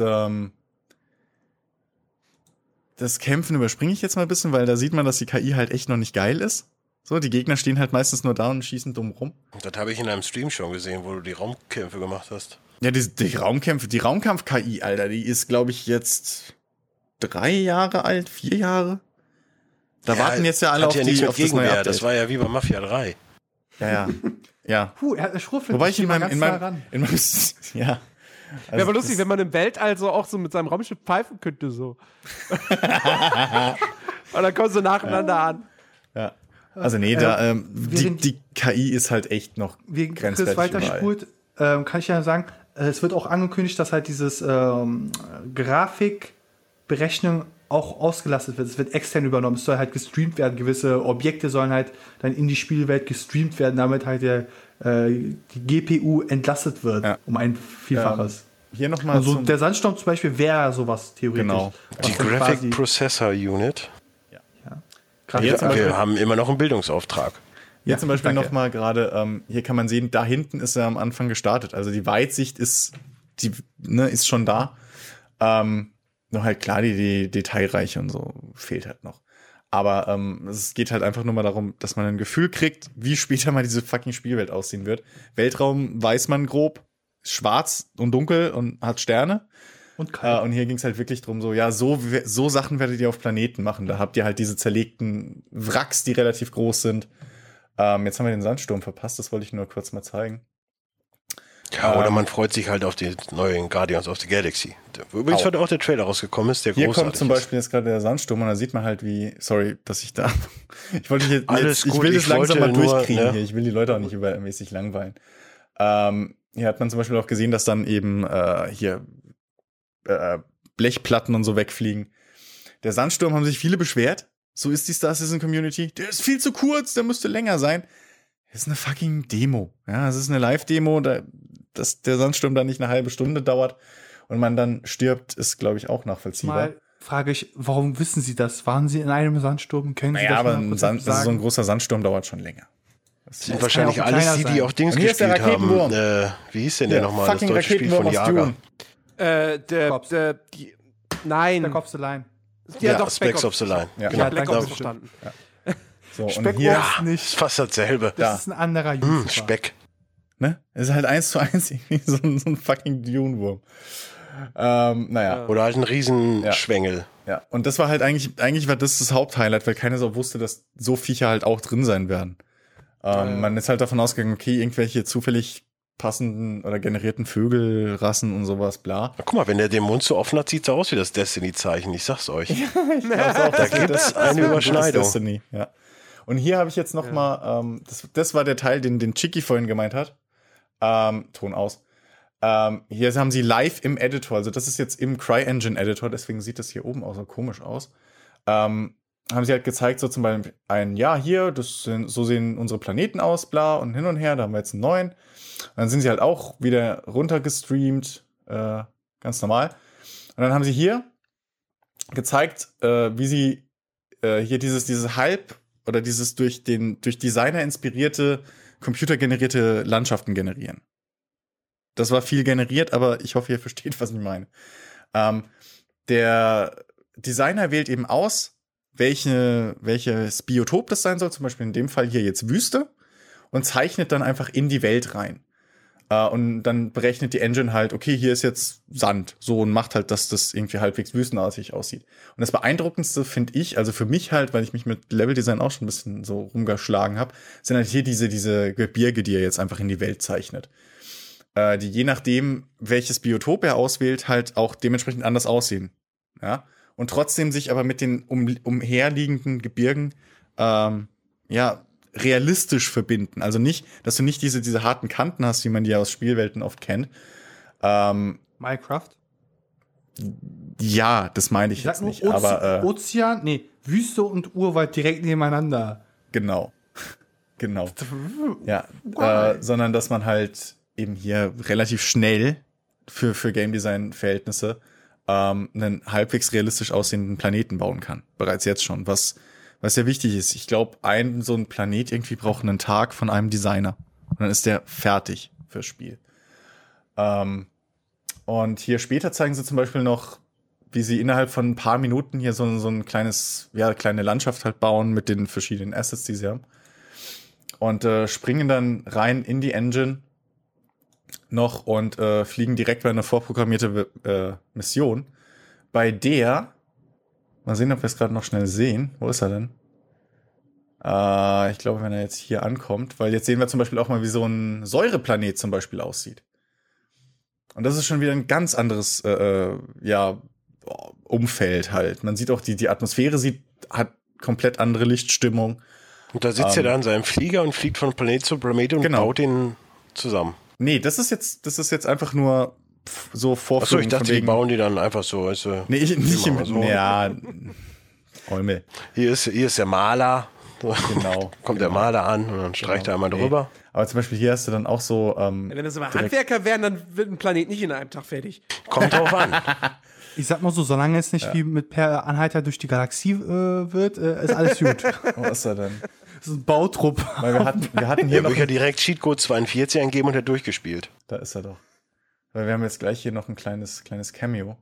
das Kämpfen überspringe ich jetzt mal ein bisschen, weil da sieht man, dass die KI halt echt noch nicht geil ist. So, die Gegner stehen halt meistens nur da und schießen dumm rum. Das habe ich in einem Stream schon gesehen, wo du die Raumkämpfe gemacht hast. Ja, die Raumkämpfe, die Raumkampf-KI, Alter, die ist, glaube ich, jetzt 3 Jahre alt, 4 Jahre. Da warten jetzt ja alle auf das neue Update. Das war ja wie bei Mafia 3. Ja. Er hat eine Schruffel. Wobei ich in meinem ja. Wäre aber lustig, wenn man im Weltall so auch so mit seinem Raumschiff pfeifen könnte, so. Und dann kommen sie nacheinander an. Ja. Also nee, die KI ist halt echt noch grenzwertig. Wenn Chris weiterspult, kann ich ja sagen, es wird auch angekündigt, dass halt dieses Grafikberechnung auch ausgelastet wird. Es wird extern übernommen. Es soll halt gestreamt werden. Gewisse Objekte sollen halt dann in die Spielwelt gestreamt werden, damit halt die GPU entlastet wird, um ein Vielfaches. Hier nochmal also der Sandsturm zum Beispiel wäre sowas theoretisch. Genau. Die Graphic Processor Unit. Wir haben immer noch einen Bildungsauftrag. Hier zum Beispiel nochmal gerade, hier kann man sehen, da hinten ist er am Anfang gestartet. Also die Weitsicht ist schon da. Nur halt klar, die Detailreiche und so fehlt halt noch. Aber es geht halt einfach nur mal darum, dass man ein Gefühl kriegt, wie später mal diese fucking Spielwelt aussehen wird. Weltraum weiß man grob, ist schwarz und dunkel und hat Sterne. Und hier ging es halt wirklich drum, so Sachen werdet ihr auf Planeten machen. Da habt ihr halt diese zerlegten Wracks, die relativ groß sind. Jetzt haben wir den Sandsturm verpasst, das wollte ich nur kurz mal zeigen. Ja, oder man freut sich halt auf die neuen Guardians of the Galaxy. Übrigens heute auch der Trailer rausgekommen ist, der großartig ist. Hier kommt zum Beispiel jetzt gerade der Sandsturm und da sieht man halt sorry, dass ich da, ich will das langsam mal durchkriegen hier, ich will die Leute auch nicht übermäßig langweilen. Hier hat man zum Beispiel auch gesehen, dass dann eben Blechplatten und so wegfliegen. Der Sandsturm haben sich viele beschwert. So ist die Star Citizen Community. Der ist viel zu kurz, der müsste länger sein. Das ist eine fucking Demo. Ja, es ist eine Live-Demo, dass der Sandsturm dann nicht eine halbe Stunde dauert und man dann stirbt, ist, glaube ich, auch nachvollziehbar. Mal frage ich, warum wissen Sie das? Waren Sie in einem Sandsturm? Können Sie das aber so ein großer Sandsturm dauert schon länger. Das sind wahrscheinlich alles die auch Dings gespielt haben. Wie hieß denn der nochmal? Das deutsche Spiel von Jager. Nein. Spec Ops the Line. Ja, Specs of the Line. Ja, genau. Black Ops verstanden. Ja. So, Speck und hier ist nicht. Ist fast dasselbe. Das ist ein anderer User. Speck. Ne? Es ist halt 1:1 irgendwie so ein fucking Dune-Wurm. Oder halt ein Riesenschwengel. Ja, und das war halt eigentlich war das Haupthighlight, weil keiner so wusste, dass so Viecher halt auch drin sein werden. Man ist halt davon ausgegangen, okay, irgendwelche zufällig passenden oder generierten Vögelrassen und sowas, bla. Na, guck mal, wenn der den Mund so offen hat, sieht es aus wie das Destiny-Zeichen. Ich sag's euch. Ich auch, da gibt es eine Überschneidung. Destiny, ja. Und hier habe ich jetzt noch mal, das war der Teil, den Chicky vorhin gemeint hat. Ton aus. Hier haben sie live im Editor, also das ist jetzt im CryEngine-Editor, deswegen sieht das hier oben auch so komisch aus. Haben sie halt gezeigt, so zum Beispiel so sehen unsere Planeten aus, bla und hin und her, da haben wir jetzt einen neuen. Und dann sind sie halt auch wieder runtergestreamt, ganz normal. Und dann haben sie hier gezeigt, wie sie hier dieses Halb- oder dieses durch Designer inspirierte, computergenerierte Landschaften generieren. Das war viel generiert, aber ich hoffe, ihr versteht, was ich meine. Der Designer wählt eben aus, welches Biotop das sein soll, zum Beispiel in dem Fall hier jetzt Wüste, und zeichnet dann einfach in die Welt rein. Und dann berechnet die Engine halt, okay, hier ist jetzt Sand, so, und macht halt, dass das irgendwie halbwegs wüstenartig aussieht. Und das Beeindruckendste finde ich, also für mich halt, weil ich mich mit Leveldesign auch schon ein bisschen so rumgeschlagen habe, sind halt hier diese Gebirge, die er jetzt einfach in die Welt zeichnet. Die je nachdem, welches Biotop er auswählt, halt auch dementsprechend anders aussehen. Ja? Und trotzdem sich aber mit den umherliegenden Gebirgen realistisch verbinden. Also nicht, dass du nicht diese harten Kanten hast, wie man die aus Spielwelten oft kennt. Minecraft? Ja, das meine ich jetzt nicht. Ozean, Wüste und Urwald direkt nebeneinander. Genau. Ja, sondern dass man halt eben hier relativ schnell für Game Design-Verhältnisse einen halbwegs realistisch aussehenden Planeten bauen kann. Bereits jetzt schon, was ja wichtig ist. Ich glaube, so ein Planet irgendwie braucht einen Tag von einem Designer. Und dann ist der fertig fürs Spiel. Und hier später zeigen sie zum Beispiel noch, wie sie innerhalb von ein paar Minuten hier so ein kleine Landschaft halt bauen mit den verschiedenen Assets, die sie haben. Und springen dann rein in die Engine noch und fliegen direkt bei einer vorprogrammierte Mission, bei der, mal sehen, ob wir es gerade noch schnell sehen. Wo ist er denn? Ich glaube, wenn er jetzt hier ankommt, weil jetzt sehen wir zum Beispiel auch mal, wie so ein Säureplanet zum Beispiel aussieht. Und das ist schon wieder ein ganz anderes Umfeld halt. Man sieht auch, die Atmosphäre hat komplett andere Lichtstimmung. Und da sitzt er da in seinem Flieger und fliegt von Planet zu Planet und baut den zusammen. Nee, das ist jetzt einfach nur so Vorführung. Achso, ich dachte, die bauen die dann einfach so. Weißt du, nee, Eumel. Hier ist der Maler. Genau. Kommt der Maler an und dann streicht er einmal drüber. Aber zum Beispiel hier hast du dann auch so. Wenn das aber Handwerker wären, dann wird ein Planet nicht in einem Tag fertig. Kommt drauf an. Ich sag mal so, solange es nicht wie mit Per Anhalter durch die Galaxie wird, ist alles gut. Wo ist er denn? Das ist ein Bautrupp. Weil wir hatten hier noch. Ich ja direkt Cheatcode 42 eingeben und er durchgespielt. Da ist er doch. Weil wir haben jetzt gleich hier noch ein kleines Cameo.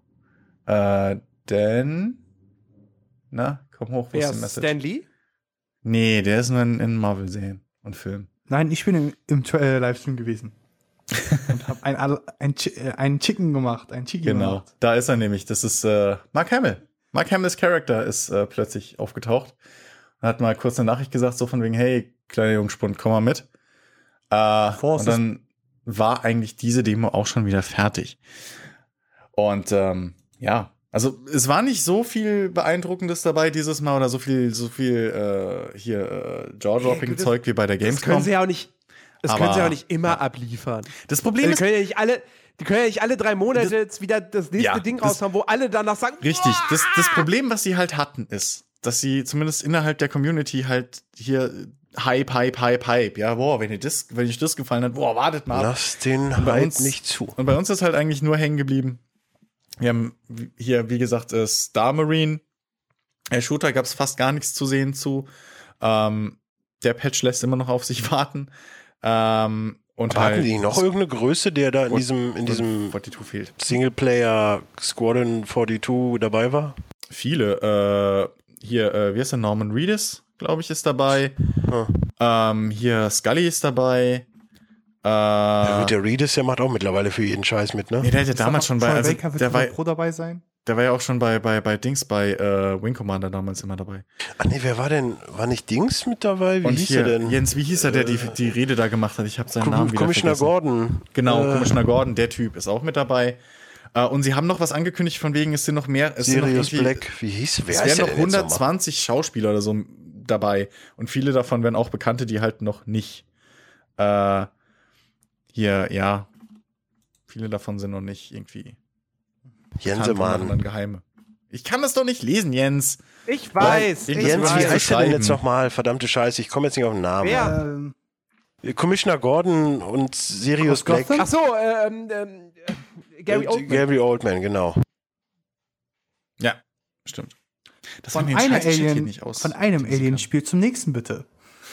Denn. Na, komm hoch, wo ist die Message? Stan Lee? Nee, der ist nur in Marvel-Serien und Filmen. Nein, ich bin im Livestream gewesen. Und hab einen Chicken gemacht. Genau, da ist er nämlich. Das ist Mark Hamill. Mark Hamills Charakter ist plötzlich aufgetaucht. Und hat mal kurz eine Nachricht gesagt, so von wegen, hey, kleiner Jungspund, komm mal mit. Und dann war eigentlich diese Demo auch schon wieder fertig. Und also es war nicht so viel Beeindruckendes dabei dieses Mal oder so viel Jaw-Dropping-Zeug wie bei der Gamescom. Das können sie ja auch nicht immer abliefern. Das Problem ist, die können ja nicht alle 3 Monate jetzt wieder das nächste Ding raushauen, wo alle danach sagen, richtig, das Problem, was sie halt hatten, ist, dass sie zumindest innerhalb der Community halt hier Hype, ja, boah, wenn euch das gefallen hat, boah, wartet mal. Lass den Hype nicht zu. Und bei uns ist halt eigentlich nur hängen geblieben. Wir haben hier, wie gesagt, Star Marine. Shooter gab es fast gar nichts zu sehen zu. Der Patch lässt immer noch auf sich warten. Und hatten die noch irgendeine Größe, der da in diesem 42 fehlt. Singleplayer Squadron 42 dabei war? Viele. Hier, wie heißt der? Norman Reedus, glaube ich, ist dabei. Hier Scully ist dabei. Der Reedus, der macht auch mittlerweile für jeden Scheiß mit, ne? Nee, der hat ja damals schon bei. Also, der war Pro dabei sein. Der war ja auch schon bei Wing Commander damals immer dabei. Ach nee, wer war denn? War nicht Dings mit dabei? Wie hieß er denn? Jens, wie hieß er, der die Rede da gemacht hat? Ich habe seinen Namen wieder Commissioner vergessen. Gordon. Genau, Commissioner Gordon, der Typ ist auch mit dabei. Und sie haben noch was angekündigt, von wegen, es sind noch mehr. Sirius Black, wie hieß wer? Es wären noch 120 Schauspieler oder so dabei. Und viele davon wären auch Bekannte, die halt noch nicht viele davon sind noch nicht irgendwie Jensemann. Dann Geheime. Ich kann das doch nicht lesen, Jens. Ich weiß. Jens, wie heißt der denn jetzt nochmal? Verdammte Scheiße, ich komme jetzt nicht auf den Namen. Wer? Commissioner Gordon und Sirius Black. Ach so, Gary Oldman. Gary Oldman, genau. Ja, stimmt. Das von einem Alien-Spiel zum nächsten, bitte.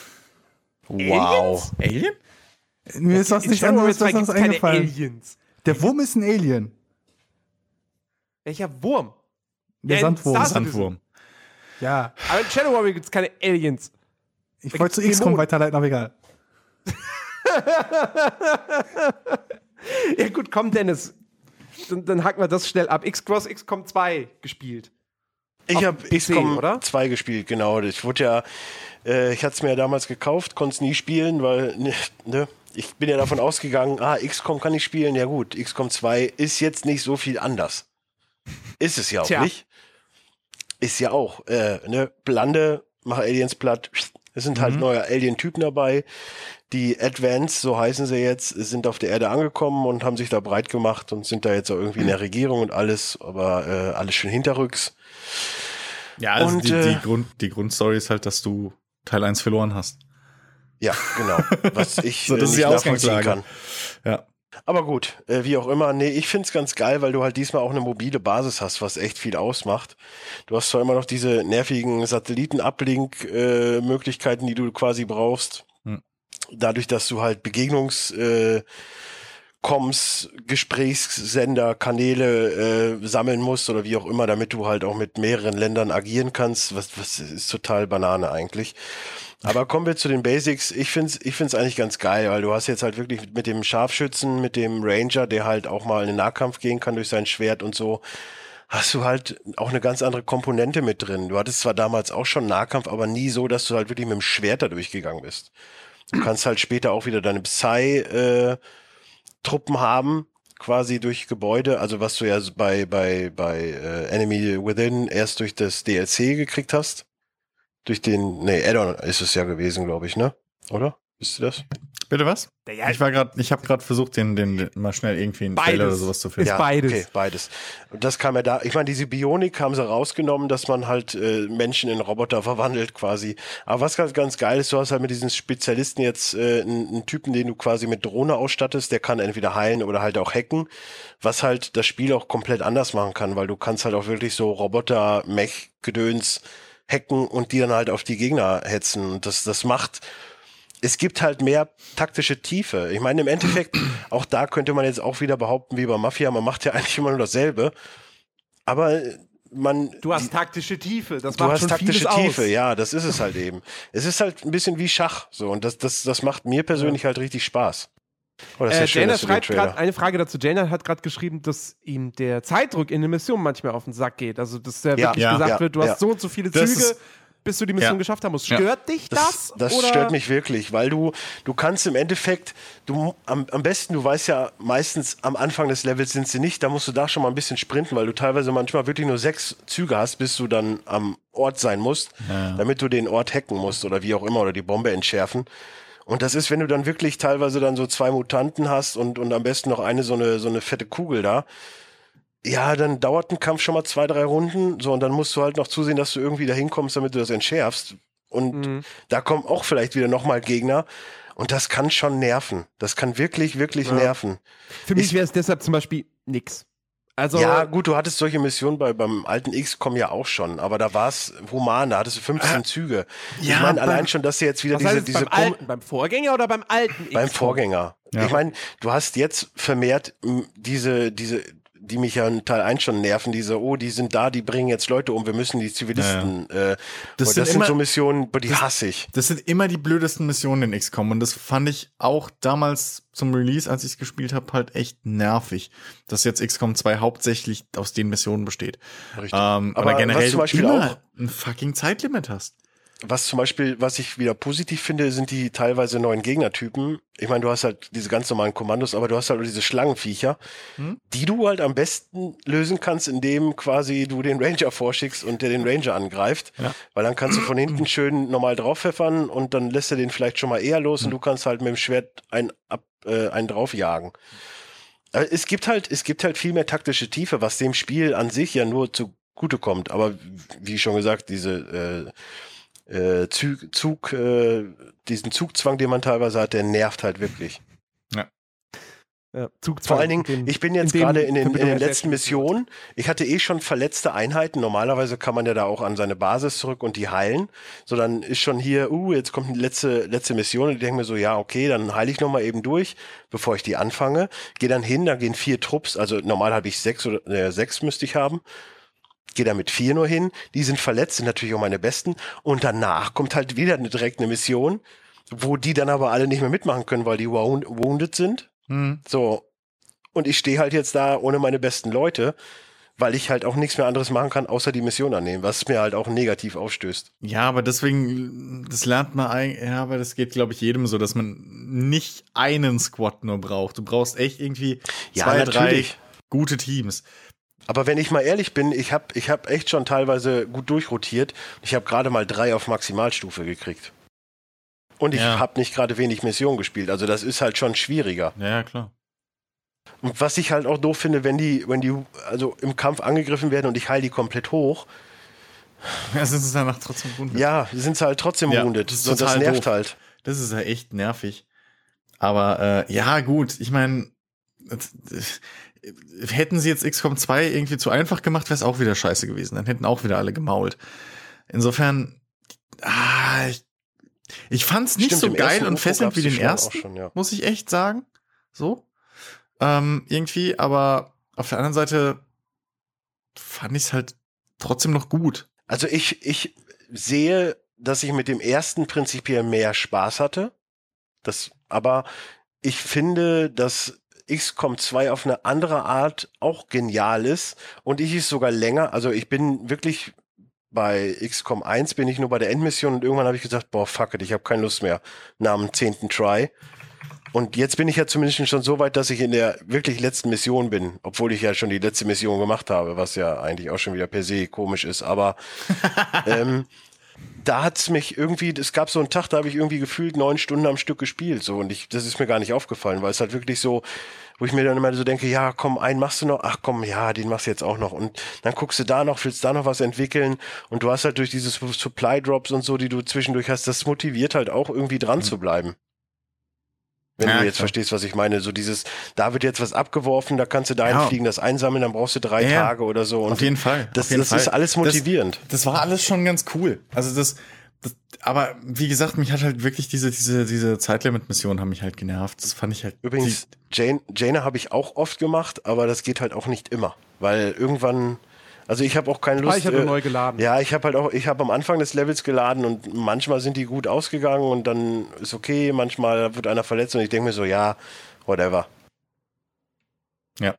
Wow. Alien? Mir ist was nicht anderes eingefallen. Aliens. Der Wurm ist ein Alien. Welcher Wurm? Der Sandwurm. Sandwurm. Ja. Aber in Shadow Warrior gibt es keine Aliens. Ich wollte zu XCOM weiterleiten, aber egal. Ja gut, komm Dennis. Dann hacken wir das schnell ab. XCOM 2 gespielt. Ich habe XCOM oder? 2 gespielt, genau. Ich wurde ja, ich hatte es mir ja damals gekauft, konnte es nie spielen, weil, ne, ich bin ja davon ausgegangen, XCOM kann ich spielen, ja gut, XCOM 2 ist jetzt nicht so viel anders. Ist es ja auch nicht. Ist ja auch, ne, blande, mach Aliens platt, es sind halt neue Alien-Typen dabei. Die Advance, so heißen sie jetzt, sind auf der Erde angekommen und haben sich da breit gemacht und sind da jetzt auch irgendwie in der Regierung und alles, aber alles schön hinterrücks. Ja, also und, die Grundstory ist halt, dass du Teil 1 verloren hast. Ja, genau. Was ich so, das ist die Ausgangslage. Kann. Ja. Aber gut, wie auch immer. Nee, ich find's ganz geil, weil du halt diesmal auch eine mobile Basis hast, was echt viel ausmacht. Du hast zwar immer noch diese nervigen Satelliten-Uplink-Möglichkeiten, die du quasi brauchst. Dadurch, dass du halt Gesprächssender, Kanäle sammeln musst oder wie auch immer, damit du halt auch mit mehreren Ländern agieren kannst. Was ist total Banane eigentlich. Aber kommen wir zu den Basics. Ich find's eigentlich ganz geil, weil du hast jetzt halt wirklich mit dem Scharfschützen, mit dem Ranger, der halt auch mal in den Nahkampf gehen kann durch sein Schwert und so, hast du halt auch eine ganz andere Komponente mit drin. Du hattest zwar damals auch schon Nahkampf, aber nie so, dass du halt wirklich mit dem Schwert da durchgegangen bist. Du kannst halt später auch wieder deine Psy-Truppen haben, quasi durch Gebäude, also was du ja bei Enemy Within erst durch das DLC gekriegt hast. Durch den, Add-on ist es ja gewesen, glaube ich, ne? Oder? Wisst ihr das? Bitte was? Ja, ich habe gerade versucht, den mal schnell irgendwie einen Trailer oder sowas zu finden. Ist beides. Okay, beides. Und das kam ja da, ich meine, diese Bionik haben sie rausgenommen, dass man halt Menschen in Roboter verwandelt quasi. Aber was ganz geil ist, du hast halt mit diesen Spezialisten jetzt einen Typen, den du quasi mit Drohne ausstattest, der kann entweder heilen oder halt auch hacken, was halt das Spiel auch komplett anders machen kann, weil du kannst halt auch wirklich so Roboter-Mech-Gedöns hacken und die dann halt auf die Gegner hetzen. Und das macht, es gibt halt mehr taktische Tiefe. Ich meine, im Endeffekt, auch da könnte man jetzt auch wieder behaupten, wie bei Mafia, man macht ja eigentlich immer nur dasselbe. Aber du hast taktische Tiefe, das du macht hast schon taktische vieles Tiefe, aus. ja, das ist es halt eben. Es ist halt ein bisschen wie Schach, so, und das macht mir persönlich halt richtig Spaß. Oh, das ist ja schön, Jana dass du den schreibt Trailer. gerade eine Frage dazu. Jana hat gerade geschrieben, dass ihm der Zeitdruck in der Mission manchmal auf den Sack geht. Also, dass wirklich gesagt wird, du hast so und so viele Züge, bis du die Mission geschafft haben musst. Stört dich das? Das oder? Stört mich wirklich, weil du kannst im Endeffekt, am besten, du weißt ja, meistens am Anfang des Levels sind sie nicht, da musst du da schon mal ein bisschen sprinten, weil du teilweise manchmal wirklich nur 6 Züge hast, bis du dann am Ort sein musst, damit du den Ort hacken musst oder wie auch immer oder die Bombe entschärfen. Und das ist, wenn du dann wirklich teilweise dann so 2 Mutanten hast und am besten noch so eine fette Kugel da. Ja, dann dauert ein Kampf schon mal 2, 3 Runden. So, und dann musst du halt noch zusehen, dass du irgendwie da hinkommst, damit du das entschärfst. Und da kommen auch vielleicht wieder nochmal Gegner. Und das kann schon nerven. Das kann wirklich, wirklich nerven. Für mich wäre es deshalb zum Beispiel nix. Also, ja, gut, du hattest solche Missionen beim alten XCOM ja auch schon, aber da war es human, da hattest du 15 Züge. Ja, ich meine, allein schon, dass sie jetzt wieder was heißt jetzt beim Vorgänger oder beim alten beim XCOM? Vorgänger. Ja. Ich meine, du hast jetzt vermehrt die mich ja in Teil 1 schon nerven, die sind da, die bringen jetzt Leute um, wir müssen die Zivilisten, das sind so Missionen, die hasse ich. Das sind immer die blödesten Missionen in XCOM und das fand ich auch damals zum Release, als ich es gespielt habe, halt echt nervig, dass jetzt XCOM 2 hauptsächlich aus den Missionen besteht. Richtig. Aber generell was zum Beispiel immer auch ein fucking Zeitlimit hast. Was ich wieder positiv finde, sind die teilweise neuen Gegnertypen. Ich meine, du hast halt diese ganz normalen Kommandos, aber du hast halt auch diese Schlangenviecher, die du halt am besten lösen kannst, indem quasi du den Ranger vorschickst und der den Ranger angreift. Ja. Weil dann kannst du von hinten schön normal draufpfeffern und dann lässt er den vielleicht schon mal eher los und du kannst halt mit dem Schwert einen draufjagen. Es gibt halt viel mehr taktische Tiefe, was dem Spiel an sich ja nur zugutekommt. Aber wie schon gesagt, diese diesen Zugzwang, den man teilweise hat, der nervt halt wirklich. Ja. Ja, vor allen Dingen, ich bin jetzt gerade in den letzten Missionen. Ich hatte schon verletzte Einheiten. Normalerweise kann man ja da auch an seine Basis zurück und die heilen. So, dann ist schon hier, jetzt kommt die letzte Mission. Und ich denke mir so, ja, okay, dann heile ich nochmal eben durch, bevor ich die anfange. Gehe dann hin, da gehen 4 Trupps. Also normal habe ich 6 müsste ich haben. Gehe da mit 4 nur hin. Die sind verletzt, sind natürlich auch meine Besten. Und danach kommt halt wieder direkt eine Mission, wo die dann aber alle nicht mehr mitmachen können, weil die wounded sind. So, und ich stehe halt jetzt da ohne meine besten Leute, weil ich halt auch nichts mehr anderes machen kann, außer die Mission annehmen, was mir halt auch negativ aufstößt. Ja, aber deswegen, das lernt man eigentlich, ja, aber das geht, glaube ich, jedem so, dass man nicht einen Squad nur braucht. Du brauchst echt irgendwie 2, 3 gute Teams. Aber wenn ich mal ehrlich bin, ich hab echt schon teilweise gut durchrotiert. Ich habe gerade mal 3 auf Maximalstufe gekriegt. Und ich habe nicht gerade wenig Missionen gespielt. Also das ist halt schon schwieriger. Ja, klar. Und was ich halt auch doof finde, wenn die also im Kampf angegriffen werden und ich heile die komplett hoch. Ja, sind sie danach trotzdem wounded. Ja, sind sie halt trotzdem wounded. Das, das nervt doof. Halt. Das ist ja echt nervig. Aber ja, gut. Ich meine, hätten sie jetzt XCOM 2 irgendwie zu einfach gemacht, wäre es auch wieder scheiße gewesen. Dann hätten auch wieder alle gemault. Insofern, ich fand's nicht so geil und fesselnd wie den ersten, schon, muss ich echt sagen. So. Irgendwie, aber auf der anderen Seite fand ich's halt trotzdem noch gut. Also ich sehe, dass ich mit dem ersten prinzipiell mehr Spaß hatte. Aber ich finde, dass XCOM 2 auf eine andere Art auch genial ist und ich es sogar länger, also ich bin wirklich bei XCOM 1 bin ich nur bei der Endmission und irgendwann habe ich gesagt, boah, fuck it, ich habe keine Lust mehr nach dem 10. Try. Und jetzt bin ich ja zumindest schon so weit, dass ich in der wirklich letzten Mission bin, obwohl ich ja schon die letzte Mission gemacht habe, was ja eigentlich auch schon wieder per se komisch ist, aber da hat's mich irgendwie, es gab so einen Tag, da habe ich irgendwie gefühlt 9 Stunden am Stück gespielt, so, und das ist mir gar nicht aufgefallen, weil es halt wirklich so, wo ich mir dann immer so denke, ja, komm, einen machst du noch, ach komm, ja, den machst du jetzt auch noch, und dann guckst du da noch, willst da noch was entwickeln, und du hast halt durch diese Supply Drops und so, die du zwischendurch hast, das motiviert halt auch irgendwie dran zu bleiben. Wenn du jetzt verstehst, was ich meine. So dieses, da wird jetzt was abgeworfen, da kannst du dahin fliegen, das einsammeln, dann brauchst du 3 Tage oder so. Und auf jeden Fall. Das ist alles motivierend. Das war alles schon ganz cool. Also das, aber wie gesagt, mich hat halt wirklich diese Zeitlimit-Missionen haben mich halt genervt. Das fand ich halt. Übrigens, Jaina habe ich auch oft gemacht, aber das geht halt auch nicht immer. Weil irgendwann, also ich habe auch keine Lust. Ich habe neu geladen. Ja, ich habe am Anfang des Levels geladen und manchmal sind die gut ausgegangen und dann ist okay, manchmal wird einer verletzt und ich denke mir so, ja, whatever. Ja.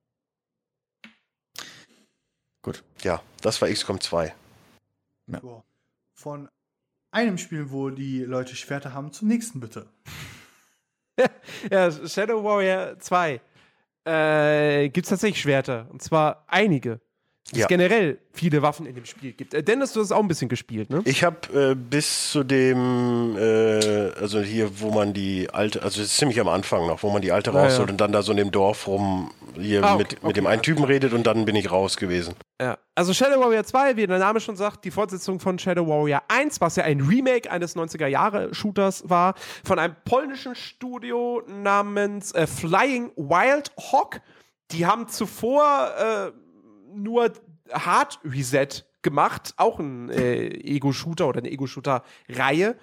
Gut. Ja, das war XCOM 2. Ja. Von einem Spiel, wo die Leute Schwerter haben, zum nächsten bitte. Ja, Shadow Warrior 2. Gibt's tatsächlich Schwerter. Und zwar einige. Es generell viele Waffen in dem Spiel gibt. Dennis, du hast auch ein bisschen gespielt, ne? Ich habe bis zu dem, also hier, wo man die alte, also das ist ziemlich am Anfang noch, wo man die alte rausholt und dann da so in dem Dorf rum hier mit dem einen Typen redet und dann bin ich raus gewesen. Ja, also Shadow Warrior 2, wie der Name schon sagt, die Fortsetzung von Shadow Warrior 1, was ja ein Remake eines 90er-Jahre-Shooters war, von einem polnischen Studio namens Flying Wild Hog. Die haben zuvor nur Hard Reset gemacht, auch ein Ego-Shooter oder eine Ego-Shooter-Reihe.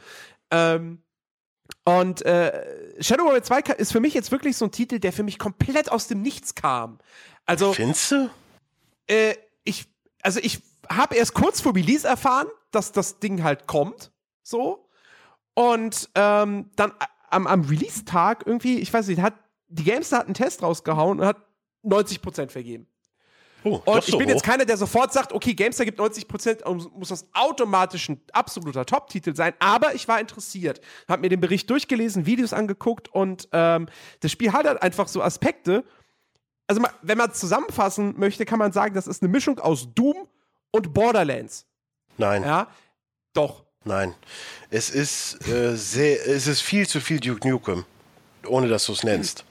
Und Shadow Warrior 2 ist für mich jetzt wirklich so ein Titel, der für mich komplett aus dem Nichts kam. Also, findest du? Ich habe erst kurz vor Release erfahren, dass das Ding halt kommt, so. Und dann am Release-Tag irgendwie, ich weiß nicht, die GameStar hat einen Test rausgehauen und hat 90% vergeben. Oh, und ich bin jetzt keiner, der sofort sagt, okay, GameStar gibt 90% und muss das automatisch ein absoluter Top-Titel sein, aber ich war interessiert, habe mir den Bericht durchgelesen, Videos angeguckt und das Spiel hat halt einfach so Aspekte. Also wenn man es zusammenfassen möchte, kann man sagen, das ist eine Mischung aus Doom und Borderlands. Nein. Ja, doch. Nein. Es ist viel zu viel Duke Nukem, ohne dass du es nennst.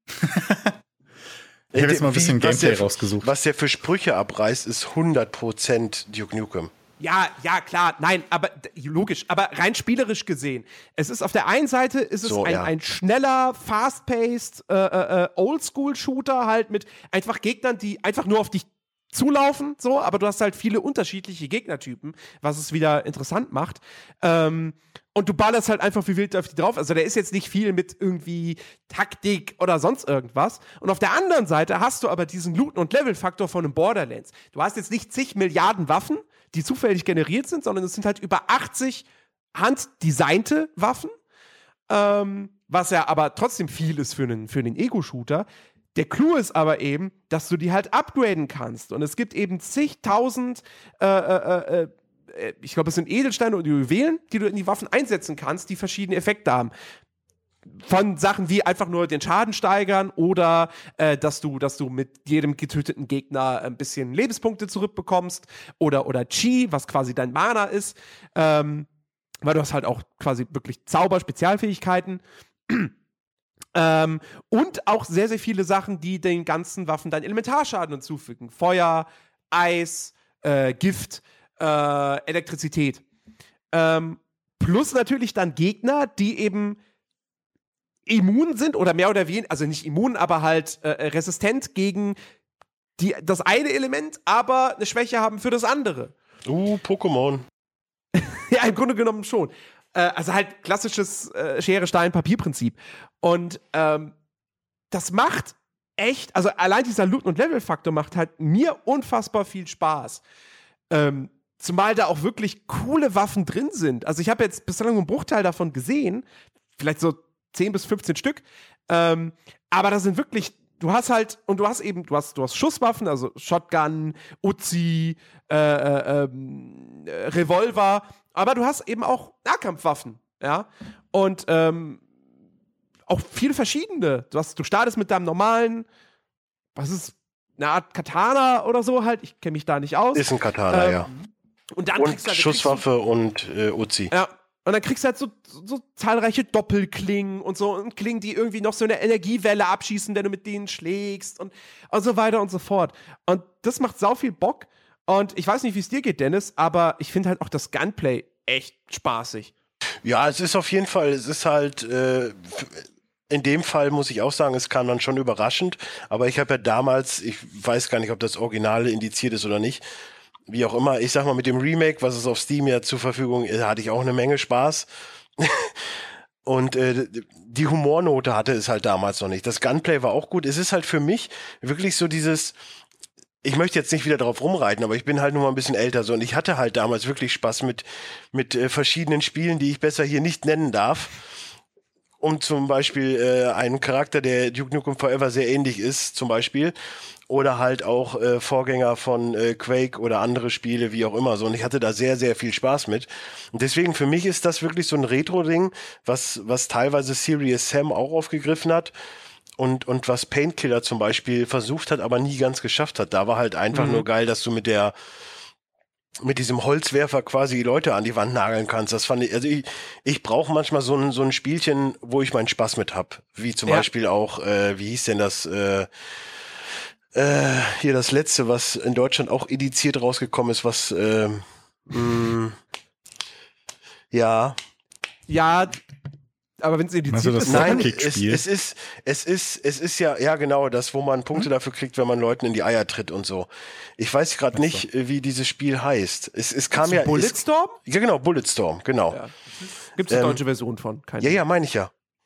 Ich habe jetzt mal ein bisschen Gameplay rausgesucht. Was der für Sprüche abreißt, ist 100% Duke Nukem. Ja, klar, nein, aber logisch, aber rein spielerisch gesehen. Es ist auf der einen Seite ist es so, ein schneller, fast-paced, Oldschool-Shooter halt mit einfach Gegnern, die einfach nur auf dich zulaufen, so, aber du hast halt viele unterschiedliche Gegnertypen, was es wieder interessant macht. Und du ballerst halt einfach wie wild auf die drauf. Also der ist jetzt nicht viel mit irgendwie Taktik oder sonst irgendwas. Und auf der anderen Seite hast du aber diesen Looten- und Level-Faktor von einem Borderlands. Du hast jetzt nicht zig Milliarden Waffen, die zufällig generiert sind, sondern es sind halt über 80 handdesignte Waffen, was ja aber trotzdem viel ist für einen Ego-Shooter. Der Clou ist aber eben, dass du die halt upgraden kannst. Und es gibt eben zigtausend ich glaube, es sind Edelsteine und Juwelen, die du in die Waffen einsetzen kannst, die verschiedene Effekte haben. Von Sachen wie einfach nur den Schaden steigern oder dass du mit jedem getöteten Gegner ein bisschen Lebenspunkte zurückbekommst oder Chi, was quasi dein Mana ist, weil du hast halt auch quasi wirklich Zauber-Spezialfähigkeiten. Und auch sehr, sehr viele Sachen, die den ganzen Waffen deinen Elementarschaden hinzufügen. Feuer, Eis, Gift, Elektrizität. Plus natürlich dann Gegner, die eben immun sind oder mehr oder weniger, also nicht immun, aber halt resistent gegen das eine Element, aber eine Schwäche haben für das andere. Pokémon. Ja, im Grunde genommen schon. Also halt klassisches Schere, Stein, Papier-Prinzip. Und das macht echt, also allein dieser Loot- und Level-Faktor macht halt mir unfassbar viel Spaß. Zumal da auch wirklich coole Waffen drin sind. Also ich habe jetzt bislang einen Bruchteil davon gesehen, vielleicht so 10 bis 15 Stück. Aber da sind wirklich, du hast Schusswaffen, also Shotgun, Uzi, Revolver, aber du hast eben auch Nahkampfwaffen, ja. Und auch viele verschiedene. Du startest mit deinem normalen, was ist, eine Art Katana oder so halt, ich kenne mich da nicht aus. Ist ein Katana, ja. Und dann kriegst du halt, Schusswaffe und Uzi. Ja. Und dann kriegst du halt so zahlreiche Doppelklingen und so und Klingen, die irgendwie noch so eine Energiewelle abschießen, wenn du mit denen schlägst und so weiter und so fort. Und das macht sau viel Bock. Und ich weiß nicht, wie es dir geht, Dennis, aber ich finde halt auch das Gunplay echt spaßig. Ja, es ist auf jeden Fall, es ist halt, in dem Fall muss ich auch sagen, es kam dann schon überraschend, aber ich habe ja damals, ich weiß gar nicht, ob das Originale indiziert ist oder nicht, wie auch immer, ich sag mal mit dem Remake, was es auf Steam ja zur Verfügung ist, hatte ich auch eine Menge Spaß. Und die Humornote hatte es halt damals noch nicht. Das Gunplay war auch gut. Es ist halt für mich wirklich so dieses, ich möchte jetzt nicht wieder drauf rumreiten, aber ich bin halt nur mal ein bisschen älter so und ich hatte halt damals wirklich Spaß mit verschiedenen Spielen, die ich besser hier nicht nennen darf. Um zum Beispiel einen Charakter, der Duke Nukem Forever sehr ähnlich ist, zum Beispiel. Oder halt auch Vorgänger von Quake oder andere Spiele, wie auch immer so. Und ich hatte da sehr, sehr viel Spaß mit. Und deswegen für mich ist das wirklich so ein Retro-Ding, was teilweise Serious Sam auch aufgegriffen hat. Und was Painkiller zum Beispiel versucht hat, aber nie ganz geschafft hat. Da war halt einfach nur geil, dass du mit diesem Holzwerfer quasi die Leute an die Wand nageln kannst. Das fand ich, also ich brauche manchmal so ein Spielchen, wo ich meinen Spaß mit hab. Wie zum Beispiel auch, wie hieß denn das, hier das letzte, was in Deutschland auch ediziert rausgekommen ist, was, ja. Ja, aber wenn es ediziert ist, nein, es ist ja genau das, wo man Punkte dafür kriegt, wenn man Leuten in die Eier tritt und so. Ich weiß gerade nicht, wie dieses Spiel heißt. Es kam ja. Bulletstorm? Ja, genau, Bulletstorm, genau. Ja. Gibt es eine deutsche Version von? Keine ja, meine ich ja.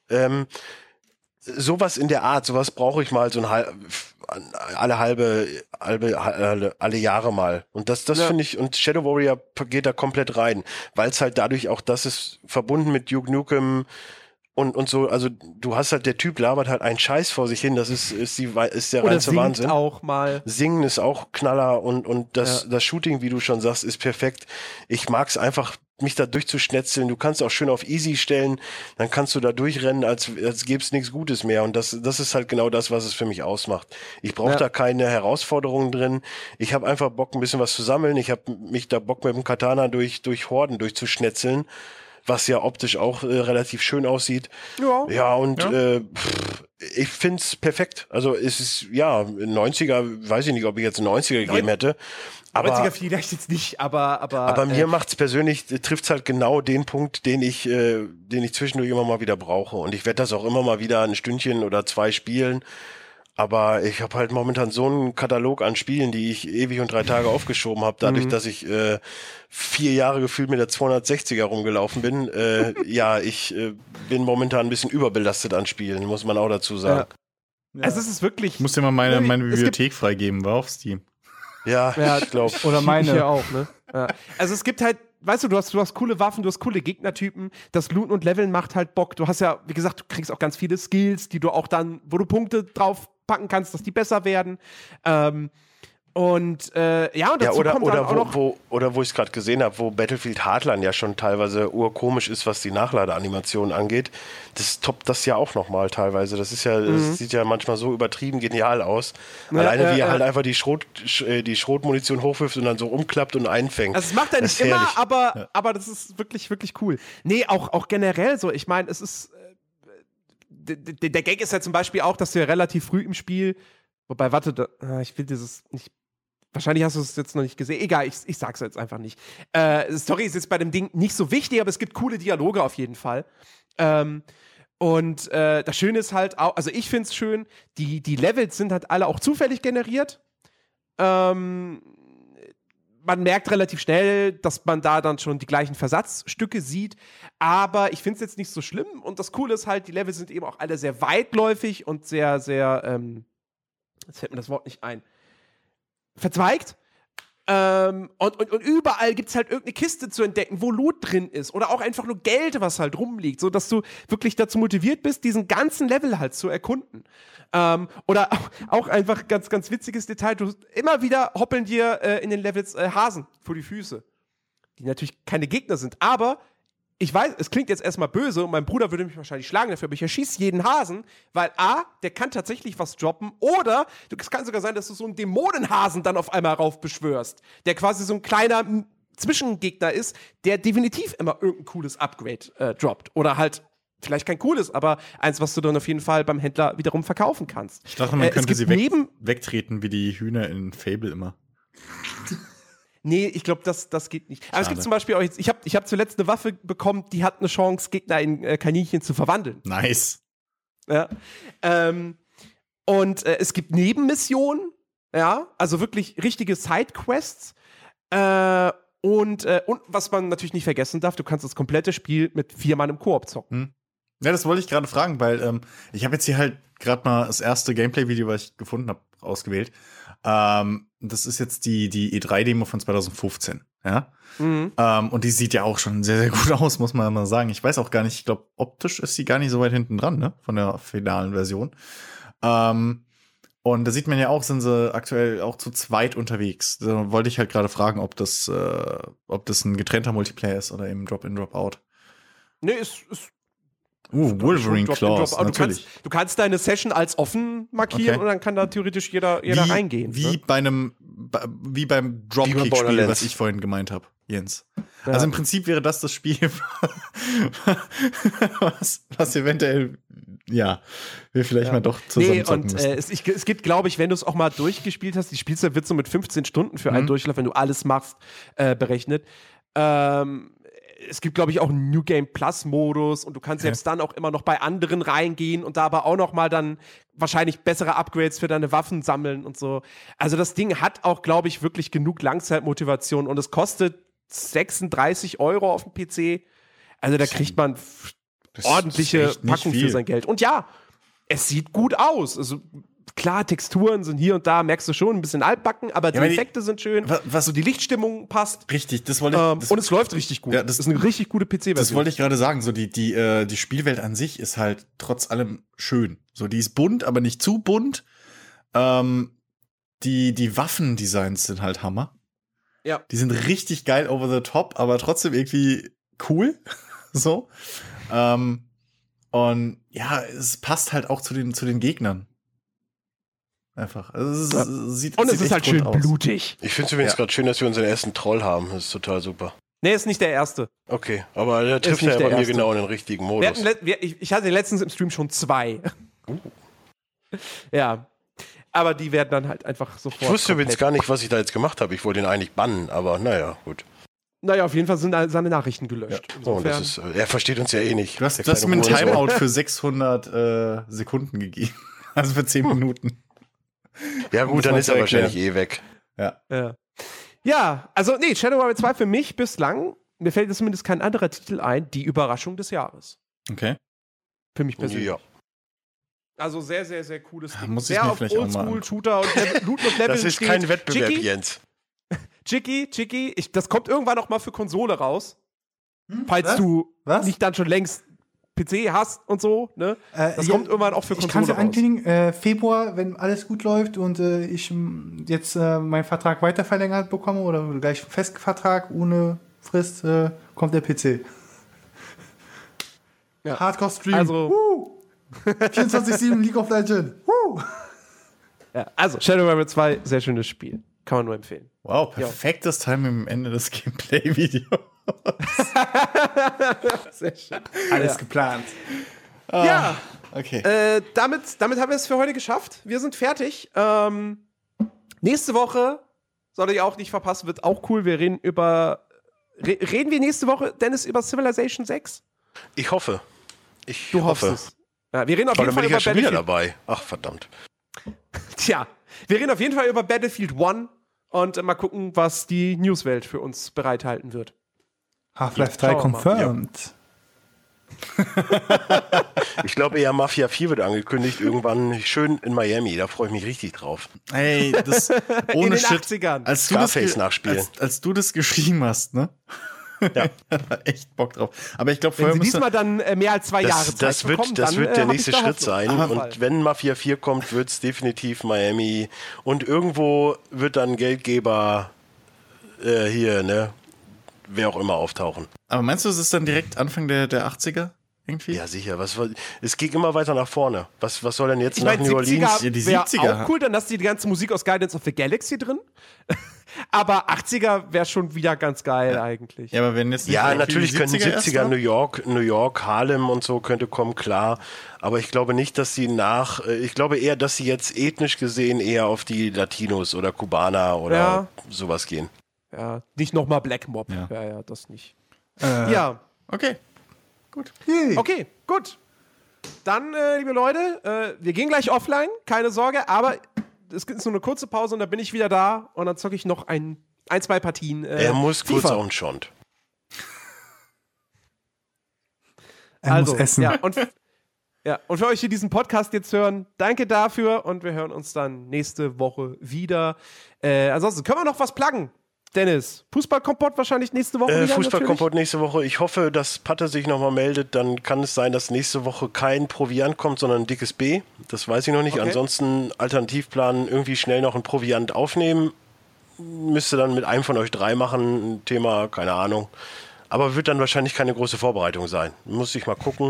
Sowas in der Art, sowas brauche ich mal so alle Jahre mal. Und das finde ich, und Shadow Warrior geht da komplett rein, weil es halt dadurch auch, das ist verbunden mit Duke Nukem und so, also du hast halt, der Typ labert halt einen Scheiß vor sich hin, das ist der reinste Wahnsinn. Auch mal. Singen ist auch Knaller und das Shooting, wie du schon sagst, ist perfekt. Ich mag's einfach, mich da durchzuschnetzeln. Du kannst auch schön auf Easy stellen, dann kannst du da durchrennen, als gäbe es nichts Gutes mehr. Und das ist halt genau das, was es für mich ausmacht. Ich brauche da keine Herausforderungen drin. Ich habe einfach Bock, ein bisschen was zu sammeln. Ich habe mich da Bock, mit dem Katana durch Horden durchzuschnetzeln. was ja optisch auch relativ schön aussieht. Ja, und ich find's perfekt. Also es ist, ja, 90er, weiß ich nicht, ob ich jetzt einen 90er gegeben hätte. Aber 90er vielleicht jetzt nicht, aber mir macht's persönlich, trifft's halt genau den Punkt, den ich zwischendurch immer mal wieder brauche. Und ich werde das auch immer mal wieder ein Stündchen oder 2 spielen. Aber ich habe halt momentan so einen Katalog an Spielen, die ich ewig und 3 Tage aufgeschoben habe, dadurch, dass ich 4 Jahre gefühlt mit der 260er rumgelaufen bin. Ich bin momentan ein bisschen überbelastet an Spielen, muss man auch dazu sagen. Ja. Also es ist wirklich... Ich muss dir mal meine Bibliothek freigeben, war auf Steam. Ja, ich glaube. Oder meine. Ich auch, ne? Ja. Also es gibt halt, weißt du hast coole Waffen, du hast coole Gegnertypen, das Looten und Leveln macht halt Bock. Du hast ja, wie gesagt, du kriegst auch ganz viele Skills, die du auch dann, wo du Punkte drauf packen kannst, dass die besser werden. Und dazu kommt dann auch noch... wo ich es gerade gesehen habe, wo Battlefield Hardline ja schon teilweise urkomisch ist, was die Nachladeanimationen angeht, das toppt das ja auch nochmal teilweise. Das ist ja, das sieht ja manchmal so übertrieben genial aus. Alleine wie er halt einfach die Schrotmunition hochwirft und dann so umklappt und einfängt. Also es macht er nicht immer, aber das ist wirklich, wirklich cool. Nee, auch generell so. Ich meine, es ist der Gag ist ja zum Beispiel auch, dass du ja relativ früh im Spiel, wobei, warte, ich will dieses nicht. Wahrscheinlich hast du es jetzt noch nicht gesehen. Egal, ich sag's jetzt einfach nicht. Story ist jetzt bei dem Ding nicht so wichtig, aber es gibt coole Dialoge auf jeden Fall. Und das Schöne ist halt auch, also ich find's schön, die Levels sind halt alle auch zufällig generiert. Man merkt relativ schnell, dass man da dann schon die gleichen Versatzstücke sieht. Aber ich find's jetzt nicht so schlimm. Und das Coole ist halt, die Level sind eben auch alle sehr weitläufig und sehr, sehr, jetzt fällt mir das Wort nicht ein, verzweigt. Und überall gibt es halt irgendeine Kiste zu entdecken, wo Loot drin ist. Oder auch einfach nur Geld, was halt rumliegt. Sodass du wirklich dazu motiviert bist, diesen ganzen Level halt zu erkunden. Oder auch einfach ganz, ganz witziges Detail. Immer wieder hoppeln dir in den Levels Hasen vor die Füße. Die natürlich keine Gegner sind. Aber ich weiß, es klingt jetzt erstmal böse und mein Bruder würde mich wahrscheinlich schlagen dafür, aber ich erschieße jeden Hasen, weil A, der kann tatsächlich was droppen, oder es kann sogar sein, dass du so einen Dämonenhasen dann auf einmal raufbeschwörst, der quasi so ein kleiner Zwischengegner ist, der definitiv immer irgendein cooles Upgrade droppt. Oder halt vielleicht kein cooles, aber eins, was du dann auf jeden Fall beim Händler wiederum verkaufen kannst. Ich dachte, man könnte sie wegtreten, wie die Hühner in Fable immer. Nee, ich glaube, das geht nicht. Aber es gibt zum Beispiel auch jetzt, ich hab zuletzt eine Waffe bekommen, die hat eine Chance, Gegner in Kaninchen zu verwandeln. Nice. Ja. Und es gibt Nebenmissionen, ja, also wirklich richtige Sidequests. Und was man natürlich nicht vergessen darf, du kannst das komplette Spiel mit 4 Mann im Koop zocken. Ja, das wollte ich gerade fragen, weil ich habe jetzt hier halt gerade mal das erste Gameplay-Video, was ich gefunden habe, ausgewählt. Das ist jetzt die E3-Demo von 2015, ja. Und die sieht ja auch schon sehr, sehr gut aus, muss man mal sagen. Ich weiß auch gar nicht, ich glaube, optisch ist sie gar nicht so weit hinten dran, ne, von der finalen Version. Und da sieht man ja auch, sind sie aktuell auch zu zweit unterwegs. Da wollte ich halt gerade fragen, ob das ein getrennter Multiplayer ist oder eben Drop-in, Drop-out. Nee, ist Wolverine Claws, natürlich. Du kannst deine Session als offen markieren und dann kann da theoretisch jeder reingehen. Wie beim Dropkick-Spiel, was ich vorhin gemeint habe, Jens. Ja. Also im Prinzip wäre das Spiel, was eventuell, wir vielleicht mal doch zusammen zocken müssen. Es gibt, glaube ich, wenn du es auch mal durchgespielt hast, die Spielzeit wird so mit 15 Stunden für einen Durchlauf, wenn du alles machst, berechnet. Es gibt, glaube ich, auch einen New Game Plus Modus und du kannst selbst dann auch immer noch bei anderen reingehen und da aber auch noch mal dann wahrscheinlich bessere Upgrades für deine Waffen sammeln und so. Also das Ding hat auch, glaube ich, wirklich genug Langzeitmotivation und es kostet 36 € auf dem PC. Also da kriegt man ordentliche Packung für sein Geld. Und ja, es sieht gut aus. Also klar, Texturen sind hier und da, merkst du schon, ein bisschen altbacken, aber die Effekte sind schön, so die Lichtstimmung passt. Richtig, das wollte ich. Und es läuft richtig gut. Ja, das ist eine richtig gute PC-Version. Das wollte ich gerade sagen. So die Spielwelt an sich ist halt trotz allem schön. So, die ist bunt, aber nicht zu bunt. Die Waffendesigns sind halt Hammer. Ja. Die sind richtig geil over the top, aber trotzdem irgendwie cool. So. Und ja, es passt halt auch zu den Gegnern. Einfach. Also es ist halt schön blutig. Ich finde es übrigens gerade schön, dass wir unseren ersten Troll haben. Das ist total super. Nee, ist nicht der erste. Okay, aber der trifft ja bei mir genau in den richtigen Modus. Ich hatte letztens im Stream schon 2. Ja. Aber die werden dann halt einfach sofort. Ich wusste übrigens gar nicht, was ich da jetzt gemacht habe. Ich wollte ihn eigentlich bannen, aber naja, gut. Naja, auf jeden Fall sind seine Nachrichten gelöscht. Ja. Oh, er versteht uns ja eh nicht. Du hast mir ein Timeout für 600 Sekunden gegeben. Also für 10 Minuten. Ja gut, dann ist er wahrscheinlich eh weg. Ja, also nee, Shadow Warrior 2 für mich bislang, mir fällt jetzt zumindest kein anderer Titel ein, die Überraschung des Jahres. Okay. Für mich persönlich. Ja. Also sehr, sehr, sehr cooles Ding. Muss ich sehr mir auf vielleicht auch mal Oldschool-Shooter und Loot und Level. Das ist kein Wettbewerb, Jens. Chicky, das kommt irgendwann noch mal für Konsole raus. Falls du nicht dann schon längst PC hast und so, ne? Das kommt irgendwann auch für Konsole raus. Ich kann es ankündigen, Februar, wenn alles gut läuft und ich jetzt meinen Vertrag weiter verlängert bekomme oder gleich Festvertrag ohne Frist, kommt der PC. Ja. Hardcore-Stream. Also 24/7 League of Legends. Ja, also Shadow Warrior 2, sehr schönes Spiel. Kann man nur empfehlen. Wow, perfektes Timing am Ende des Gameplay-Videos. Sehr schön. Alles geplant. Ja, okay. damit haben wir es für heute geschafft. Wir sind fertig. Nächste Woche, soll ihr auch nicht verpassen, wird auch cool. Wir reden reden wir nächste Woche, Dennis, über Civilization 6? Ich hoffe. Du hoffst es. Ja, wir reden auf jeden Fall über Battlefield. Dabei. Ach, verdammt. Tja, wir reden auf jeden Fall über Battlefield 1 und mal gucken, was die Newswelt für uns bereithalten wird. Half-Life 3 confirmed. Ich glaube eher Mafia 4 wird angekündigt, irgendwann schön in Miami. Da freue ich mich richtig drauf. Ey, das ohne in den Shit. 80ern. Als nachspielen. Als du das geschrieben hast, ne? Ja. Echt Bock drauf. Aber ich glaube, wenn sie diesmal dann mehr als 2 Jahre Zeit das bekommen, das wird der nächste Schritt sein. Aber Und wenn Mafia 4 kommt, wird es definitiv Miami. Und irgendwo wird dann Geldgeber hier, ne? Wer auch immer auftauchen. Aber meinst du, es ist dann direkt Anfang der 80er? Irgendwie? Ja, sicher. Es ging immer weiter nach vorne. Was soll denn jetzt ich nach mein, New Orleans? Ja, die wäre 70er. auch cool, dann hast du die ganze Musik aus Guardians of the Galaxy drin. Aber 80er wäre schon wieder ganz geil eigentlich. Ja, aber wenn jetzt nicht Ja, irgendwie natürlich die könnten 70er erst New York, Harlem und so könnte kommen, klar. Aber ich glaube nicht, dass sie ich glaube eher, dass sie jetzt ethnisch gesehen eher auf die Latinos oder Kubaner oder sowas gehen. Ja, nicht nochmal Black Mob. Ja, das nicht. Ja. Okay. Gut. Okay, gut. Dann, liebe Leute, wir gehen gleich offline, keine Sorge, aber es gibt nur eine kurze Pause und dann bin ich wieder da und dann zocke ich noch ein, 2 Partien. Er muss FIFA. kurz auf den Schont. Er muss essen. Und für euch, die diesen Podcast jetzt hören, danke dafür und wir hören uns dann nächste Woche wieder. Ansonsten können wir noch was pluggen. Dennis, Fußballkompott wahrscheinlich nächste Woche wieder? Fußballkompott nächste Woche. Ich hoffe, dass Patte sich nochmal meldet. Dann kann es sein, dass nächste Woche kein Proviant kommt, sondern ein dickes B. Das weiß ich noch nicht. Okay. Ansonsten Alternativplan, irgendwie schnell noch ein Proviant aufnehmen. Müsste dann mit einem von euch 3 machen. Ein Thema, keine Ahnung. Aber wird dann wahrscheinlich keine große Vorbereitung sein. Muss ich mal gucken.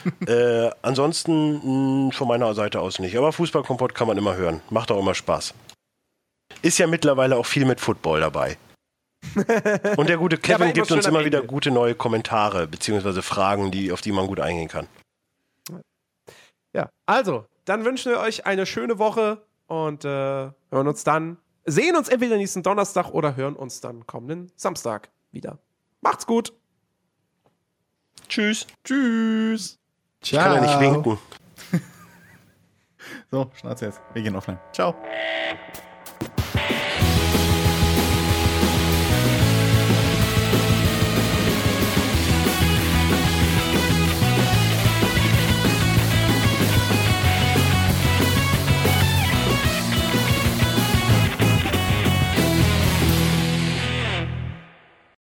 Ansonsten von meiner Seite aus nicht. Aber Fußballkompott kann man immer hören. Macht auch immer Spaß. Ist ja mittlerweile auch viel mit Football dabei. Und der gute Kevin gibt uns immer wieder gute neue Kommentare beziehungsweise Fragen, auf die man gut eingehen kann. Ja, also, dann wünschen wir euch eine schöne Woche und sehen uns entweder nächsten Donnerstag oder hören uns dann kommenden Samstag wieder. Macht's gut. Tschüss. Tschüss. Ich kann ja nicht winken. So, Schnauze jetzt. Wir gehen offline. Ciao.